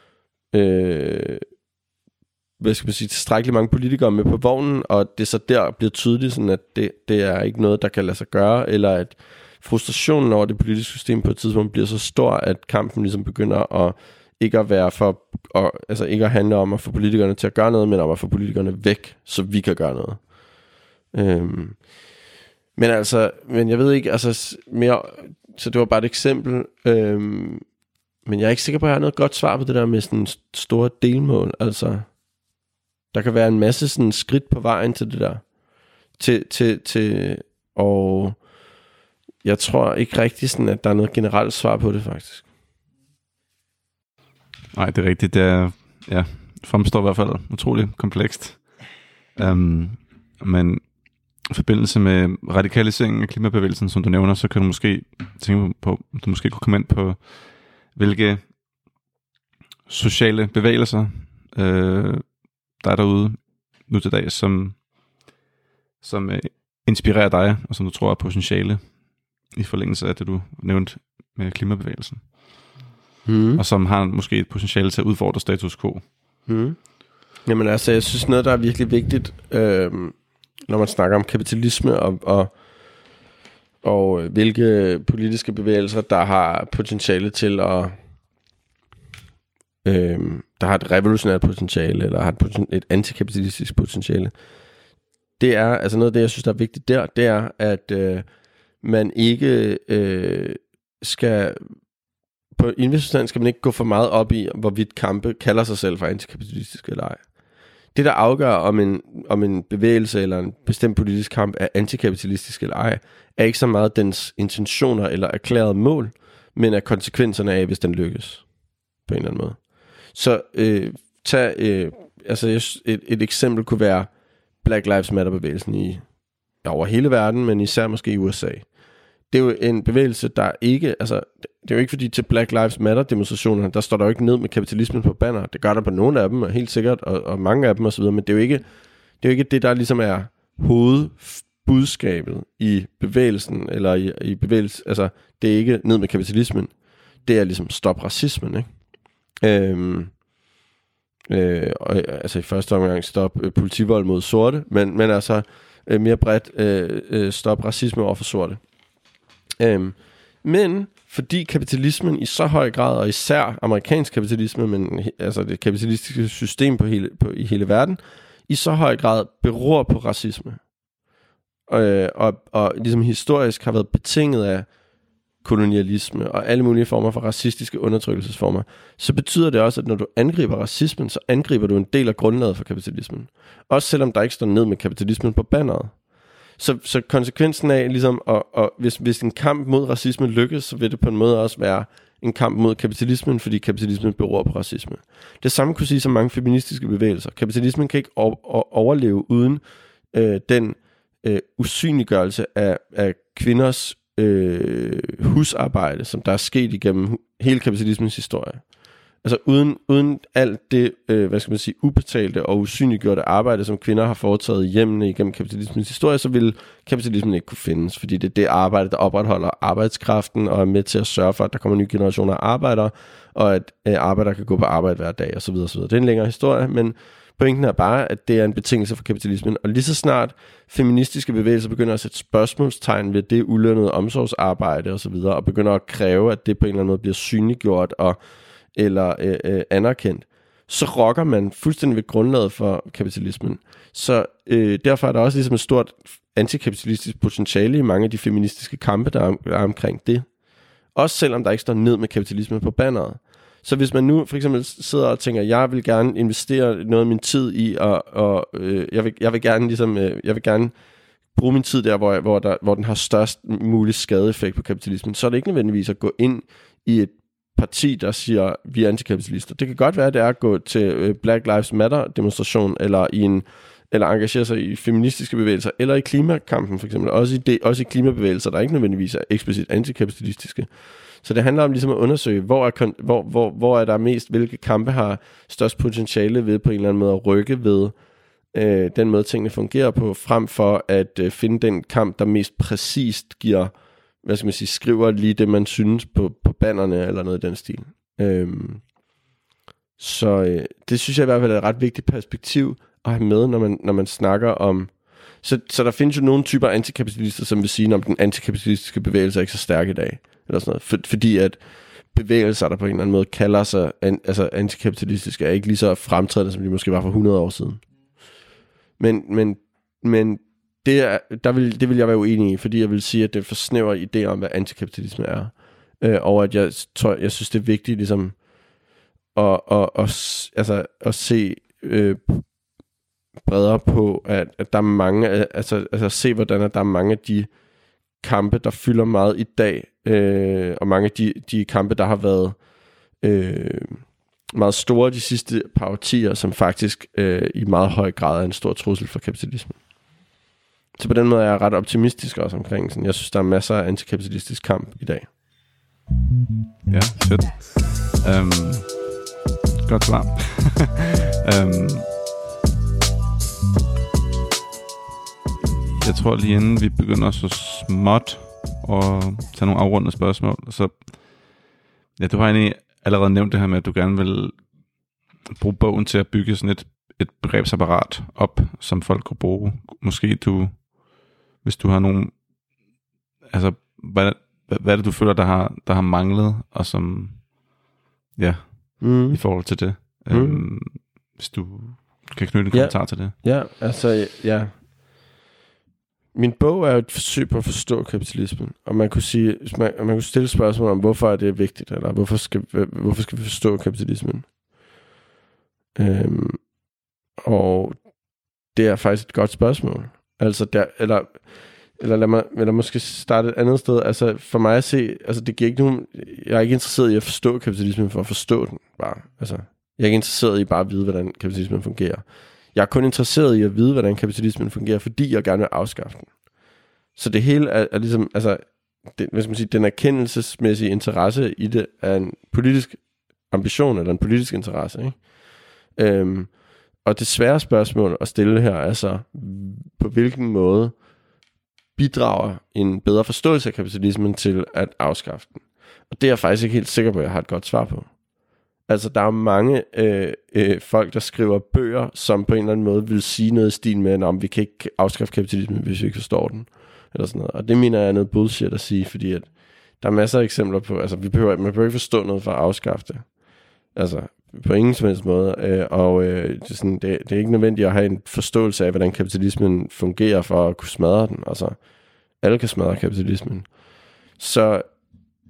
øh, hvad skal man sige, tilstrækkeligt mange politikere med på vognen, og det så der bliver tydeligt, sådan at det, det er ikke noget, der kan lade sig gøre, eller at frustrationen over det politiske system på et tidspunkt bliver så stor, at kampen ligesom begynder at ikke at være for, og, altså ikke at handle om at få politikerne til at gøre noget, men om at få politikerne væk, så vi kan gøre noget. Øhm, men altså, men jeg ved ikke, altså mere, så det var bare et eksempel, øhm, men jeg er ikke sikker på, at jeg har noget godt svar på det der med sådan store delmål. Altså, der kan være en masse sådan skridt på vejen til det der, til, til, til, og jeg tror ikke rigtig sådan, at der er noget generelt svar på det faktisk. Nej, det er rigtigt. Det er, ja, fremstår i hvert fald utroligt komplekst. Um, men i forbindelse med radikaliseringen af klimabevægelsen, som du nævner, så kan du måske tænke på, du måske kunne komme ind på, hvilke sociale bevægelser, øh, der er derude nu til dag, som, som øh, inspirerer dig, og som du tror er potentiale i forlængelse af det, du nævnte med klimabevægelsen. Mm. Og som har måske et potentiale til at udfordre status quo. Mm. Jamen altså, jeg synes noget, der er virkelig vigtigt, øh, når man snakker om kapitalisme og, og, og hvilke politiske bevægelser, der har potentiale til at, øh, der har et revolutionært potentiale, eller har et, poten- et antikapitalistisk potentiale. Det er, altså noget af det, jeg synes, der er vigtigt der, det er, at øh, man ikke øh, skal... På en vis forstand skal man ikke gå for meget op i, hvorvidt kampe kalder sig selv for antikapitalistisk eller ej. Det, der afgør, om en, om en bevægelse eller en bestemt politisk kamp er antikapitalistisk eller ej, er ikke så meget dens intentioner eller erklærede mål, men af konsekvenserne af, hvis den lykkes. På en eller anden måde. Så øh, tag, øh, altså et, et eksempel kunne være Black Lives Matter-bevægelsen i, over hele verden, men især måske i U S A. Det er jo en bevægelse, der ikke, altså, det er jo ikke fordi til Black Lives Matter demonstrationerne, der står der jo ikke ned med kapitalismen på banner. Det gør der på nogle af dem, og helt sikkert, og, og mange af dem osv., men det er jo ikke det, er jo ikke det der ligesom er hovedbudskabet i bevægelsen, eller i, i bevægelse, altså, det er ikke ned med kapitalismen. Det er ligesom stop racismen, ikke? Øhm, øh, og, altså i første omgang stop øh, politivold mod sorte, men, men altså øh, mere bredt øh, øh, stop racisme over for sorte. Øhm, men fordi kapitalismen i så høj grad, og især amerikansk kapitalisme, men altså det kapitalistiske system på hele, på, i hele verden, i så høj grad beror på racisme, og, og, og ligesom historisk har været betinget af kolonialisme og alle mulige former for racistiske undertrykkelsesformer, så betyder det også, at når du angriber racismen, så angriber du en del af grundlaget for kapitalismen. Også selvom der ikke står ned med kapitalismen på banneret. Så, så konsekvensen af, ligesom, og, og hvis, hvis en kamp mod racisme lykkes, så vil det på en måde også være en kamp mod kapitalismen, fordi kapitalismen beror på racisme. Det samme kunne sige som mange feministiske bevægelser. Kapitalismen kan ikke overleve uden øh, den øh, usynliggørelse af, af kvinders øh, husarbejde, som der er sket igennem hele kapitalismens historie. Altså uden, uden alt det, øh, hvad skal man sige, ubetalte og usynliggjorte arbejde, som kvinder har foretaget i hjemmene igennem kapitalismens historie, så vil kapitalismen ikke kunne findes, fordi det er det arbejde, der opretholder arbejdskraften og er med til at sørge for, at der kommer nye generationer af arbejdere, og at øh, arbejdere kan gå på arbejde hver dag osv. osv. Det er en længere historie, men pointen er bare, at det er en betingelse for kapitalismen. Og lige så snart feministiske bevægelser begynder at sætte spørgsmålstegn ved det ulønnede omsorgsarbejde osv., og, og begynder at kræve, at det på en eller anden måde bliver synliggjort og eller øh, øh, anerkendt, så rokker man fuldstændig ved grundlaget for kapitalismen. Så øh, derfor er der også ligesom et stort antikapitalistisk potentiale i mange af de feministiske kampe, der er, der er omkring det. Også selvom der ikke står ned med kapitalismen på banneret. Så hvis man nu for eksempel sidder og tænker, jeg vil gerne investere noget af min tid i, og, og øh, jeg, vil, jeg vil gerne ligesom, øh, jeg vil gerne bruge min tid der, hvor, hvor, der, hvor den har størst mulig skadeeffekt på kapitalismen, så er det ikke nødvendigvis at gå ind i et parti, der siger, vi er antikapitalister. Det kan godt være, at det er at gå til Black Lives Matter demonstration, eller i en eller engagere sig i feministiske bevægelser, eller i klimakampen for eksempel. Også i, det, også i klimabevægelser, der ikke nødvendigvis er eksplicit antikapitalistiske. Så det handler om ligesom at undersøge, hvor er, hvor, hvor, hvor er der mest, hvilke kampe har størst potentiale ved på en eller anden måde at rykke ved øh, den måde, tingene fungerer på, frem for at øh, finde den kamp, der mest præcist giver, hvad skal man sige, skriver lige det, man synes på, på bannerne, eller noget i den stil. Øhm, så øh, det synes jeg i hvert fald er et ret vigtigt perspektiv at have med, når man, når man snakker om... Så, så der findes jo nogle typer antikapitalister, som vil sige, at den antikapitalistiske bevægelse er ikke så stærk i dag. Eller sådan noget. For, fordi at bevægelser, der på en eller anden måde kalder sig an, altså antikapitalistiske, er ikke lige så fremtrædende, som de måske var for hundrede år siden. Men, men, men det, er, der vil, det vil jeg være uenig i, fordi jeg vil sige, at det forsnæver idéer om, hvad antikapitalisme er. Øh, og at jeg tror, jeg synes, det er vigtigt ligesom at, at, at, altså, at se øh, bredere på, at, at der er mange, altså, altså se, hvordan at der er mange af de kampe, der fylder meget i dag, øh, og mange af de, de kampe, der har været øh, meget store de sidste par årtier, som faktisk øh, i meget høj grad er en stor trussel for kapitalismen. Så på den måde er jeg ret optimistisk også omkring sådan. Jeg synes, der er masser af antikapitalistisk kamp i dag. Ja, fedt. Um, godt svar. um, jeg tror lige inden vi begynder så småt at tage nogle afrundende spørgsmål, så ja, du har egentlig allerede nævnt det her med, at du gerne vil bruge bogen til at bygge sådan et, et begrebsapparat op, som folk kunne bruge. Måske du, hvis du har nogle, altså, hvad, hvad, hvad er det, du føler, der har, der har manglet, og som, ja, mm. i forhold til det. Mm. Øhm, hvis du kan knytte en kommentar ja. til det. Ja, altså, ja. Min bog er jo et forsøg på at forstå kapitalismen, og man kunne sige, man, man kunne stille spørgsmål om, hvorfor er det vigtigt, eller hvorfor skal, hvorfor skal vi forstå kapitalismen? Øhm, og det er faktisk et godt spørgsmål. Altså, der, eller, eller lad mig, eller måske starte et andet sted. Altså, for mig at se, altså, det giver ikke nogen, jeg er ikke interesseret i at forstå kapitalismen for at forstå den, bare. Altså, jeg er ikke interesseret i bare at vide, hvordan kapitalismen fungerer. Jeg er kun interesseret i at vide, hvordan kapitalismen fungerer, fordi jeg gerne vil afskaffe den. Så det hele er, er ligesom, altså, det, hvad skal man sige, den erkendelsesmæssige interesse i det er en politisk ambition, eller en politisk interesse, ikke? Øhm, og det svære spørgsmål at stille her er så, på hvilken måde bidrager en bedre forståelse af kapitalismen til at afskaffe den? Og det er jeg faktisk ikke helt sikker på, at jeg har et godt svar på. Altså, der er mange øh, øh, folk, der skriver bøger, som på en eller anden måde vil sige noget i stil med, at vi kan ikke afskaffe kapitalismen, hvis vi ikke forstår den. Eller sådan noget. Og det mener jeg er noget bullshit at sige, fordi at der er masser af eksempler på, altså, vi behøver, man behøver ikke forstå noget for at afskaffe det. Altså, på ingen som helst måde. Øh, og øh, det, er sådan, det, det er ikke nødvendigt at have en forståelse af, hvordan kapitalismen fungerer for at kunne smadre den. Altså, alle kan smadre kapitalismen. Så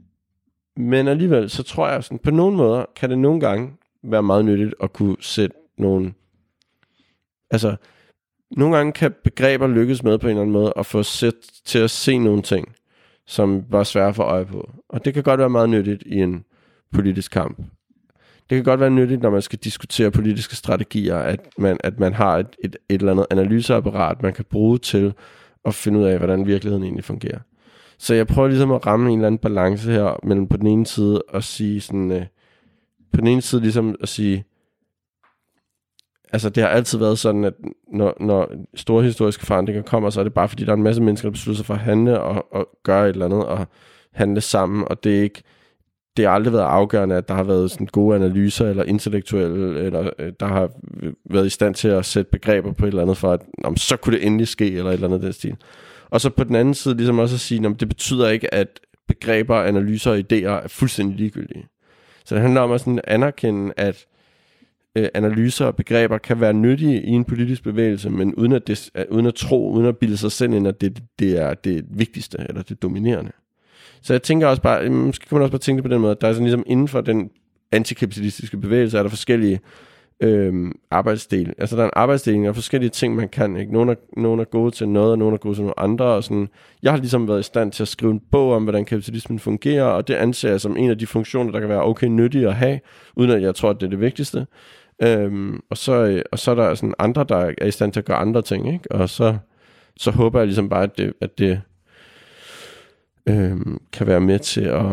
men alligevel, så tror jeg, sådan, på nogle måder, kan det nogle gange være meget nyttigt at kunne sætte nogle, altså, nogle gange kan begreber lykkes med på en eller anden måde, at få sæt til at se nogle ting, som var svære at få øje på. Og det kan godt være meget nyttigt i en politisk kamp. Det kan godt være nyttigt, når man skal diskutere politiske strategier, at man, at man har et, et, et eller andet analyseapparat, man kan bruge til at finde ud af, hvordan virkeligheden egentlig fungerer. Så jeg prøver ligesom at ramme en eller anden balance her, mellem på den ene side at sige sådan, øh, på den ene side ligesom at sige, altså det har altid været sådan, at når, når store historiske forandringer kommer, så er det bare fordi, der er en masse mennesker, der beslutter sig for at handle og, og gøre et eller andet og handle sammen, og det er ikke, det har aldrig været afgørende, at der har været sådan gode analyser eller intellektuelle, eller øh, der har været i stand til at sætte begreber på et eller andet for, at om, så kunne det endelig ske, eller et eller andet den stil. Og så på den anden side ligesom også at sige, at det betyder ikke, at begreber, analyser og idéer er fuldstændig ligegyldige. Så det handler om at sådan anerkende, at øh, analyser og begreber kan være nyttige i en politisk bevægelse, men uden at, det, uden at tro, uden at bilde sig selv ind, at det, det er det vigtigste, eller det dominerende. Så jeg tænker også bare, måske kan man også bare tænke det på den måde, at der er sådan ligesom inden for den antikapitalistiske bevægelse, er der forskellige øhm, arbejdsdel. Altså der er en arbejdsdeling af forskellige ting, man kan. Ikke? Nogle, er, nogle er gode til noget, og nogle er gode til nogle andre. Og sådan. Jeg har ligesom været i stand til at skrive en bog om, hvordan kapitalismen fungerer, og det anser jeg som en af de funktioner, der kan være okay nyttige at have, uden at jeg tror, at det er det vigtigste. Øhm, og, så, og så er der sådan andre, der er i stand til at gøre andre ting. Ikke? Og så, så håber jeg ligesom bare, at det... At det Øhm, kan være med til at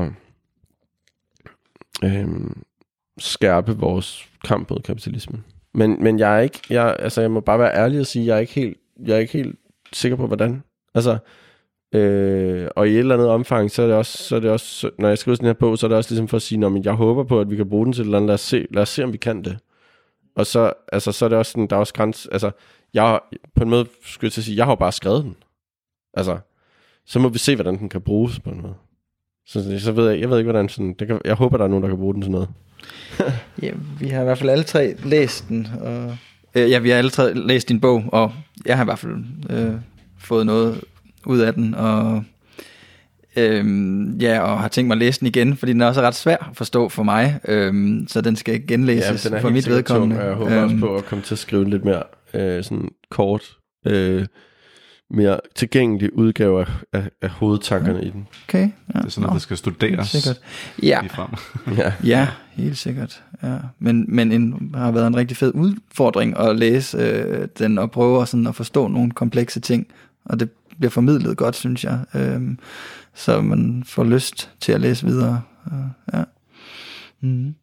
øhm, skærpe vores kamp mod kapitalismen. Men, men jeg er ikke, jeg, altså jeg må bare være ærlig og sige, jeg er ikke helt, jeg er ikke helt sikker på hvordan. Altså, øh, og i et eller andet omfang, så er det også, så er det også, når jeg skriver sådan her bog, så er det også ligesom for at sige, men jeg håber på, at vi kan bruge den til et eller andet. Lad os se, lad os se om vi kan det. Og så, altså, så er det også sådan, der er også græns, altså, jeg på en måde skulle jeg til at sige, jeg har jo bare skrevet den. Altså. Så må vi se, hvordan den kan bruges på en måde. Så, så ved jeg, jeg ved ikke, hvordan sådan... Det kan, jeg håber, der er nogen, der kan bruge den til noget. Ja, vi har i hvert fald alle tre læst den. Og, øh, ja, vi har alle tre læst din bog, og jeg har i hvert fald øh, fået noget ud af den. Og, øh, ja, og har tænkt mig at læse den igen, fordi den er også ret svær at forstå for mig. Øh, så den skal genlæses ja, for mit vedkommende. Tung, og jeg håber øh, også på at komme til at skrive lidt mere øh, sådan kort... Øh, mere tilgængelig udgave af, af, af hovedtankerne ja. i den. Okay. Ja. Det er sådan, at det skal studeres sikkert. Ja. lige frem. ja. ja, helt sikkert. Ja. Men, men en, har været en rigtig fed udfordring at læse øh, den og prøve sådan at forstå nogle komplekse ting. Og det bliver formidlet godt, synes jeg. Øh, så man får lyst til at læse videre. Øh, ja. Mm.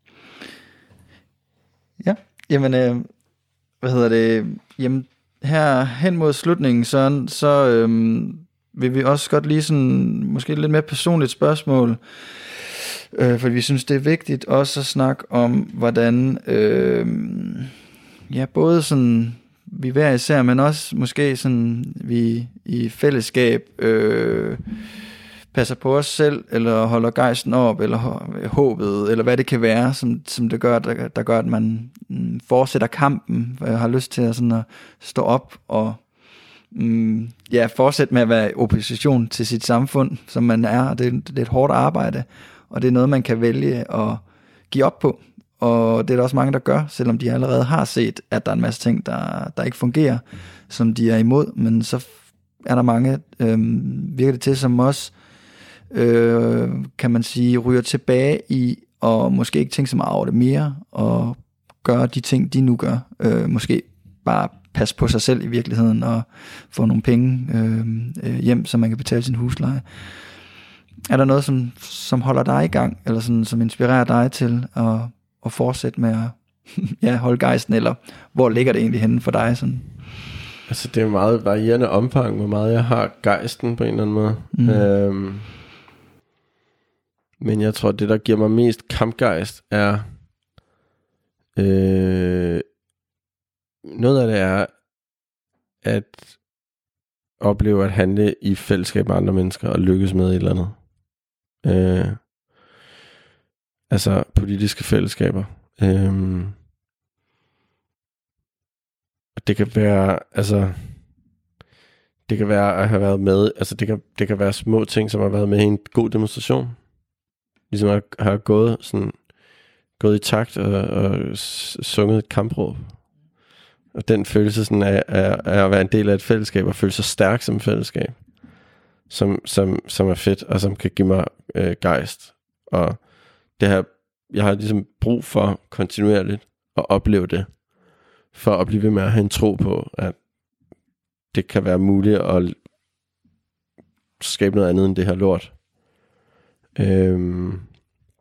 Ja, jamen, øh, hvad hedder det? Jamen, her hen mod slutningen, Søren, så øhm, vil vi også godt lige sådan, måske lidt mere personligt spørgsmål, øh, for vi synes, det er vigtigt også at snakke om, hvordan, øh, ja, både sådan, vi hver især, men også måske sådan, vi i fællesskab øh, passer på os selv, eller holder gejsten op, eller håbet, eller hvad det kan være, som, som det gør, der, der gør, at man mm, fortsætter kampen, og har lyst til at, sådan at stå op og mm, ja, fortsætte med at være i opposition til sit samfund, som man er, og det, det er et hårdt arbejde, og det er noget, man kan vælge at give op på, og det er der også mange, der gør, selvom de allerede har set, at der er en masse ting, der, der ikke fungerer, som de er imod, men så er der mange, øh, virker det til, som også Øh, kan man sige, ryger tilbage i og måske ikke tænke så meget over det mere, og gøre de ting, de nu gør. Øh, måske bare passe på sig selv i virkeligheden, og få nogle penge øh, hjem, så man kan betale sin husleje. Er der noget, som, som holder dig i gang, eller sådan, som inspirerer dig til at, at fortsætte med at ja, holde gejsten, eller hvor ligger det egentlig henne for dig? Sådan? Altså, det er meget varierende omfang, hvor meget jeg har gejsten på en eller anden måde. Mm. Øhm, men jeg tror, det der giver mig mest kampgejst er øh, noget af det er at opleve at handle i fællesskab med andre mennesker og lykkes med et eller andet. Øh, altså politiske fællesskaber. Øh, det kan være, altså det kan være at have været med, altså det kan, det kan være små ting, som har været med i en god demonstration. ligesom har, har gået, sådan, gået i takt og, og sunget et kampråb. Og den følelse sådan af, af, af at være en del af et fællesskab og føle sig stærk som fællesskab, som, som, som er fedt og som kan give mig øh, gejst. Og det her, jeg har ligesom brug for kontinuerligt at opleve det, for at blive ved med at have en tro på, at det kan være muligt at skabe noget andet end det her lort. Øhm.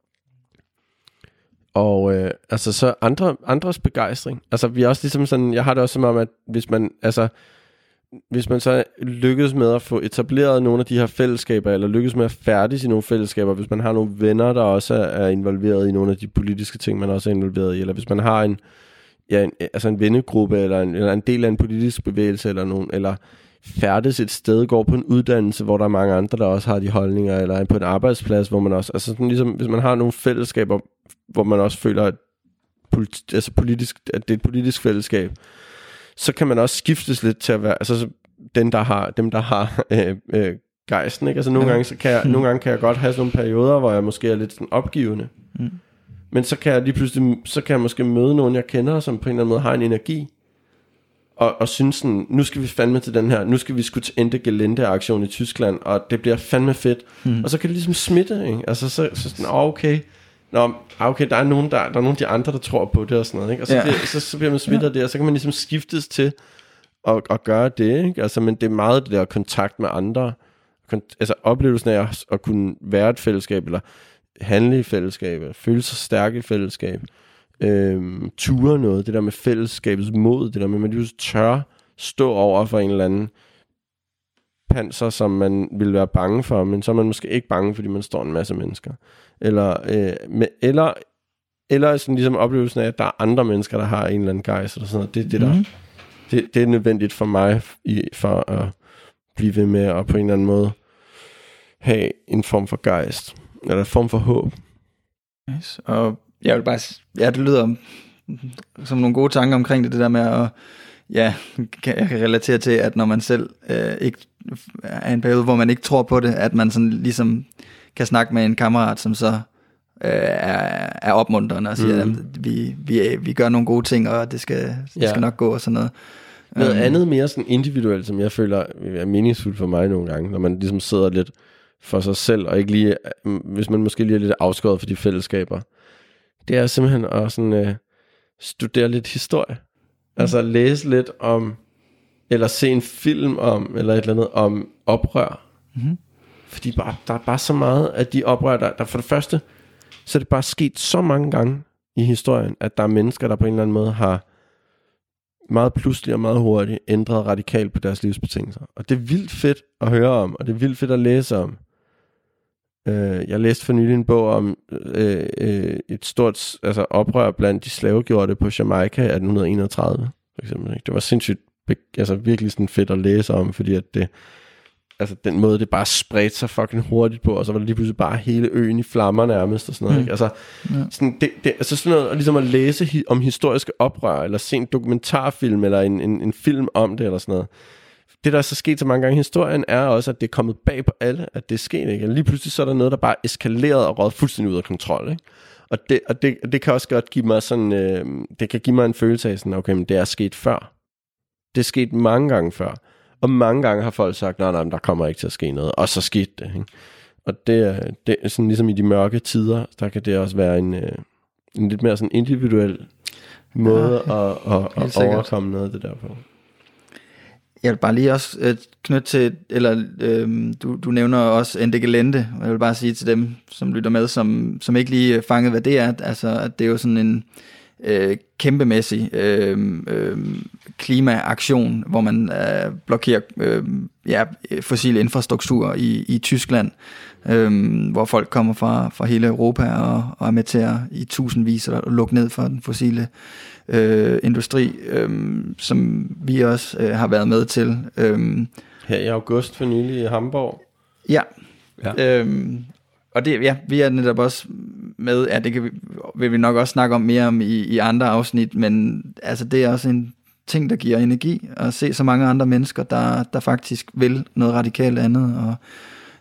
Og øh, altså så andre, andres begejstring. Altså vi er også ligesom sådan, jeg har det også som om, at hvis man, altså, hvis man så lykkes med at få etableret nogle af de her fællesskaber, eller lykkes med at færdes i nogle fællesskaber, hvis man har nogle venner, der også er involveret i nogle af de politiske ting, man også er involveret i, eller hvis man har en, ja, en, altså en vennegruppe, eller en, eller en del af en politisk bevægelse, eller nogen, eller færdes et sted, går på en uddannelse, hvor der er mange andre, der også har de holdninger, eller på en arbejdsplads, hvor man også, altså sådan ligesom, hvis man har nogle fællesskaber, hvor man også føler, at, politi- altså politisk, at det er et politisk fællesskab, så kan man også skiftes lidt til at være, altså den, der har, dem, der har øh, øh, gejsten, ikke? Altså nogle, ja. gange, så kan jeg, nogle gange kan jeg godt have sådan nogle perioder, hvor jeg måske er lidt sådan opgivende. Mm. Men så kan jeg lige pludselig, så kan jeg måske møde nogen, jeg kender, som på en eller anden måde har en energi, og, og synes sådan, nu skal vi fandme til den her, nu skal vi sgu til Ende Gelände-aktion i Tyskland, og det bliver fandme fedt. Mm. Og så kan det ligesom smitte, ikke? Altså så, så sådan, oh, okay, Nå, okay, der er nogen, der, der er nogle af de andre, der tror på det og sådan noget, ikke? Og så, ja. bliver, så, så bliver man smittet af det, og så kan man ligesom skiftes til at, at gøre det, ikke? Altså, men det er meget det der kontakt med andre, kont- altså oplevelsen af at, at kunne være et fællesskab, eller handle i fællesskab, føle sig stærk i fællesskab, øhm, ture noget, det der med fællesskabets mod, det der med, at man lige tør stå over for en eller anden panser, som man ville være bange for, men så er man måske ikke bange, fordi man står en masse mennesker. Eller, øh, med, eller, eller sådan ligesom oplevelsen af, at der er andre mennesker, der har en eller anden gejst, eller sådan noget. Det, det, der, mm. det, det er nødvendigt for mig, i, for at blive ved med, at på en eller anden måde have en form for gejst, eller en form for håb. Yes. Og jeg vil bare, ja, det lyder som nogle gode tanker omkring det, det der med at, ja, jeg kan relatere til, at når man selv øh, ikke er i en periode, hvor man ikke tror på det, at man sådan ligesom kan snakke med en kammerat, som så øh, er, er opmuntrende og siger, mm. at vi, vi, vi gør nogle gode ting, og det skal, det ja. skal nok gå og sådan noget. Noget um, andet mere sådan individuelt, som jeg føler er meningsfuldt for mig nogle gange, når man ligesom sidder lidt for sig selv, og ikke lige, hvis man måske lige er lidt afskåret for de fællesskaber, det er simpelthen at sådan, øh, studere lidt historie. Mm. Altså læse lidt om, eller se en film om, eller et eller andet om oprør. Mm. Fordi bare, der er bare så meget af de oprør, der, der for det første, så er det bare sket så mange gange i historien, at der er mennesker, der på en eller anden måde har meget pludselig og meget hurtigt ændret radikalt på deres livsbetingelser. Og det er vildt fedt at høre om, og det er vildt fedt at læse om. Uh, jeg læste for nylig en bog om uh, uh, et stort altså oprør blandt de slavegjorte på Jamaica i atten enogtredive, for eksempel. Det var sindssygt, altså virkelig sådan fedt at læse om, fordi at det, altså den måde, det bare spredte sig fucking hurtigt på, og så var det lige pludselig bare hele øen i flammer nærmest, og sådan noget, mm. ikke? Altså, ja. sådan, det, det, altså sådan noget, ligesom at læse hi- om historiske oprør, eller se en dokumentarfilm, eller en, en, en film om det, eller sådan noget. Det, der er så sket så mange gange i historien, er også, at det er kommet bag på alle, at det er sket, ikke? Og lige pludselig så er der noget, der bare er eskaleret og røget fuldstændig ud af kontrol, ikke? Og det, og det, det kan også godt give mig sådan, øh, det kan give mig en følelse af sådan, okay, men det er sket før. Det er sket mange gange før. Og mange gange har folk sagt, nej, nej, der kommer ikke til at ske noget. Og så skete det, ikke? Og det, det er sådan ligesom i de mørke tider, der kan det også være en, en lidt mere sådan individuel måde ja, at, at, at overkomme noget af det der på. Jeg vil bare lige også øh, knytte til, eller øh, du, du nævner også Ende Gelände, og jeg vil bare sige til dem, som lytter med, som, som ikke lige fangede, hvad det er, altså at det er jo sådan en øh, kæmpemæssig øh, øh, klimaaktion, hvor man øh, blokerer øh, ja, fossil infrastruktur i, i Tyskland, øh, hvor folk kommer fra, fra hele Europa og, og er med til at i tusindvis at lukke ned for den fossile øh, industri, øh, som vi også øh, har været med til. Øh, Her i august for nylig i Hamburg. Ja, ja. Øh, og det, ja, vi er netop også med, ja, det kan vi, vil vi nok også snakke om mere om i, i andre afsnit, men altså det er også en ting, der giver energi, at se så mange andre mennesker, der, der faktisk vil noget radikalt andet, og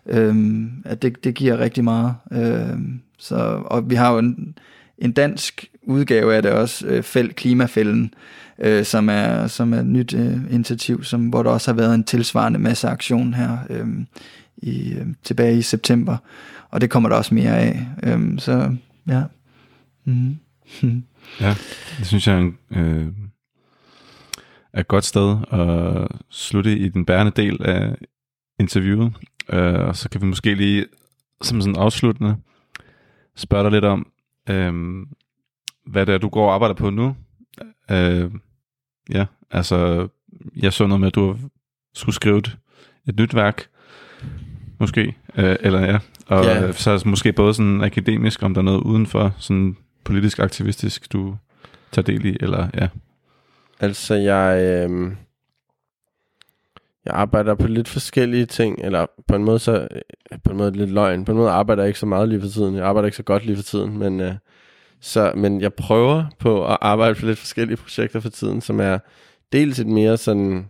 Øhm, at det, det giver rigtig meget. Øhm, så, og vi har jo en, en dansk udgave af det også, øh, fæld, Klimafælden, øh, som er som er et nyt øh, initiativ, som, hvor der også har været en tilsvarende masseaktion her øh, i, øh, tilbage i september, og det kommer der også mere af. Øh, så ja. Mm. Ja, det synes jeg er, en, øh, er et godt sted at slutte i den bærende del af interviewet. Øh, og så kan vi måske lige som sådan afsluttende spørge dig lidt om, øh, hvad det er, du går og arbejder på nu. Øh, ja, altså, jeg så noget med, at du skulle skrive et, et nyt værk, måske, øh, eller ja, og ja. Så er det måske både sådan akademisk, om der er noget udenfor, sådan politisk aktivistisk, du tager del i, eller ja. Altså, jeg, øh, jeg arbejder på lidt forskellige ting, eller på en måde så, på en måde lidt løgn, på en måde arbejder jeg ikke så meget lige for tiden, jeg arbejder ikke så godt lige for tiden, men, øh, så, men jeg prøver på at arbejde på lidt forskellige projekter for tiden, som er dels et mere sådan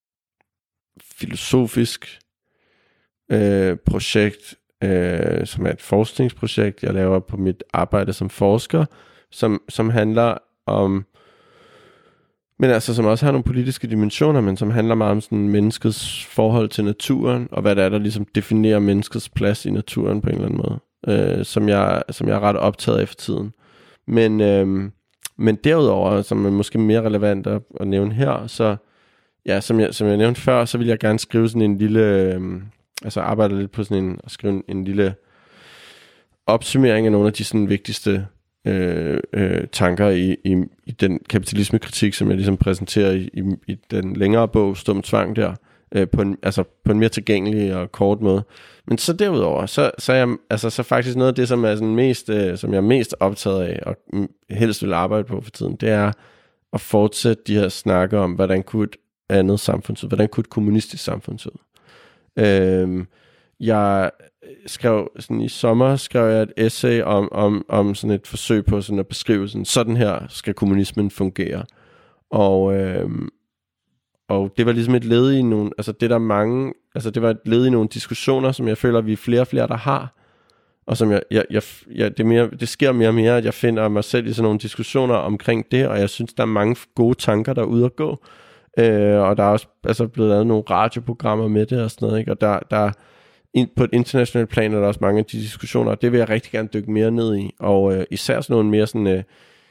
filosofisk øh, projekt, øh, som er et forskningsprojekt, jeg laver på mit arbejde som forsker, som, som handler om, men altså som også har nogle politiske dimensioner, men som handler meget om sådan menneskets forhold til naturen, og hvad det er, der ligesom definerer menneskets plads i naturen på en eller anden måde, øh, som, jeg, som jeg er ret optaget af for tiden. Men, øh, men derudover, som er måske mere relevant at, at nævne her, så ja, som jeg, som jeg nævnte før, så vil jeg gerne skrive sådan en lille, øh, altså arbejde lidt på sådan en, at skrive en, en lille opsummering af nogle af de sådan vigtigste øh, øh, tanker i, i, i den kapitalismekritik, som jeg ligesom præsenterer i, i, i den længere bog, Stum Tvang der, øh, på en, altså på en mere tilgængelig og kort måde. Men så derudover, så, så er jeg, altså så faktisk noget af det, som er sådan mest, øh, som jeg er mest optaget af, og helst vil arbejde på for tiden, det er at fortsætte de her snakke om, hvordan kunne et andet samfund se ud, hvordan kunne et kommunistisk samfund se ud. Øh, jeg skrev sådan i sommer skrev jeg et essay om, om, om sådan et forsøg på sådan at beskrive sådan, sådan her skal kommunismen fungere. Og, øh, og det var ligesom et led i nogle, altså det der mange, altså det var et led i nogle diskussioner, som jeg føler, vi er flere og flere, der har. Og som jeg, jeg, jeg, jeg det, mere, det sker mere og mere, at jeg finder mig selv i sådan nogle diskussioner omkring det, og jeg synes, der er mange gode tanker, der er ude at gå. Øh, og der er også altså blevet lavet nogle radioprogrammer med det og sådan noget, ikke? Og der, der in, på et internationalt plan er der også mange af de diskussioner, og det vil jeg rigtig gerne dykke mere ned i, og øh, især sådan nogle mere sådan, øh,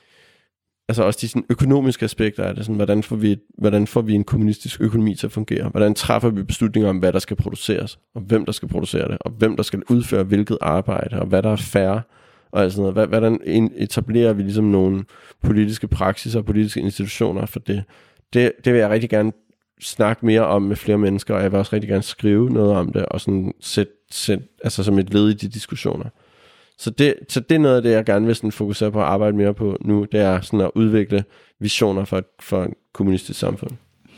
altså også de sådan økonomiske aspekter af det, sådan, hvordan får vi, hvordan får vi en kommunistisk økonomi til at fungere, hvordan træffer vi beslutninger om, hvad der skal produceres, og hvem der skal producere det, og hvem der skal udføre hvilket arbejde, og hvad der er fair, og altså noget. Hvordan etablerer vi ligesom nogle politiske praksiser og politiske institutioner for det. Det, det vil jeg rigtig gerne snakke mere om med flere mennesker, og jeg vil også rigtig gerne skrive noget om det, og sådan sætte, sæt, altså som et led i de diskussioner. Så det, så det er noget af det, jeg gerne vil sådan fokusere på at arbejde mere på nu, det er sådan at udvikle visioner for, for et kommunistisk samfund.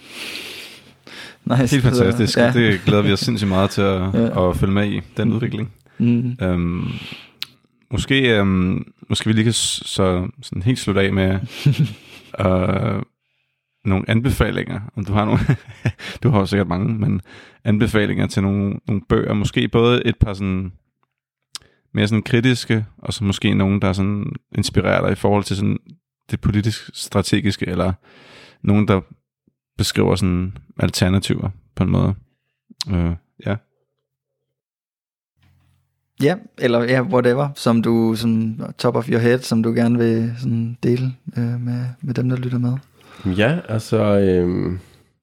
Nice. Helt fantastisk. Ja. Det glæder vi os sindssygt meget til at, ja. at følge med i, den udvikling. Mm. Øhm, måske, øhm, måske vi lige kan så sådan helt slutte af med øh, nogle anbefalinger, om du har nogle, du har jo sikkert mange, men anbefalinger til nogle, nogle bøger, måske både et par sådan mere sådan kritiske, og så måske nogen, der sådan inspirerer dig i forhold til sådan det politisk strategiske, eller nogen, der beskriver sådan alternativer på en måde. Uh, ja. Ja, eller ja, whatever, som du, som top of your head, som du gerne vil sådan dele øh, med, med dem, der lytter med. Ja, altså, øhm,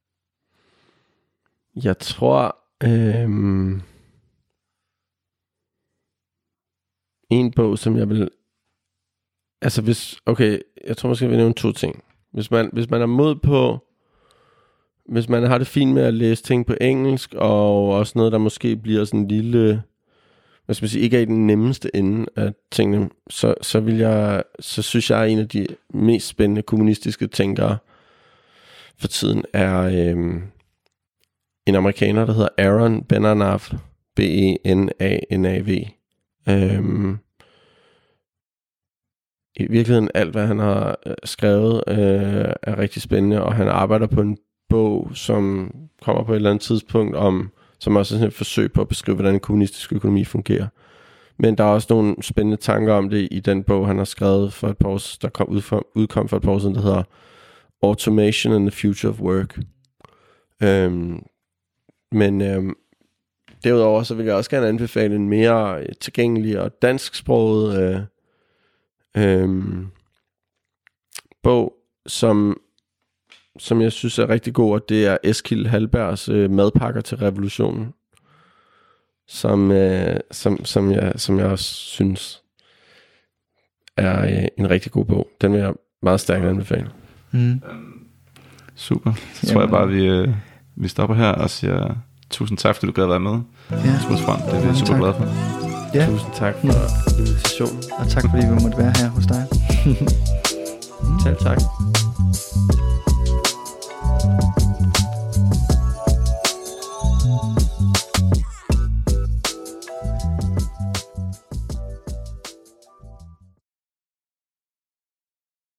jeg tror, øhm, en bog, som jeg vil, altså hvis, okay, jeg tror måske, jeg vil nævne to ting. Hvis man, hvis man er mod på, hvis man har det fint med at læse ting på engelsk, og også noget, der måske bliver sådan en lille, hvad skal man sige, ikke er i den nemmeste ende af tingene, så, så vil jeg, så synes jeg, at en af de mest spændende kommunistiske tænkere for tiden er øhm, en amerikaner, der hedder Aaron Benanav, B E N A N A V. Øhm, I virkeligheden alt, hvad han har skrevet, øh, er rigtig spændende, og han arbejder på en bog, som kommer på et eller andet tidspunkt om som også er sådan et forsøg på at beskrive, hvordan en kommunistisk økonomi fungerer. Men der er også nogle spændende tanker om det i den bog, han har skrevet for et par år, der kom ud for, udkom for et par år siden, der hedder Automation and the Future of Work. Øhm, men øhm, derudover så vil jeg også gerne anbefale en mere tilgængelig og dansksproget øh, øh, bog, som, som jeg synes er rigtig god, og det er Eskild Hallbergs øh, Madpakker til revolutionen, som, øh, som, som, jeg, som jeg også synes er øh, en rigtig god bog. Den vil jeg meget stærkt anbefale. Mm. Super. Så tror jeg bare, vi, øh, vi stopper her og siger tusind tak, fordi du gad at være med. Ja. Troels Frank, det er vi super glade for. Ja. Tusind tak for invitationen. Og tak fordi vi måtte være her hos dig. Selv tak.